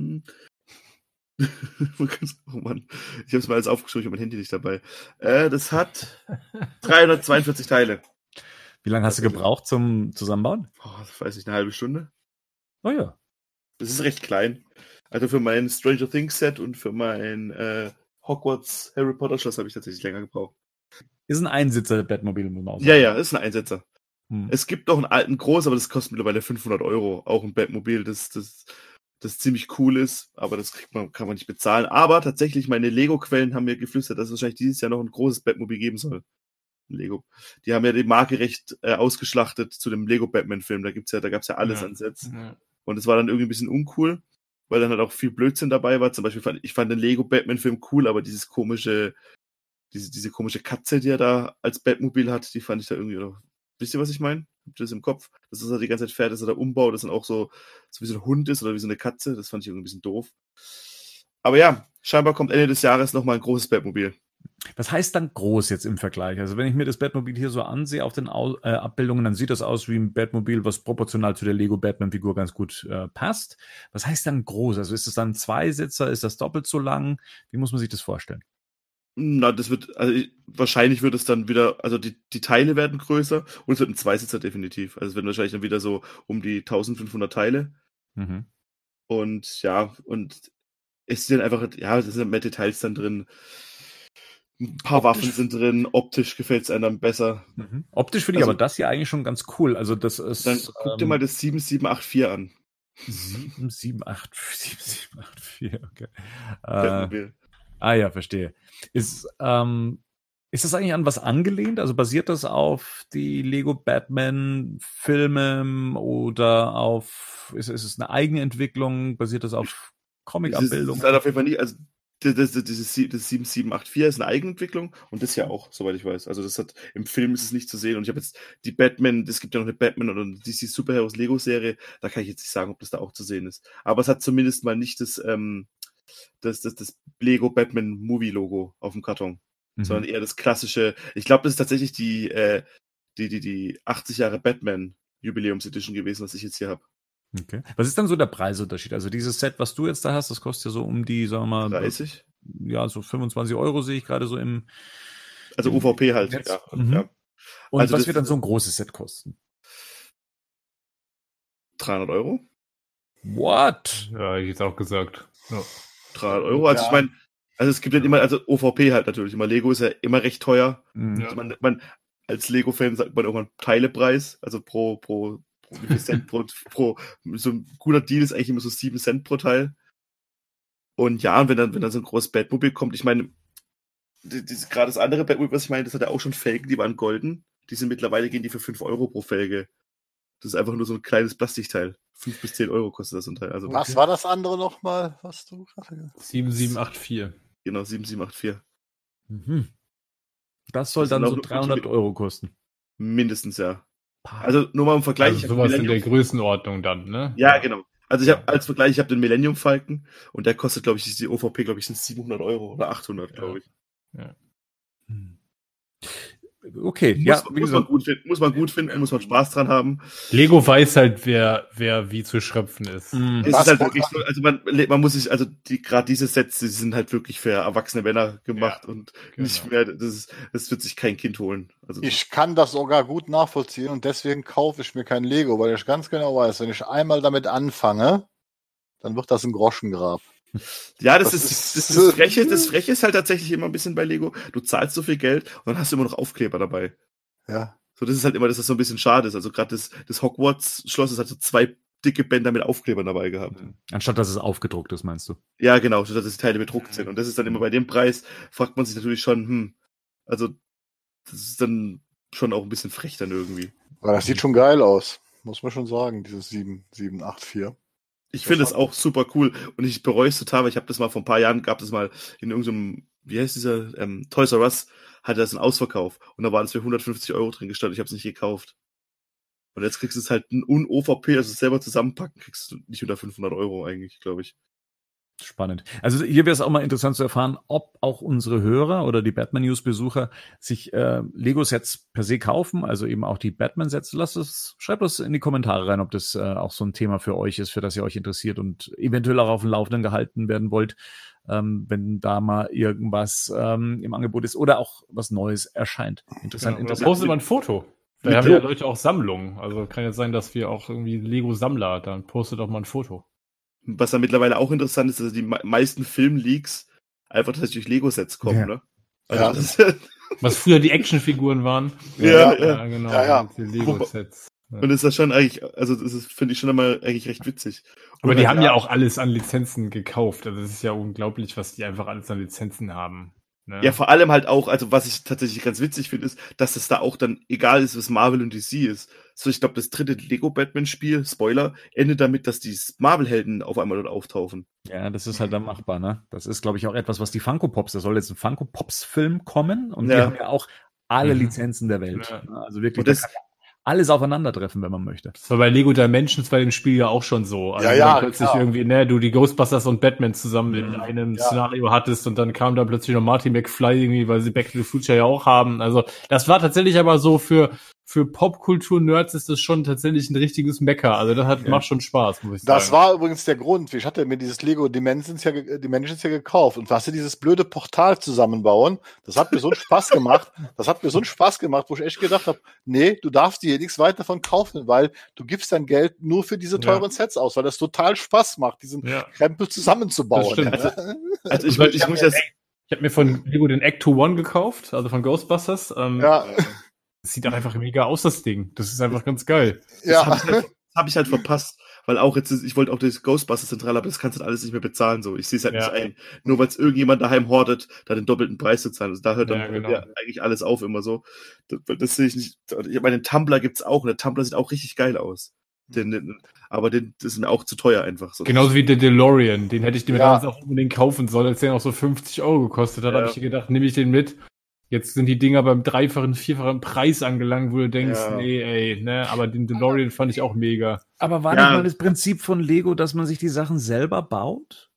oh Mann, ich habe es mal alles aufgeschrieben, ich habe mein Handy nicht dabei. Äh, das hat dreihundertzweiundvierzig Teile. Wie lange hast das du gebraucht zum Zusammenbauen? Oh, das weiß ich, eine halbe Stunde. Oh ja. Das ist recht klein. Also für mein Stranger Things Set und für mein äh, Hogwarts Harry Potter Schloss habe ich tatsächlich länger gebraucht. Ist ein Einsitzer Batmobil mit Maus. Ja, ja, ist ein Einsitzer. Hm. Es gibt noch einen alten groß, aber das kostet mittlerweile fünfhundert Euro. Auch ein Batmobil, das, das, das ziemlich cool ist, aber das kriegt man, kann man nicht bezahlen. Aber tatsächlich, meine Lego-Quellen haben mir geflüstert, dass es wahrscheinlich dieses Jahr noch ein großes Batmobil geben soll. Lego. Die haben ja die Marke recht äh, ausgeschlachtet zu dem Lego-Batman-Film. Da gibt's ja, da gab's ja alles ja. an Sets. Ja. Und es war dann irgendwie ein bisschen uncool, weil dann halt auch viel Blödsinn dabei war. Zum Beispiel fand ich fand den Lego-Batman-Film cool, aber dieses komische, diese, diese komische Katze, die er da als Batmobil hat, die fand ich da irgendwie noch. Wisst ihr, was ich meine? Habt ihr das im Kopf? Das ist halt die ganze Zeit fährt, dass er da umbaut, dass dann auch so, so wie so ein Hund ist oder wie so eine Katze. Das fand ich irgendwie ein bisschen doof. Aber ja, scheinbar kommt Ende des Jahres nochmal ein großes Batmobil. Was heißt dann groß jetzt im Vergleich? Also wenn ich mir das Batmobil hier so ansehe auf den Au- äh, Abbildungen, dann sieht das aus wie ein Batmobil, was proportional zu der Lego-Batman-Figur ganz gut äh, passt. Was heißt dann groß? Also ist es dann ein Zweisitzer? Ist das doppelt so lang? Wie muss man sich das vorstellen? Na, das wird, also wahrscheinlich wird es dann wieder, also die, die Teile werden größer und es wird ein Zweisitzer definitiv. Also es werden wahrscheinlich dann wieder so um die eintausendfünfhundert Teile. Mhm. Und ja, und es sind einfach, ja, es sind mehr Details dann drin. Ein paar optisch. Waffen sind drin, optisch gefällt es einem dann besser. Mhm. Optisch finde ich also, aber das hier eigentlich schon ganz cool. Also das ist. Dann guck ähm, dir mal das sieben sieben acht vier an. sieben sieben acht vier, okay. Batmobil. Äh, ah ja, verstehe. Ist, ähm, ist das eigentlich an was angelehnt? Also basiert das auf die Lego Batman Filme oder auf, ist, ist es eine eigene Entwicklung? Basiert das auf Comic-Abbildungen? Das ist halt auf jeden Fall nicht, also das, das, das, das sieben sieben acht vier ist eine Eigenentwicklung und das ja auch, soweit ich weiß. Also das hat, im Film ist es nicht zu sehen und ich habe jetzt die Batman, es gibt ja noch eine Batman oder eine D C Superheroes Lego Serie, da kann ich jetzt nicht sagen, ob das da auch zu sehen ist. Aber es hat zumindest mal nicht das, ähm, das, das, das Lego Batman Movie Logo auf dem Karton, mhm. sondern eher das klassische, ich glaube, das ist tatsächlich die, äh, die, die, die achtzig Jahre Batman Jubiläums Edition gewesen, was ich jetzt hier habe. Okay. Was ist dann so der Preisunterschied? Also dieses Set, was du jetzt da hast, das kostet ja so um die, sagen wir mal, dreißig? Ja, so fünfundzwanzig Euro sehe ich gerade so im. Also U V P halt, Netz. ja. Mhm. ja. Und also was wird dann so ein großes Set kosten? dreihundert Euro? What? Ja, ich hätte auch gesagt. Ja. dreihundert Euro? Also ja. ich meine, also es gibt ja immer, also O V P halt natürlich immer. Lego ist ja immer recht teuer. Mhm. Also man, man, als Lego-Fan sagt man irgendwann Teilepreis, also pro, pro, pro, wie viel Cent pro, pro, so ein guter Deal ist eigentlich immer so sieben Cent pro Teil. Und ja, wenn dann, wenn dann so ein großes Batmobil kommt, ich meine, die, die, gerade das andere Batmobile, was ich meine, das hat ja auch schon Felgen, die waren golden. Die sind mittlerweile, gehen die für fünf Euro pro Felge. Das ist einfach nur so ein kleines Plastikteil. fünf bis zehn Euro kostet das ein Teil. Also, Was war das andere nochmal, was du gerade sieben sieben acht vier. Genau, sieben sieben acht vier. Mhm. Das soll Das dann sind so auch dreihundert Euro kosten. Mindestens, ja. Also nur mal im Vergleich. Also ich hab sowas den in der Millennium- Größenordnung dann, ne? Ja, genau. Also ich habe als Vergleich, ich habe den Millennium Falcon und der kostet, glaube ich, die O V P, glaube ich, sind siebenhundert Euro oder achthundert, Ja. glaube ich. Ja. Okay, Muss, ja, wie muss, man gesagt. gut finden, muss man gut finden, muss man Spaß dran haben. Lego weiß halt, wer, wer wie zu schröpfen ist. Mhm. Es Was ist halt wollte wirklich so, also man, man muss sich, also die gerade diese Sets, die sind halt wirklich für erwachsene Männer gemacht und nicht genau. mehr, das ist, das wird sich kein Kind holen. Also Ich kann das sogar gut nachvollziehen und deswegen kaufe ich mir kein Lego, weil ich ganz genau weiß, wenn ich einmal damit anfange, dann wird das ein Groschengrab. ja, das, das ist, ist- das, das Freche, das Freche ist halt tatsächlich immer ein bisschen bei Lego. Du zahlst so viel Geld und dann hast du immer noch Aufkleber dabei. Ja. So, das ist halt immer, dass das so ein bisschen schade ist. Also gerade das, das Hogwarts-Schloss, das hat so zwei dicke Bänder mit Aufklebern dabei gehabt. Anstatt dass es aufgedruckt ist, meinst du? Ja, genau, so dass die Teile bedruckt sind. Und das ist dann immer bei dem Preis, fragt man sich natürlich schon, hm, also das ist dann schon auch ein bisschen frech dann irgendwie. Aber das sieht schon geil aus, muss man schon sagen, dieses sieben sieben acht vier. Ich finde es auch super cool und ich bereue es total, weil ich habe das mal vor ein paar Jahren, gab es mal in irgendeinem, wie heißt dieser, ähm, Toys R Us, hatte das einen Ausverkauf und da waren es für hundertfünfzig Euro drin gestanden, ich habe es nicht gekauft. Und jetzt kriegst du es halt ein Un-O V P, also selber zusammenpacken, kriegst du nicht unter fünfhundert Euro eigentlich, glaube ich. Spannend. Also hier wäre es auch mal interessant zu erfahren, ob auch unsere Hörer oder die Batman-News-Besucher sich äh, Lego-Sets per se kaufen, also eben auch die Batman-Sets. Lasst es, schreibt es in die Kommentare rein, ob das äh, auch so ein Thema für euch ist, für das ihr euch interessiert und eventuell auch auf dem Laufenden gehalten werden wollt, ähm, wenn da mal irgendwas ähm, im Angebot ist oder auch was Neues erscheint. Interessant, Genau. Oder interessant. postet mal ein Foto. Da Mit haben ja Lo- Leute auch Sammlungen. Also kann jetzt sein, dass wir auch irgendwie Lego-Sammler, dann postet doch mal ein Foto. Was da mittlerweile auch interessant ist, dass die me- meisten Film-Leaks einfach tatsächlich durch Lego-Sets kommen, Ja. ne? Also Ja. das ist, Was früher die Actionfiguren waren. Ja, ja. genau. Ja, ja. Die Lego-Sets. Ja. und das ist das schon eigentlich, also das ist, finde ich schon einmal eigentlich recht witzig. Aber Und die halt, haben ja auch alles an Lizenzen gekauft. Also das ist ja unglaublich, was die einfach alles an Lizenzen haben. Ne? Ja, vor allem halt auch, also was ich tatsächlich ganz witzig finde, ist, dass es da auch dann egal ist, was Marvel und D C ist. So, ich glaube, das dritte Lego-Batman-Spiel, Spoiler, endet damit, dass die Marvel-Helden auf einmal dort auftaufen. Ja, das ist halt dann machbar, ne? Das ist, glaube ich, auch etwas, was die Funko Pops, da soll jetzt ein Funko Pops-Film kommen und die Ja. haben ja auch alle Mhm. Lizenzen der Welt. Ja. Also wirklich, Und da das- kann ja alles aufeinandertreffen, wenn man möchte. Das war bei Lego Dimensions bei dem Spiel ja auch schon so. Also Ja, wenn ja, dann plötzlich klar. irgendwie, ne, du die Ghostbusters und Batman zusammen in Mhm. einem Ja. Szenario hattest und dann kam da plötzlich noch Marty McFly irgendwie, weil sie Back to the Future ja auch haben. Also das war tatsächlich aber so für für Popkultur-Nerds ist das schon tatsächlich ein richtiges Mecker. Also das hat, Ja. macht schon Spaß, muss ich sagen. Das war übrigens der Grund. Ich hatte mir dieses Lego Dimensions ja, ge- Dimensions ja gekauft und was sie dieses blöde Portal zusammenbauen, das hat mir so einen Spaß gemacht. Das hat mir so einen Spaß gemacht, wo ich echt gedacht habe, nee, du darfst dir hier nichts weiter davon kaufen, weil du gibst dein Geld nur für diese teuren Ja. Sets aus, weil das total Spaß macht, diesen Ja. Krempel zusammenzubauen. Das stimmt. Also ich, Also ich, ich muss das, Ich habe mir von Lego den Act zwei One gekauft, also von Ghostbusters. Ähm, Ja, Das sieht einfach mega aus, das Ding. Das ist einfach ganz geil. das ja. habe ich, halt, das hab ich halt verpasst, weil auch jetzt, ist- ich wollte auch das Ghostbusters Zentral, aber das kannst du halt alles nicht mehr bezahlen, so. Ich sehe es halt Ja. nicht ein. Nur weil es irgendjemand daheim hortet, da den doppelten Preis zu zahlen. Also da hört dann Ja, genau. ja, eigentlich alles auf immer so. Das, das sehe ich nicht. Ich meine, den Tumblr gibt's auch und der Tumblr sieht auch richtig geil aus. Den, den, aber den, das ist mir auch zu teuer einfach. So. Genauso wie der DeLorean. Den hätte ich mir Ja. damals auch unbedingt kaufen sollen, als der noch so fünfzig Euro gekostet hat. Da Ja. habe ich gedacht, nehme ich den mit. Jetzt sind die Dinger beim dreifachen, vierfachen Preis angelangt, wo du denkst, Ja. nee, ey, ne, aber den DeLorean fand ich auch mega. Aber war Ja. nicht mal das Prinzip von Lego, dass man sich die Sachen selber baut?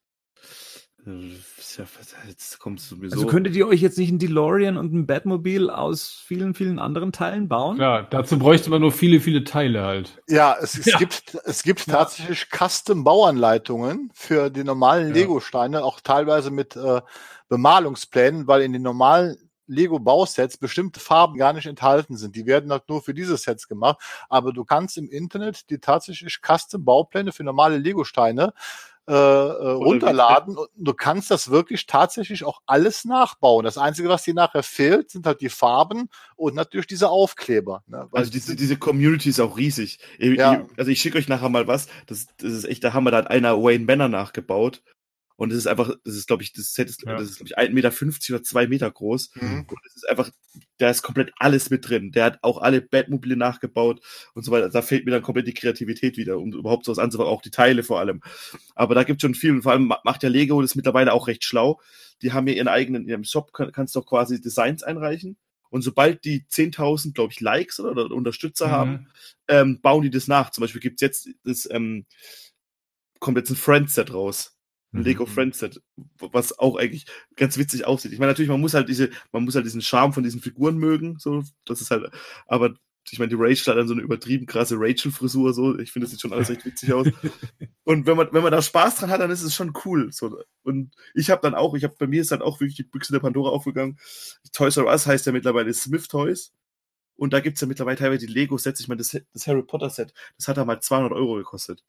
Äh, ist ja- Jetzt kommt es sowieso. Also könntet ihr euch jetzt nicht ein DeLorean und ein Batmobil aus vielen, vielen anderen Teilen bauen? Klar, dazu bräuchte man nur viele, viele Teile halt. Ja, es, es Ja. gibt, es gibt tatsächlich Custom-Bauanleitungen für die normalen Ja. Lego-Steine, auch teilweise mit äh, Bemalungsplänen, weil in den normalen Lego-Bausets bestimmte Farben gar nicht enthalten sind. Die werden halt nur für diese Sets gemacht. Aber du kannst im Internet die tatsächlich Custom-Baupläne für normale Lego-Steine äh, äh, runterladen und du kannst das wirklich tatsächlich auch alles nachbauen. Das Einzige, was dir nachher fehlt, sind halt die Farben und natürlich diese Aufkleber. Ne? Weil Also diese, diese Community ist auch riesig. Ich- Ja. Also ich schicke euch nachher mal was. Das, das ist echt der Hammer. Da hat einer Wayne Banner nachgebaut. Und es ist einfach, das ist, glaube ich, das Set ist, Ja. das ist, glaube ich, ein Meter fünfzig oder zwei Meter groß. Mhm. Und es ist einfach, da ist komplett alles mit drin. Der hat auch alle Batmobile nachgebaut und so weiter. Da fehlt mir dann komplett die Kreativität wieder, um überhaupt sowas anzufangen, auch die Teile vor allem. Aber da gibt es schon viel. Und vor allem macht ja Lego das mittlerweile auch recht schlau. Die haben ja ihren eigenen, in ihrem Shop kann, kannst du auch quasi Designs einreichen. Und sobald die zehntausend, glaube ich, Likes oder, oder Unterstützer Mhm. haben, ähm, bauen die das nach. Zum Beispiel gibt's jetzt, das, ähm, kommt jetzt ein Friends-Set raus. Ein Mhm. Lego Friends-Set, was auch eigentlich ganz witzig aussieht. Ich meine, natürlich, man muss halt diese, man muss halt diesen Charme von diesen Figuren mögen, so, das ist halt, aber ich meine, die Rachel hat dann so eine übertrieben krasse Rachel-Frisur, so, ich finde, das sieht schon alles echt witzig aus. Und wenn man, wenn man da Spaß dran hat, dann ist es schon cool, so. Und ich habe dann auch, ich habe, bei mir ist dann auch wirklich die Büchse der Pandora aufgegangen. Toys R Us heißt ja mittlerweile Smith Toys. Und da gibt's ja mittlerweile teilweise die Lego-Sets. Ich meine, das, das Harry Potter-Set, das hat da mal zweihundert Euro gekostet.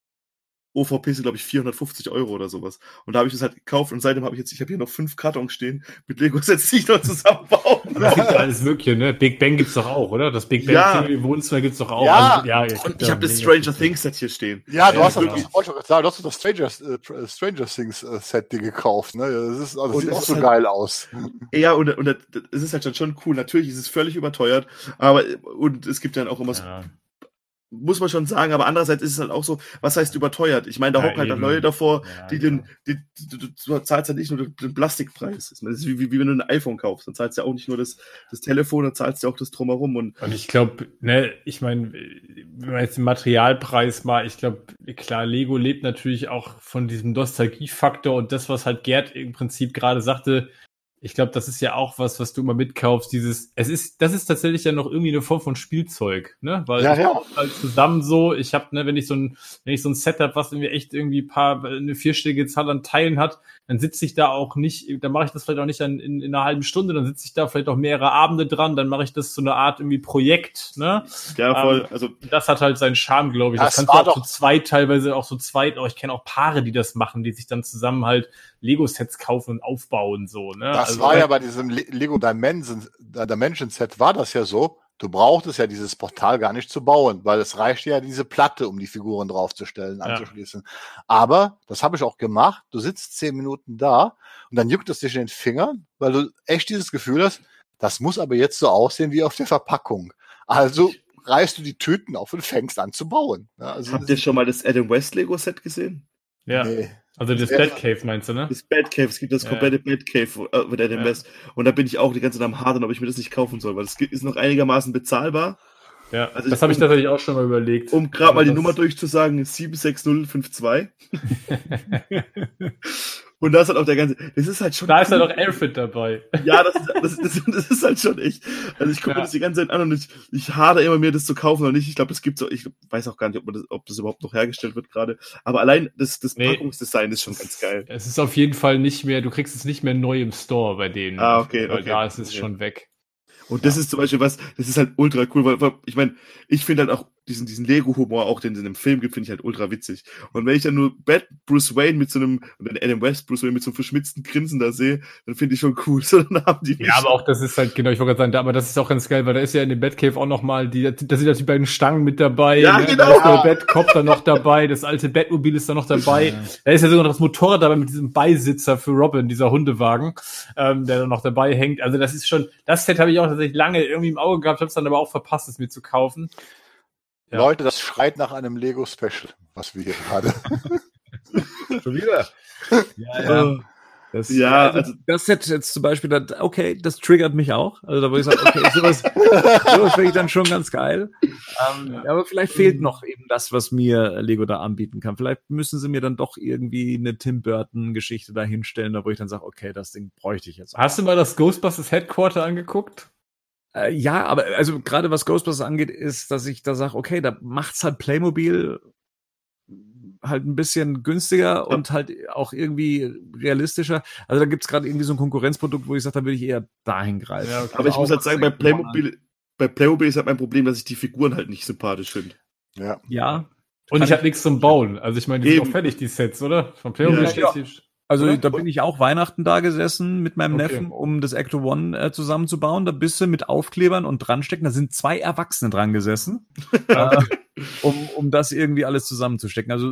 O V P sind, glaube ich, vierhundertfünfzig Euro oder sowas. Und da habe ich das halt gekauft und seitdem habe ich jetzt, ich habe hier noch fünf Kartons stehen mit Lego-Sets, die ich noch zusammenbauen. Aber es gibt ja alles Mögliche, ne? Big Bang gibt's doch auch, oder? Das Big Bang Ja. Theory Wohnzimmer gibt's doch auch. Ja. Also, ja, Und ich habe das Stranger Things Set hier stehen. Ja, du Ja, hast doch genau. das, wollte ich sagen, du hast doch das Stranger, äh, Tr- Stranger Things äh, Set dir gekauft, ne? Das, ist, also das Und sieht es auch ist so halt- geil aus. Ja, und, und es ist halt schon, schon cool. Natürlich ist es völlig überteuert, aber und es gibt dann auch immer so, Ja. muss man schon sagen, aber andererseits ist es halt auch so, was heißt überteuert? Ich meine, da Ja, hocken halt dann eben. Leute davor, Ja, die genau. den, die, die, du, du zahlst halt nicht nur den, den Plastikpreis. Ich meine, das ist wie, wie, wie wenn du ein iPhone kaufst, dann zahlst du ja auch nicht nur das, das Telefon, dann zahlst du auch das Drumherum und Und ich glaube, ne, ich meine, wenn man jetzt den Materialpreis mal, ich glaube, klar, Lego lebt natürlich auch von diesem Nostalgiefaktor und das, was halt Gerd im Prinzip gerade sagte, ich glaube, das ist ja auch was, was du immer mitkaufst, dieses, es ist, das ist tatsächlich ja noch irgendwie eine Form von Spielzeug, ne, weil Ja, ich ja. kauf halt zusammen so, ich habe, ne, wenn ich so ein, wenn ich so ein Setup, was irgendwie echt irgendwie ein paar, eine vierstellige Zahl an Teilen hat, dann sitze ich da auch nicht, dann mache ich das vielleicht auch nicht in, in, in einer halben Stunde, dann sitze ich da vielleicht auch mehrere Abende dran, dann mache ich das so eine Art irgendwie Projekt, ne, ja, voll, Ähm, also das hat halt seinen Charme, glaube ich. Das, Das kannst du war auch doch- zu zweit, teilweise auch zu zweit, aber ich kenne auch Paare, die das machen, die sich dann zusammen halt Lego-Sets kaufen und aufbauen, so, ne. Das Also, war ja bei diesem Le- Lego Dimension, Dimension Set war das ja so. Du brauchtest ja dieses Portal gar nicht zu bauen, weil es reichte ja diese Platte, um die Figuren draufzustellen, Ja. anzuschließen. Aber, das habe ich auch gemacht, du sitzt zehn Minuten da und dann juckt es dich in den Fingern, weil du echt dieses Gefühl hast, das muss aber jetzt so aussehen wie auf der Verpackung. Also reißt du die Tüten auf und fängst an zu bauen. Ja, also habt ihr schon mal das Adam West Lego Set gesehen? ja. nee. Also das Ja. Batcave meinst du, ne? Das Batcave, es gibt das Ja. komplette Batcave äh, mit Adam Ja. West. Und da bin ich auch die ganze Zeit am Hadern, ob ich mir das nicht kaufen soll, weil das ist noch einigermaßen bezahlbar. Ja, Also das ich- habe ich um- tatsächlich auch schon mal überlegt. Um gerade mal die Aber Nummer das- durchzusagen, sieben sechs null fünf zwei. Und da ist halt auch der ganze, das ist halt schon. Da ist ja cool. doch Airfit dabei. Ja, das ist, das, das, das ist halt schon echt. Also ich gucke Ja. mir das die ganze Zeit an und ich, ich hader immer mir das zu kaufen oder nicht. Ich glaube, das gibt's so, ich weiß auch gar nicht, ob, man das, ob das überhaupt noch hergestellt wird gerade. Aber allein das, das Nee. Packungsdesign ist schon ganz geil. Es ist auf jeden Fall nicht mehr, du kriegst es nicht mehr neu im Store bei denen. Ah, okay, Weil okay. da ist es Okay. schon weg. Und das ist zum Beispiel was, das ist halt ultra cool, weil, weil ich meine, ich finde halt auch diesen, diesen Lego-Humor, auch den es in dem Film gibt, finde ich halt ultra witzig. Und wenn ich dann nur Bad Bruce Wayne mit so einem, und dann Adam West Bruce Wayne mit so einem verschmitzten Grinsen da sehe, dann finde ich schon cool. So, dann haben die Ja, aber auch das ist halt, genau, ich wollte gerade sagen, da, aber das ist auch ganz geil, weil da ist ja in dem Batcave auch nochmal, die, da sind ja die beiden Stangen mit dabei, Ja, ne? genau. Da ist der Batcopter noch dabei, das alte Batmobil ist da noch dabei, da ist ja sogar noch das Motorrad dabei mit diesem Beisitzer für Robin, dieser Hundewagen, ähm, der da noch dabei hängt, also das ist schon, das Set habe ich auch tatsächlich lange irgendwie im Auge gehabt, habe es dann aber auch verpasst, es mir zu kaufen. Ja. Leute, das schreit nach einem Lego-Special, was wir hier gerade. Schon wieder. Ja, Ja. Das, Ja, also, also- das Set jetzt zum Beispiel, das, okay, das triggert mich auch. Also da würde ich sagen, okay, sowas, sowas finde ich dann schon ganz geil. Ähm, aber vielleicht fehlt noch eben das, was mir Lego da anbieten kann. Vielleicht müssen sie mir dann doch irgendwie eine Tim Burton-Geschichte da hinstellen, da wo ich dann sage, okay, das Ding bräuchte ich jetzt. Hast du mal das Ghostbusters Headquarter angeguckt? Äh, ja, aber also gerade was Ghostbusters angeht, ist, dass ich da sage, okay, da macht's halt Playmobil halt ein bisschen günstiger und halt auch irgendwie realistischer. Also da gibt's gerade irgendwie so ein Konkurrenzprodukt, wo ich sage, da würde ich eher dahin greifen. Ja, okay. Aber ich muss halt auch sagen, bei was Playmobil, bei Playmobil ist halt mein Problem, dass ich die Figuren halt nicht sympathisch finde. Ja. Ja, Und ich habe nichts zum Bauen. Also ich meine, die sind Eben. auch fertig, die Sets, oder? Von Playmobil Ja, steht ja. die- also Oder? da bin ich auch Weihnachten da gesessen mit meinem Okay. Neffen, um das Ecto One äh, zusammenzubauen. Da bist du mit Aufklebern und dranstecken. Da sind zwei Erwachsene dran gesessen, äh, um, um das irgendwie alles zusammenzustecken. Also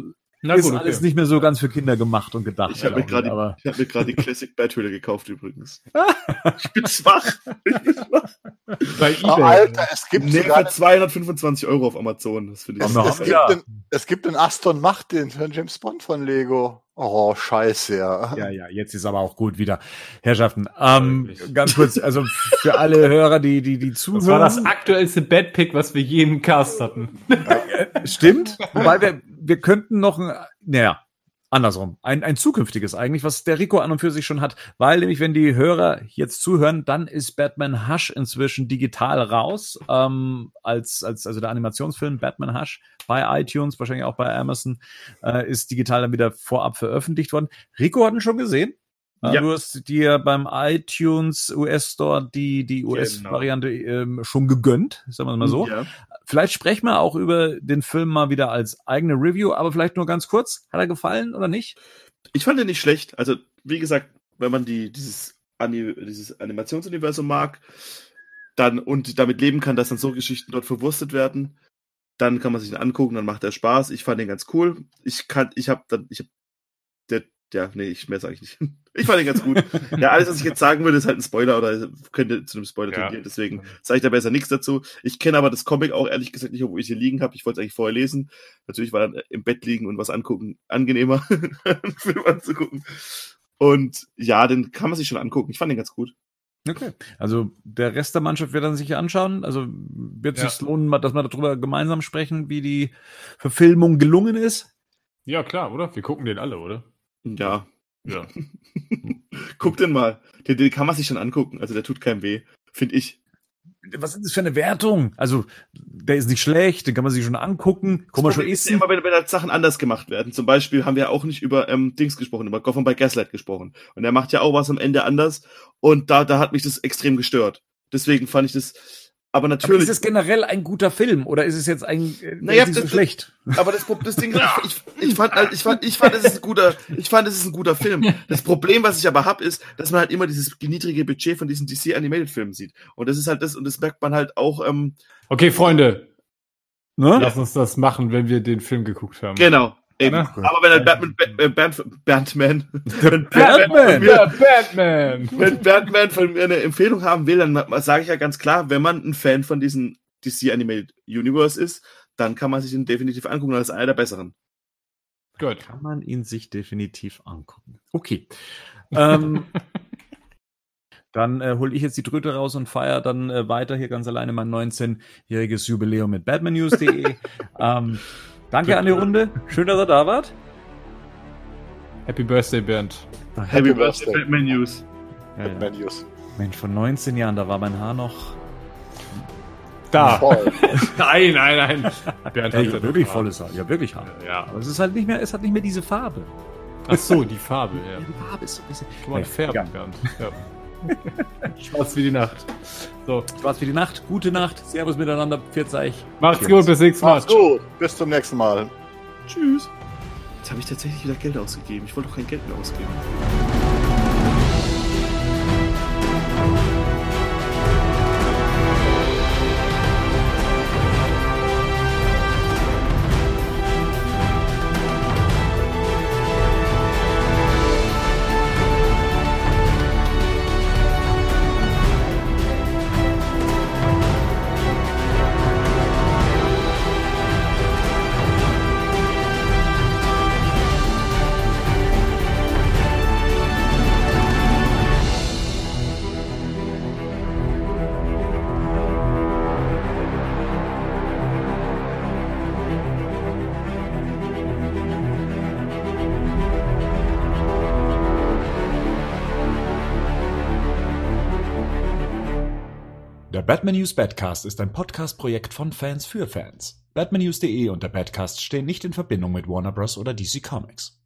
Na ist gut, okay. alles nicht mehr so ganz für Kinder gemacht und gedacht. Ich habe mir glaub gerade aber ich hab mir gerade die Classic Bathöhle gekauft übrigens. Ich bin schwach. Ich bin schwach. Bei Oh, eBay. Alter, es gibt Nee, sogar für zweihundertfünfundzwanzig Euro auf Amazon. Das finde ich es, Haben wir- es, haben gibt wir- den, es gibt den Aston Martin für den James Bond von Lego. Oh, scheiße, ja. Ja, ja, jetzt ist aber auch gut wieder. Herrschaften, ähm, Wirklich. ganz kurz, also für alle Hörer, die, die, die Das war das zuhören. aktuellste Bad-Pick, was wir je im Cast hatten. Stimmt. Wobei wir, wir könnten noch ein, naja, andersrum. Ein, ein zukünftiges eigentlich, was der Rico an und für sich schon hat. Weil nämlich, wenn die Hörer jetzt zuhören, dann ist Batman Hush inzwischen digital raus. Ähm, als, als, also der Animationsfilm Batman Hush bei iTunes, wahrscheinlich auch bei Amazon, äh, ist digital dann wieder vorab veröffentlicht worden. Rico hat ihn schon gesehen. Äh, Ja. Du hast dir beim iTunes U S Store die, die U S-Variante ähm, schon gegönnt, sagen wir mal so. Ja. Vielleicht sprechen wir auch über den Film mal wieder als eigene Review, aber vielleicht nur ganz kurz. Hat er gefallen oder nicht? Ich fand den nicht schlecht. Also, wie gesagt, wenn man die, dieses, Ani dieses Animationsuniversum mag, dann und damit leben kann, dass dann so Geschichten dort verwurstet werden, dann kann man sich den angucken, dann macht er Spaß. Ich fand den ganz cool. Ich kann, ich habe dann, ich habe, der, ja, nee, ich mehr sage ich nicht. Ich fand den ganz gut. Ja, alles, was ich jetzt sagen würde, ist halt ein Spoiler oder könnte zu einem Spoiler Ja. tendieren. Deswegen sage ich da besser nichts dazu. Ich kenne aber das Comic auch ehrlich gesagt nicht, wo ich hier liegen habe. Ich wollte es eigentlich vorher lesen. Natürlich war dann im Bett liegen und was angucken angenehmer, einen Film anzugucken. Und ja, den kann man sich schon angucken. Ich fand den ganz gut. Okay. Also der Rest der Mannschaft wird dann sich anschauen. Also wird es Ja. sich lohnen, mal- dass wir darüber gemeinsam sprechen, wie die Verfilmung gelungen ist. Ja, klar, oder? Wir gucken den alle, oder? Ja, Ja. guck den mal. Den, den kann man sich schon angucken. Also der tut keinem weh, finde ich. Was ist das für eine Wertung? Also der ist nicht schlecht, den kann man sich schon angucken. Kann man schon ist essen. immer, wenn, wenn halt Sachen anders gemacht werden. Zum Beispiel haben wir auch nicht über ähm, Dings gesprochen, über Gotham by Gaslight gesprochen. Und er macht ja auch was am Ende anders. Und da, da hat mich das extrem gestört. Deswegen fand ich das. Aber Aber natürlich. ist es generell ein guter Film oder ist es jetzt ein äh, der Naja, ist nicht so das- schlecht? Aber das, Pro- das Ding ist, ich, ich fand, halt- ich fand, ich fand, es ist ein guter, ich fand, es ist ein guter Film. Das Problem, was ich aber hab, ist, dass man halt immer dieses niedrige Budget von diesen D C Animated Filmen sieht. Und das ist halt das, und das merkt man halt auch, ähm, Okay, Freunde, Ne? lass uns das machen, wenn wir den Film geguckt haben. genau. Eben. Ja, Aber wenn halt Batman, Bat- äh, Bat- Batman, wenn Batman! Batman, Ja, Batman! wenn Batman von mir eine Empfehlung haben will, dann sage ich ja ganz klar, wenn man ein Fan von diesem D C Animated Universe ist, dann kann man sich den definitiv angucken, das ist einer der besseren. Gut. Kann man ihn sich definitiv angucken. Okay. ähm, dann äh, hole ich jetzt die Tröte raus und feiere dann äh, weiter hier ganz alleine mein neunzehnjähriges Jubiläum mit batman news punkt de. ähm, danke an die Runde. Schön, dass ihr da wart. Happy Birthday, Bernd. Happy Birthday. Batman News. Ja, ja. Batman News. Mensch, vor neunzehn Jahren, da war mein Haar noch Da. Voll. Nein, nein, nein. Bernd Ey, hat ja wirklich noch volles Haar. Ja, wirklich Haar. Haar. Ja. Aber es ist halt nicht mehr, es hat nicht mehr diese Farbe. Ach so, die Farbe, ja. Die Farbe ist so ein bisschen. Kann man Naja, färben, egal. Bernd. Ja. Schwarz wie die Nacht. So, Spaß für die Nacht, gute Nacht, Servus miteinander, pfiat euch. macht's Cheers. gut, bis nächstes Mal. Macht's gut. Bis zum nächsten Mal. Tschüss. Jetzt habe ich tatsächlich wieder Geld ausgegeben. Ich wollte doch kein Geld mehr ausgeben. Der Batman News Badcast ist ein Podcast-Projekt von Fans für Fans. Batman News punkt de und der Badcast stehen nicht in Verbindung mit Warner Bros. Oder D C Comics.